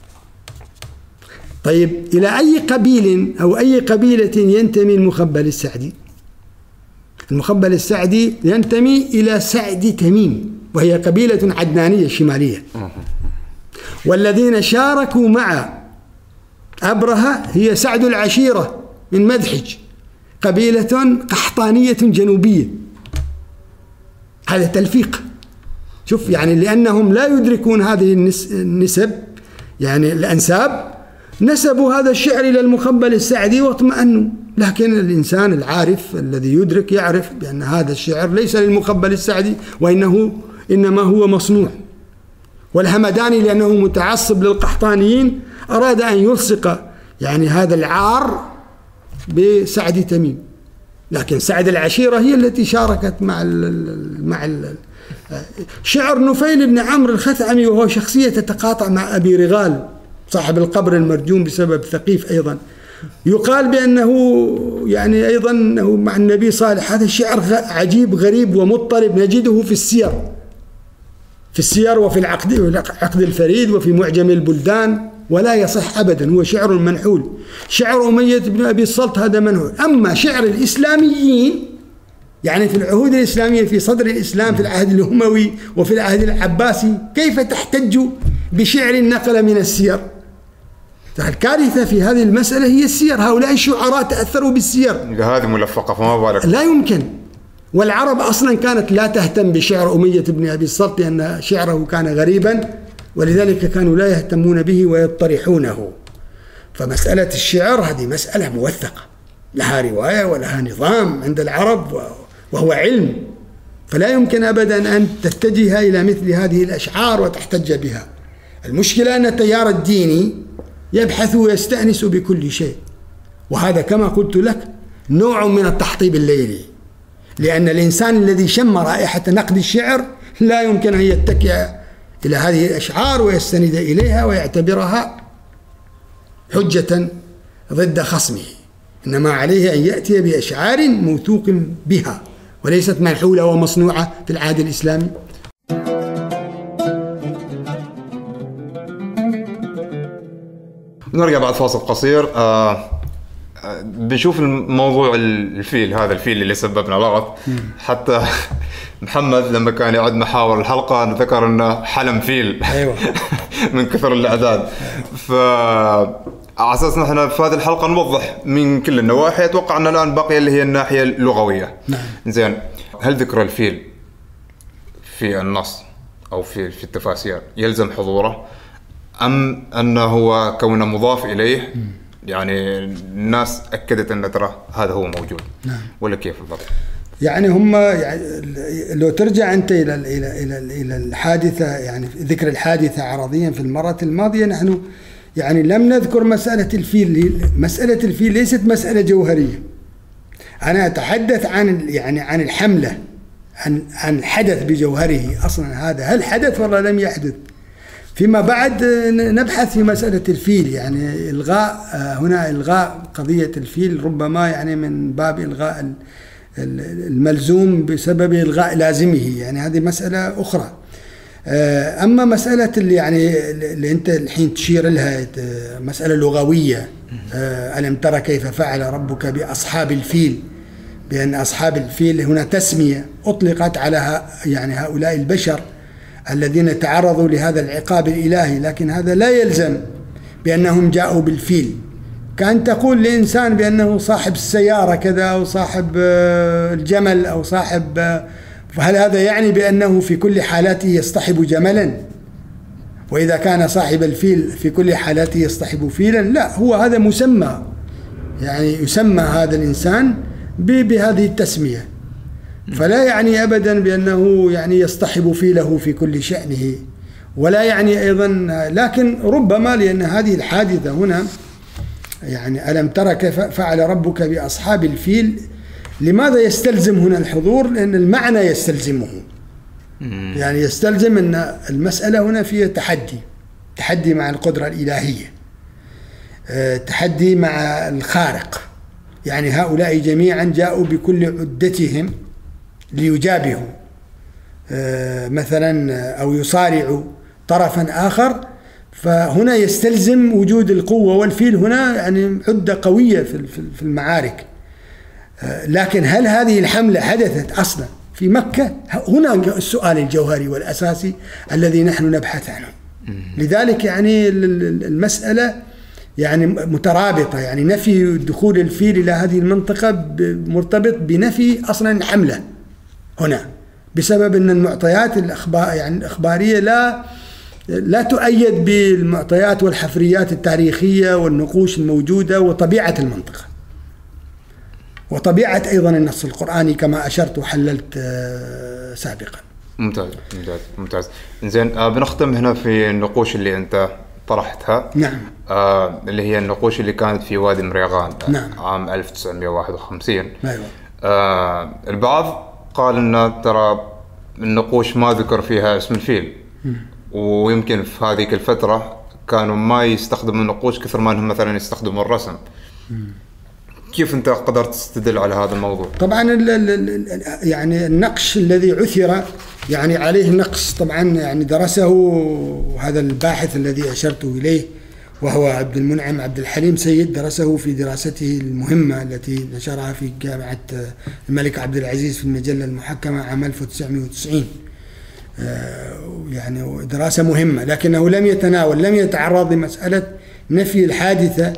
طيب إلى أي قبيل أو أي قبيلة ينتمي المخبل السعدي؟ المخبل السعدي ينتمي إلى سعد تميم، وهي قبيلة عدنانية شمالية. والذين شاركوا مع أبرهة هي سعد العشيرة من مدحج، قبيلة قحطانية جنوبية. هذا تلفيق. شوف يعني لأنهم لا يدركون هذه النسب، يعني الأنساب، نسبوا هذا الشعر إلى المخبل السعدي واطمأنوا. لكن الإنسان العارف الذي يدرك يعرف بأن هذا الشعر ليس للمخبل السعدي، إنما هو مصنوع. والهمداني لأنه متعصب للقحطانيين أراد أن يلصق يعني هذا العار بسعد تميم، لكن سعد العشيرة هي التي شاركت مع شعر نفيل بن عمرو الخثعمي، وهو شخصية تتقاطع مع أبي رغال صاحب القبر المرجوم بسبب ثقيف أيضا. يقال بأنه يعني أيضا أنه مع النبي صالح. هذا الشعر عجيب غريب ومضطرب، نجده في السير وفي العقد الفريد وفي معجم البلدان، ولا يصح أبدا، هو شعر منحول. شعر أمية بن أبي الصلت هذا منحول. أما شعر الإسلاميين يعني في العهود الإسلامية في صدر الإسلام في العهد الأموي وفي العهد العباسي، كيف تحتج بشعر نقل من السير؟ الكارثة في هذه المسألة هي السير. هؤلاء الشعراء تأثروا بالسير، هذه ملفقة فما بالك. لا يمكن. والعرب أصلا كانت لا تهتم بشعر أمية بن أبي الصلت لأن شعره كان غريبا، ولذلك كانوا لا يهتمون به ويطرحونه. فمسألة الشعر هذه مسألة موثقة، لها رواية ولها نظام عند العرب، وهو علم، فلا يمكن أبدا أن تتجه إلى مثل هذه الأشعار وتحتج بها. المشكلة أن التيار الديني يبحث ويستأنس بكل شيء، وهذا كما قلت لك نوع من التحطيب الليلي، لأن الإنسان الذي شم رائحة نقد الشعر لا يمكن أن يتكئ إلى هذه الأشعار ويستند إليها ويعتبرها حجة ضد خصمه، إنما عليه أن يأتي بأشعار موثوق بها وليست منحولة ومصنوعة في العهد الإسلامي. نرجع بعد فاصل قصير. بنشوف الموضوع الفيل، هذا الفيل اللي سببنا لغط. حتى محمد لما كان يعد محاور الحلقة ذكر أنه حلم فيل. أيوة. من كثر الأعداد. على أساس نحن في هذه الحلقة نوضح من كل النواحي. أتوقع أن الآن بقي اللي هي الناحية اللغوية. نعم. زين، هل ذكر الفيل في النص أو في التفاسير يلزم حضوره، أم أنه هو كونه مضاف إليه يعني الناس أكدت أن ترى هذا هو موجود؟ نعم. ولا كيف بالضبط؟ يعني هم يعني لو ترجع أنت إلى الحادثة، يعني ذكر الحادثة عرضيا في المرة الماضية، نحن يعني لم نذكر مسألة الفيل. مسألة الفيل ليست مسألة جوهرية. أنا أتحدث عن الحملة، عن الحدث بجوهره. أصلا هذا هل حدث ولا لم يحدث؟ فيما بعد نبحث في مسألة الفيل، يعني إلغاء قضية الفيل ربما يعني من باب إلغاء الملزوم بسبب إلغاء لازمه، يعني هذه مسألة أخرى. أما مسألة اللي أنت الحين تشير لها، مسألة لغوية، ألم ترى كيف فعل ربك بأصحاب الفيل، بأن أصحاب الفيل هنا تسمية أطلقت على يعني هؤلاء البشر الذين تعرضوا لهذا العقاب الإلهي، لكن هذا لا يلزم بأنهم جاءوا بالفيل. كأن تقول لإنسان بأنه صاحب السيارة كذا أو صاحب الجمل أو صاحب، فهل هذا يعني بأنه في كل حالاته يصطحب جملا؟ وإذا كان صاحب الفيل في كل حالاته يصطحب فيلا؟ لا، هو هذا مسمى، يعني يسمى هذا الإنسان بهذه التسمية، فلا يعني أبدا بأنه يعني يصطحب فيله في كل شأنه، ولا يعني أيضا، لكن ربما لأن هذه الحادثة هنا يعني ألم ترى كيف فعل ربك بأصحاب الفيل، لماذا يستلزم هنا الحضور؟ لأن المعنى يستلزمه، يعني يستلزم أن المسألة هنا فيها تحدي مع القدرة الإلهية، تحدي مع الخارق. يعني هؤلاء جميعا جاءوا بكل عدتهم ليجابهوا مثلا أو يصارع طرفا آخر، فهنا يستلزم وجود القوة، والفيل هنا يعني عدة قوية في المعارك. لكن هل هذه الحملة حدثت أصلا في مكة؟ هنا السؤال الجوهري والأساسي الذي نحن نبحث عنه. لذلك يعني المسألة يعني مترابطة، يعني نفي دخول الفيل إلى هذه المنطقة مرتبط بنفي أصلا الحملة هنا، بسبب أن المعطيات الإخبارية لا تؤيد بالمعطيات والحفريات التاريخية والنقوش الموجودة وطبيعة المنطقة وطبيعة أيضا النص القرآني كما أشرت وحللت سابقا. ممتاز ممتاز ممتاز. إنزين بنختم هنا في النقوش اللي أنت طرحتها. نعم. اللي هي النقوش اللي كانت في وادي مريغان. نعم. عام 1951. أيوة. البعض قال إن ترى النقوش ما ذكر فيها اسم الفيل، ويمكن في هذه الفترة كانوا ما يستخدموا النقوش كثر ما أنهم مثلا يستخدموا الرسم. كيف أنت قدرت تستدل على هذا الموضوع؟ طبعا يعني النقش الذي عثر يعني عليه نقص طبعا يعني درسه هذا الباحث الذي أشرت إليه وهو عبد المنعم عبد الحليم سيد، درسه في دراسته المهمة التي نشرها في جامعة الملك عبد العزيز في المجلة المحكمة عام 1990. يعني دراسة مهمة، لكنه لم يتعرض لمسألة نفي الحادثة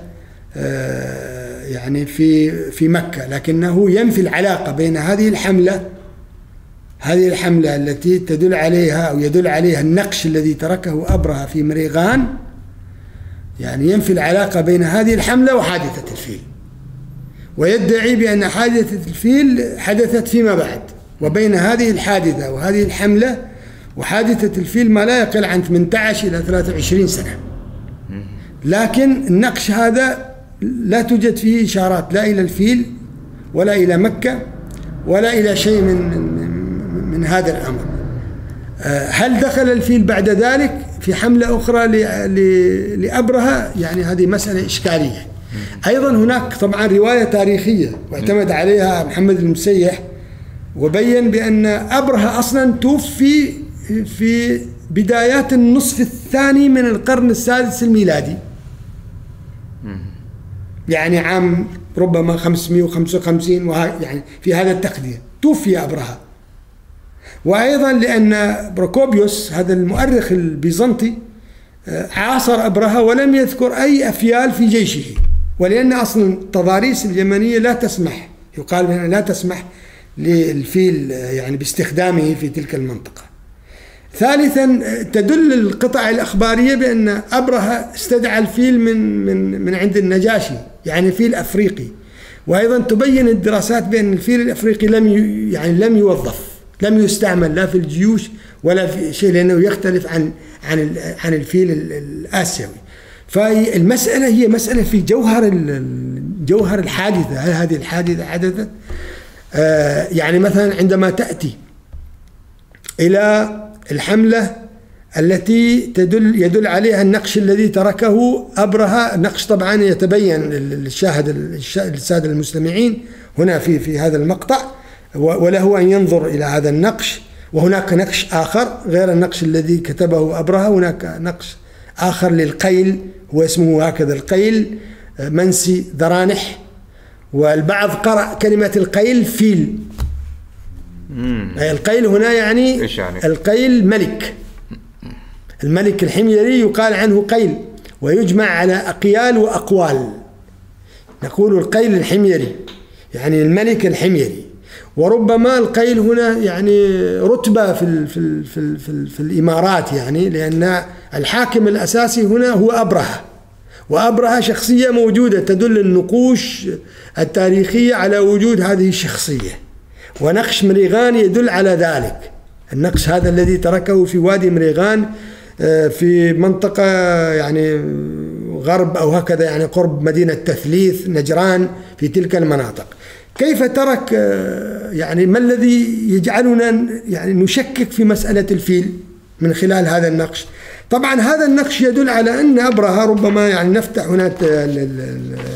يعني في مكة، لكنه ينفي العلاقة بين هذه الحملة التي تدل عليها أو يدل عليها النقش الذي تركه أبرهة في مريغان، يعني ينفي العلاقة بين هذه الحملة وحادثة الفيل، ويدعي بأن حادثة الفيل حدثت فيما بعد، وبين هذه الحادثة وهذه الحملة وحادثة الفيل ما لا يقل عن 18 إلى 23 سنة. لكن النقش هذا لا توجد فيه إشارات لا إلى الفيل ولا إلى مكة ولا إلى شيء من هذا الأمر. هل دخل الفيل بعد ذلك في حملة أخرى لأبرهة؟ يعني هذه مسألة إشكالية. أيضا هناك طبعا رواية تاريخية واعتمد عليها محمد المسيح، وبين بأن أبرهة أصلا توفي في بدايات النصف الثاني من القرن السادس الميلادي، يعني عام ربما 555 يعني في هذا التقدير توفي أبرهة. وأيضا لأن بروكوبيوس هذا المؤرخ البيزنطي عاصر أبرهة ولم يذكر أي أفيال في جيشه، ولأن أصلا التضاريس اليمنية لا تسمح، يقال بأنها لا تسمح للفيل يعني باستخدامه في تلك المنطقة. ثالثا تدل القطع الأخبارية بأن أبرهة استدعى الفيل من عند النجاشي، يعني فيل أفريقي. وأيضا تبين الدراسات بأن الفيل الأفريقي لم يوظف، لم يستعمل لا في الجيوش ولا في شيء، لأنه يختلف عن الفيل الآسيوي. فالمسألة هي مسألة في جوهر الحادثة. هل هذه الحادثة حدثت؟ يعني مثلا عندما تأتي إلى الحملة التي يدل عليها النقش الذي تركه أبرهة، نقش طبعا يتبين السادة المستمعين هنا في هذا المقطع، وله أن ينظر إلى هذا النقش. وهناك نقش آخر غير النقش الذي كتبه أبرهة، هناك نقش آخر للقيل، هو اسمه هكذا القيل منسي ذرانح، والبعض قرأ كلمة القيل فيل. القيل هنا يعني القيل الملك الحميري يقال عنه قيل، ويجمع على أقيال وأقوال. نقول القيل الحميري يعني الملك الحميري، وربما القيل هنا يعني رتبة في الإمارات، يعني لأن الحاكم الأساسي هنا هو أبرهة، وأبرهة شخصية موجودة تدل النقوش التاريخية على وجود هذه الشخصية، ونقش مريغان يدل على ذلك. النقش هذا الذي تركه في وادي مريغان في منطقة يعني غرب أو هكذا، يعني قرب مدينة تثليث نجران في تلك المناطق. كيف ترك يعني ما الذي يجعلنا يعني نشكك في مسألة الفيل من خلال هذا النقش؟ طبعا هذا النقش يدل على أن أبرهة ربما يعني نفتح هنا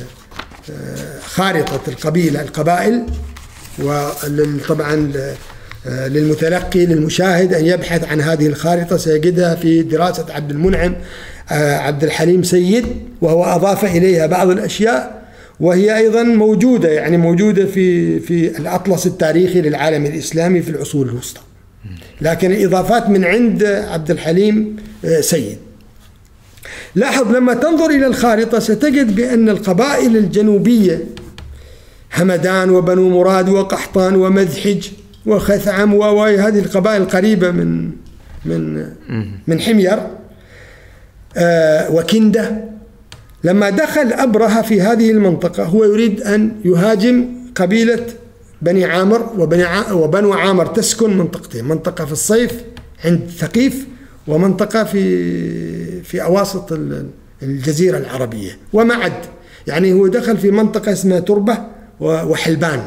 خارطة القبائل، وطبعا للمتلقي للمشاهد أن يبحث عن هذه الخارطة، سيجدها في دراسة عبد المنعم عبد الحليم سيد، وهو أضاف إليها بعض الأشياء، وهي أيضا موجودة يعني موجودة في الأطلس التاريخي للعالم الإسلامي في العصور الوسطى، لكن الإضافات من عند عبد الحليم سيد. لاحظ لما تنظر إلى الخارطة ستجد بأن القبائل الجنوبية همدان وبنو مراد وقحطان ومذحج وخثعم وهذه القبائل قريبة من حمير وكندة، لما دخل أبرهة في هذه المنطقة هو يريد أن يهاجم قبيلة بني عامر، وبنو عامر تسكن منطقتين، منطقة في الصيف عند ثقيف، ومنطقة في أواسط الجزيرة العربية ومعد، يعني هو دخل في منطقة اسمها تربة وحلبان،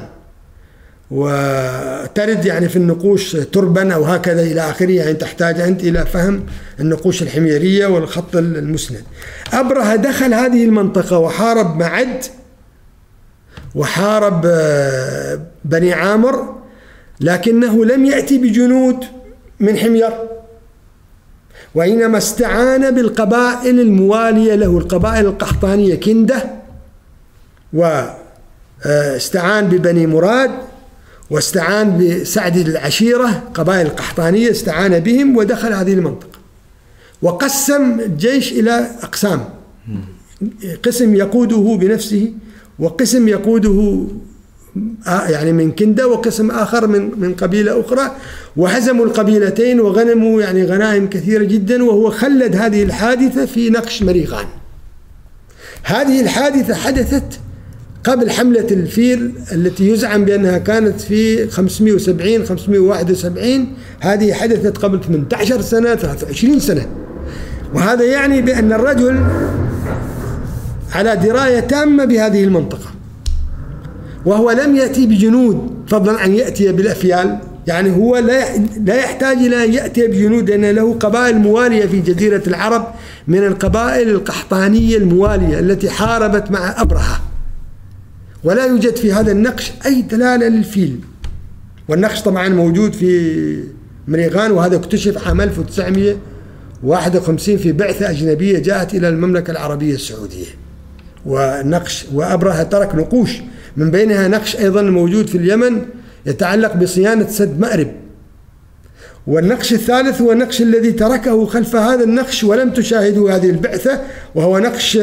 وترد يعني في النقوش تربا أو هكذا إلى آخره، يعني تحتاج أنت إلى فهم النقوش الحميرية والخط المسند. أبرهة دخل هذه المنطقة وحارب معد وحارب بني عامر، لكنه لم يأتي بجنود من حمير، وإنما استعان بالقبائل الموالية له، القبائل القحطانية كندة، واستعان ببني مراد، واستعان بسعد العشيرة قبائل القحطانية استعان بهم، ودخل هذه المنطقة وقسم الجيش إلى أقسام، قسم يقوده بنفسه، وقسم يقوده يعني من كندة، وقسم آخر من قبيلة أخرى، وهزموا القبيلتين وغنموا يعني غنائم كثيرة جدا. وهو خلد هذه الحادثة في نقش مريغان. هذه الحادثة حدثت قبل حملة الفيل التي يزعم بأنها كانت في 570 571، هذه حدثت قبل 18 سنة 23 سنة، وهذا يعني بأن الرجل على دراية تامة بهذه المنطقة، وهو لم يأتي بجنود فضلا عن يأتي بالأفيال، يعني هو لا يحتاج إلى أن يأتي بجنود، لأن له قبائل موالية في جزيرة العرب من القبائل القحطانية الموالية التي حاربت مع أبرهة، ولا يوجد في هذا النقش أي دلالة للفيل. والنقش طبعا موجود في مريغان، وهذا اكتشف عام 1951 في بعثة أجنبية جاءت إلى المملكة العربية السعودية، ونقش وأبرهة ترك نقوش، من بينها نقش أيضا موجود في اليمن يتعلق بصيانة سد مأرب. والنقش الثالث هو النقش الذي تركه خلف هذا النقش ولم تشاهده هذه البعثة، وهو نقش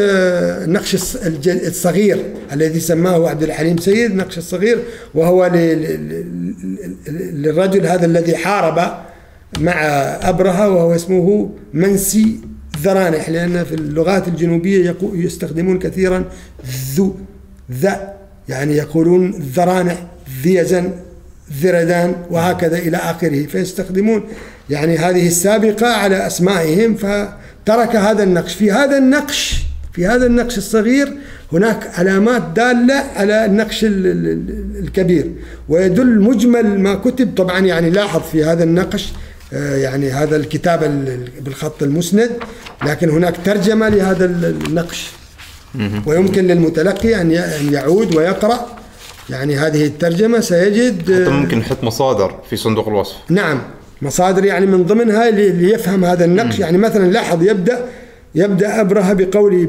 الصغير الذي سماه عبد الحليم سيد نقش الصغير، وهو للرجل هذا الذي حارب مع أبرهة، وهو اسمه منسي ذرانح، لأن في اللغات الجنوبية يستخدمون كثيرا ذا، يعني يقولون ذرانح ذيزن ذردان وهكذا إلى آخره، فيستخدمون يعني هذه السابقة على أسمائهم، فترك هذا النقش. في هذا النقش الصغير هناك علامات دالة على النقش الكبير، ويدل مجمل ما كتب طبعا، يعني لاحظ في هذا النقش يعني هذا الكتاب بالخط المسند، لكن هناك ترجمة لهذا النقش، ويمكن للمتلقي أن يعود ويقرأ يعني هذه الترجمة، سيجد حتى ممكن نحط مصادر في صندوق الوصف. نعم، مصادر يعني من ضمنها اللي يفهم هذا النقش. يعني مثلا لاحظ يبدأ أبرهة بقوله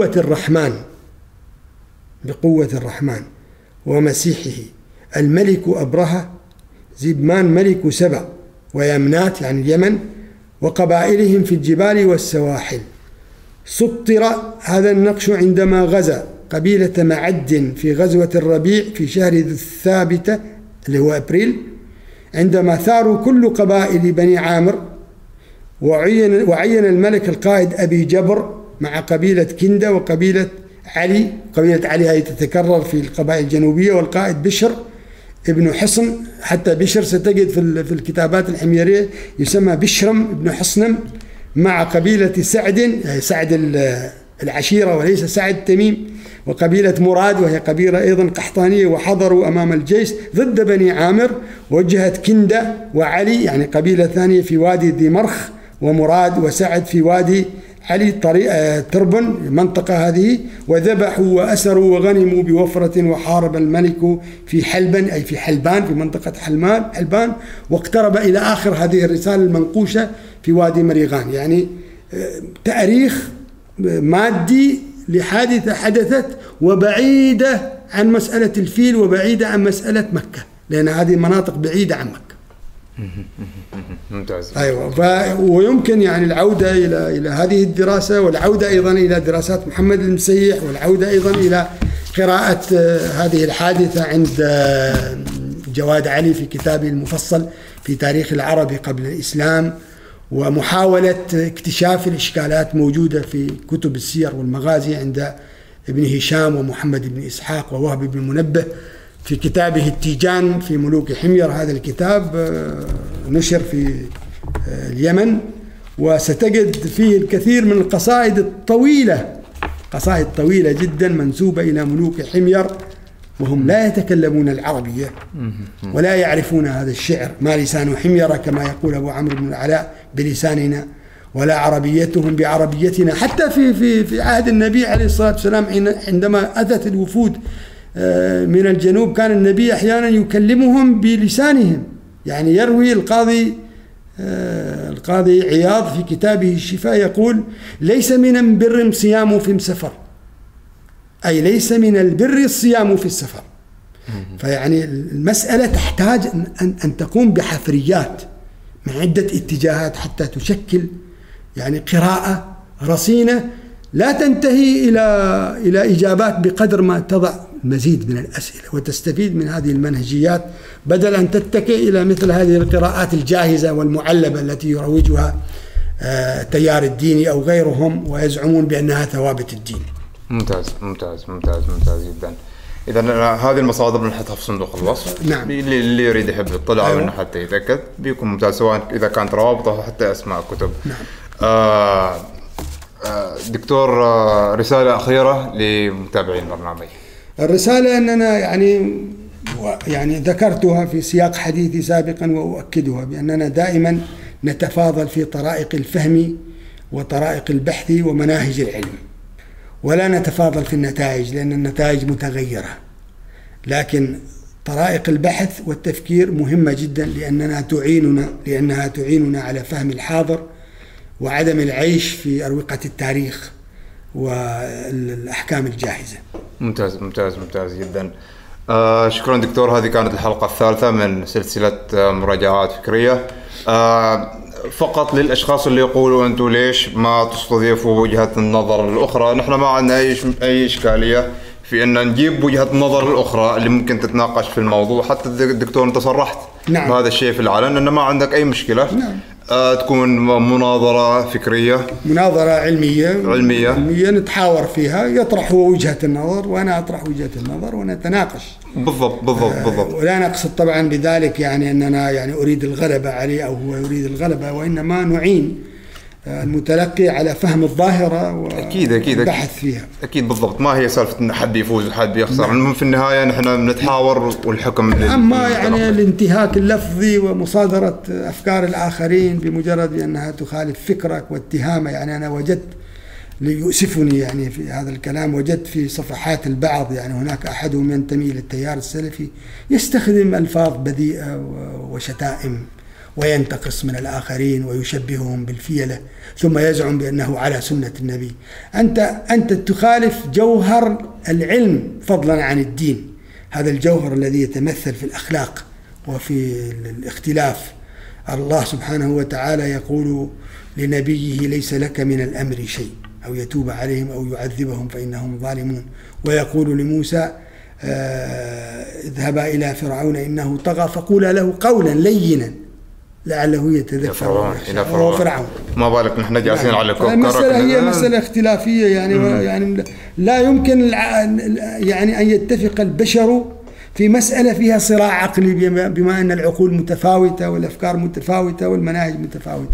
بقوة الرحمن ومسيحه الملك أبرهة زبمان ملك سبع ويمنات يعني اليمن وقبائلهم في الجبال والسواحل. سطر هذا النقش عندما غزا قبيلة معد في غزوة الربيع في شهر ذي الثابتة اللي هو أبريل، عندما ثاروا كل قبائل بني عامر، وعين الملك القائد أبي جبر مع قبيلة كندة وقبيلة علي. قبيلة علي هذه تتكرر في القبائل الجنوبية، والقائد بشر ابن حصن، حتى بشر ستجد في الكتابات الحميرية يسمى بشرم ابن حصنم، مع قبيلة سعد العشيرة وليس سعد تميم، وقبيلة مراد وهي قبيلة أيضا قحطانية، وحضروا أمام الجيش ضد بني عامر. وجهت كندة وعلي يعني قبيلة ثانية في وادي ذي مرخ، ومراد وسعد في وادي علي طريق تربن المنطقة هذه، وذبحوا وأسروا وغنموا بوفرة، وحارب الملك في حلبن أي في حلبان في منطقة حلبان، واقترب إلى آخر هذه الرسالة المنقوشة في وادي مريغان. يعني تاريخ مادي لحادثة حدثت وبعيدة عن مسألة الفيل وبعيدة عن مسألة مكة، لأن هذه مناطق بعيدة عن مكة. ممتاز. أيوة. ويمكن يعني العودة إلى هذه الدراسة، والعودة أيضا إلى دراسات محمد المسيح، والعودة أيضا إلى قراءة هذه الحادثة عند جواد علي في كتابه المفصل في تاريخ العرب قبل الإسلام، ومحاولة اكتشاف الإشكالات موجودة في كتب السير والمغازي عند ابن هشام ومحمد بن إسحاق ووهب بن منبه في كتابه التيجان في ملوك حمير. هذا الكتاب نشر في اليمن، وستجد فيه الكثير من القصائد الطويلة، قصائد طويلة جدا منسوبة إلى ملوك حمير، وهم لا يتكلمون العربية ولا يعرفون هذا الشعر. ما لسان حمير كما يقول أبو عمرو بن العلاء بلساننا، ولا عربيتهم بعربيتنا. حتى في عهد النبي عليه الصلاة والسلام عندما أتت الوفود من الجنوب كان النبي أحيانا يكلمهم بلسانهم. يعني يروي القاضي عياض في كتابه الشفاء يقول: ليس من البر صيام في السفر، أي ليس من البر الصيام في السفر. فيعني المسألة تحتاج أن تقوم بحفريات من عدة اتجاهات حتى تشكل يعني قراءة رصينة لا تنتهي إلى إجابات بقدر ما تضع مزيد من الأسئلة وتستفيد من هذه المنهجيات، بدل أن تتكئ إلى مثل هذه القراءات الجاهزة والمعلبة التي يروجها تيار الديني أو غيرهم ويزعمون بأنها ثوابت الدين. ممتاز ممتاز ممتاز ممتاز جدا. إذا هذه المصادر بنحطها في صندوق الوصف. نعم. اللي يريد يحب يطلع أيوة. منه حتى يتأكد بيكون ممتاز، سواء إذا كانت روابط أو حتى أسماء كتب. نعم. دكتور، رسالة أخيرة لمتابعين البرنامج. الرسالة أننا يعني ذكرتها في سياق حديثي سابقا وأؤكدها بأننا دائما نتفاضل في طرائق الفهم وطرائق البحث ومناهج العلم، ولا نتفاضل في النتائج لأن النتائج متغيرة، لكن طرائق البحث والتفكير مهمة جدا لأنها تعيننا على فهم الحاضر وعدم العيش في أروقة التاريخ والأحكام الجاهزة. ممتاز ممتاز ممتاز جدا. شكرا دكتور. هذه كانت الحلقة الثالثة من سلسلة مراجعات فكرية. فقط للأشخاص اللي يقولوا أنتوا ليش ما تستضيفوا وجهة النظر الأخرى، نحن ما عندنا أي إشكالية في أن نجيب وجهة النظر الأخرى اللي ممكن تتناقش في الموضوع. حتى الدكتور أنت صرحت نعم. بهذا الشيء في العلن أنه ما عندك أي مشكلة. نعم. تكون مناظرة فكرية، مناظرة علمية نتحاور فيها، يطرح هو وجهة النظر وأنا أطرح وجهة النظر ونتناقش. بالضبط. ولا نقصد طبعا بذلك يعني أننا يعني أريد الغلبة عليه أو هو يريد الغلبة، وإنما نعين المتلقي على فهم الظاهرة والبحث فيها. أكيد بالضبط. ما هي سالفة إن حد يفوز وحد يخسر. نعم. في النهاية نحن بنتحاور والحكم. أما يعني الانتهاك اللفظي ومصادرة أفكار الآخرين بمجرد أنها تخالف فكرك واتهامه، يعني أنا وجدت ليؤسفني يعني في هذا الكلام، وجدت في صفحات البعض يعني هناك أحدهم ينتمي للتيار السلفي يستخدم ألفاظ بذيئة وشتائم وينتقص من الآخرين ويشبههم بالفيلة، ثم يزعم بأنه على سنة النبي. أنت تخالف جوهر العلم فضلا عن الدين، هذا الجوهر الذي يتمثل في الأخلاق وفي الاختلاف. الله سبحانه وتعالى يقول لنبيه: ليس لك من الأمر شيء، أو يتوب عليهم أو يعذبهم فإنهم ظالمون. ويقول لموسى: اذهبا إلى فرعون إنه طغى فقولا له قولا لينا لعله يتذكر هو فرعون. ما بالك نحن جالسين على كوكب. المسألة هي مسألة اختلافية يعني لا يمكن يعني أن يتفق البشر في مسألة فيها صراع عقلي، بما أن العقول متفاوتة والأفكار متفاوتة والمناهج متفاوتة.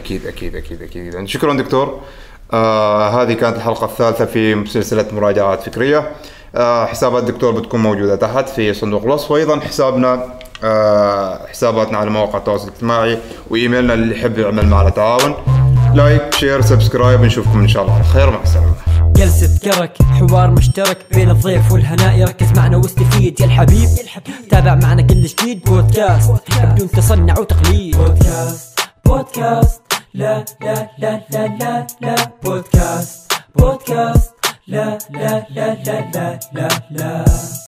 أكيد. شكرا دكتور. هذه كانت الحلقة الثالثة في سلسلة مراجعات فكرية. حسابات الدكتور بتكون موجودة تحت في صندوق الوصف، وأيضا حساباتنا على مواقع التواصل الاجتماعي، وإيميلنا اللي يحب يعمل معنا تعاون. لايك شير سبسكرايب، نشوفكم ان شاء الله على خير. مع السلامه. جلسة كرك حوار مشترك بين الضيف والهناء، ركز معنا واستفيد يا الحبيب. تابع معنا كل جديد بودكاست بدون تصنع وتقليد. بودكاست لا لا لا لا لا لا بودكاست لا لا لا لا لا لا لا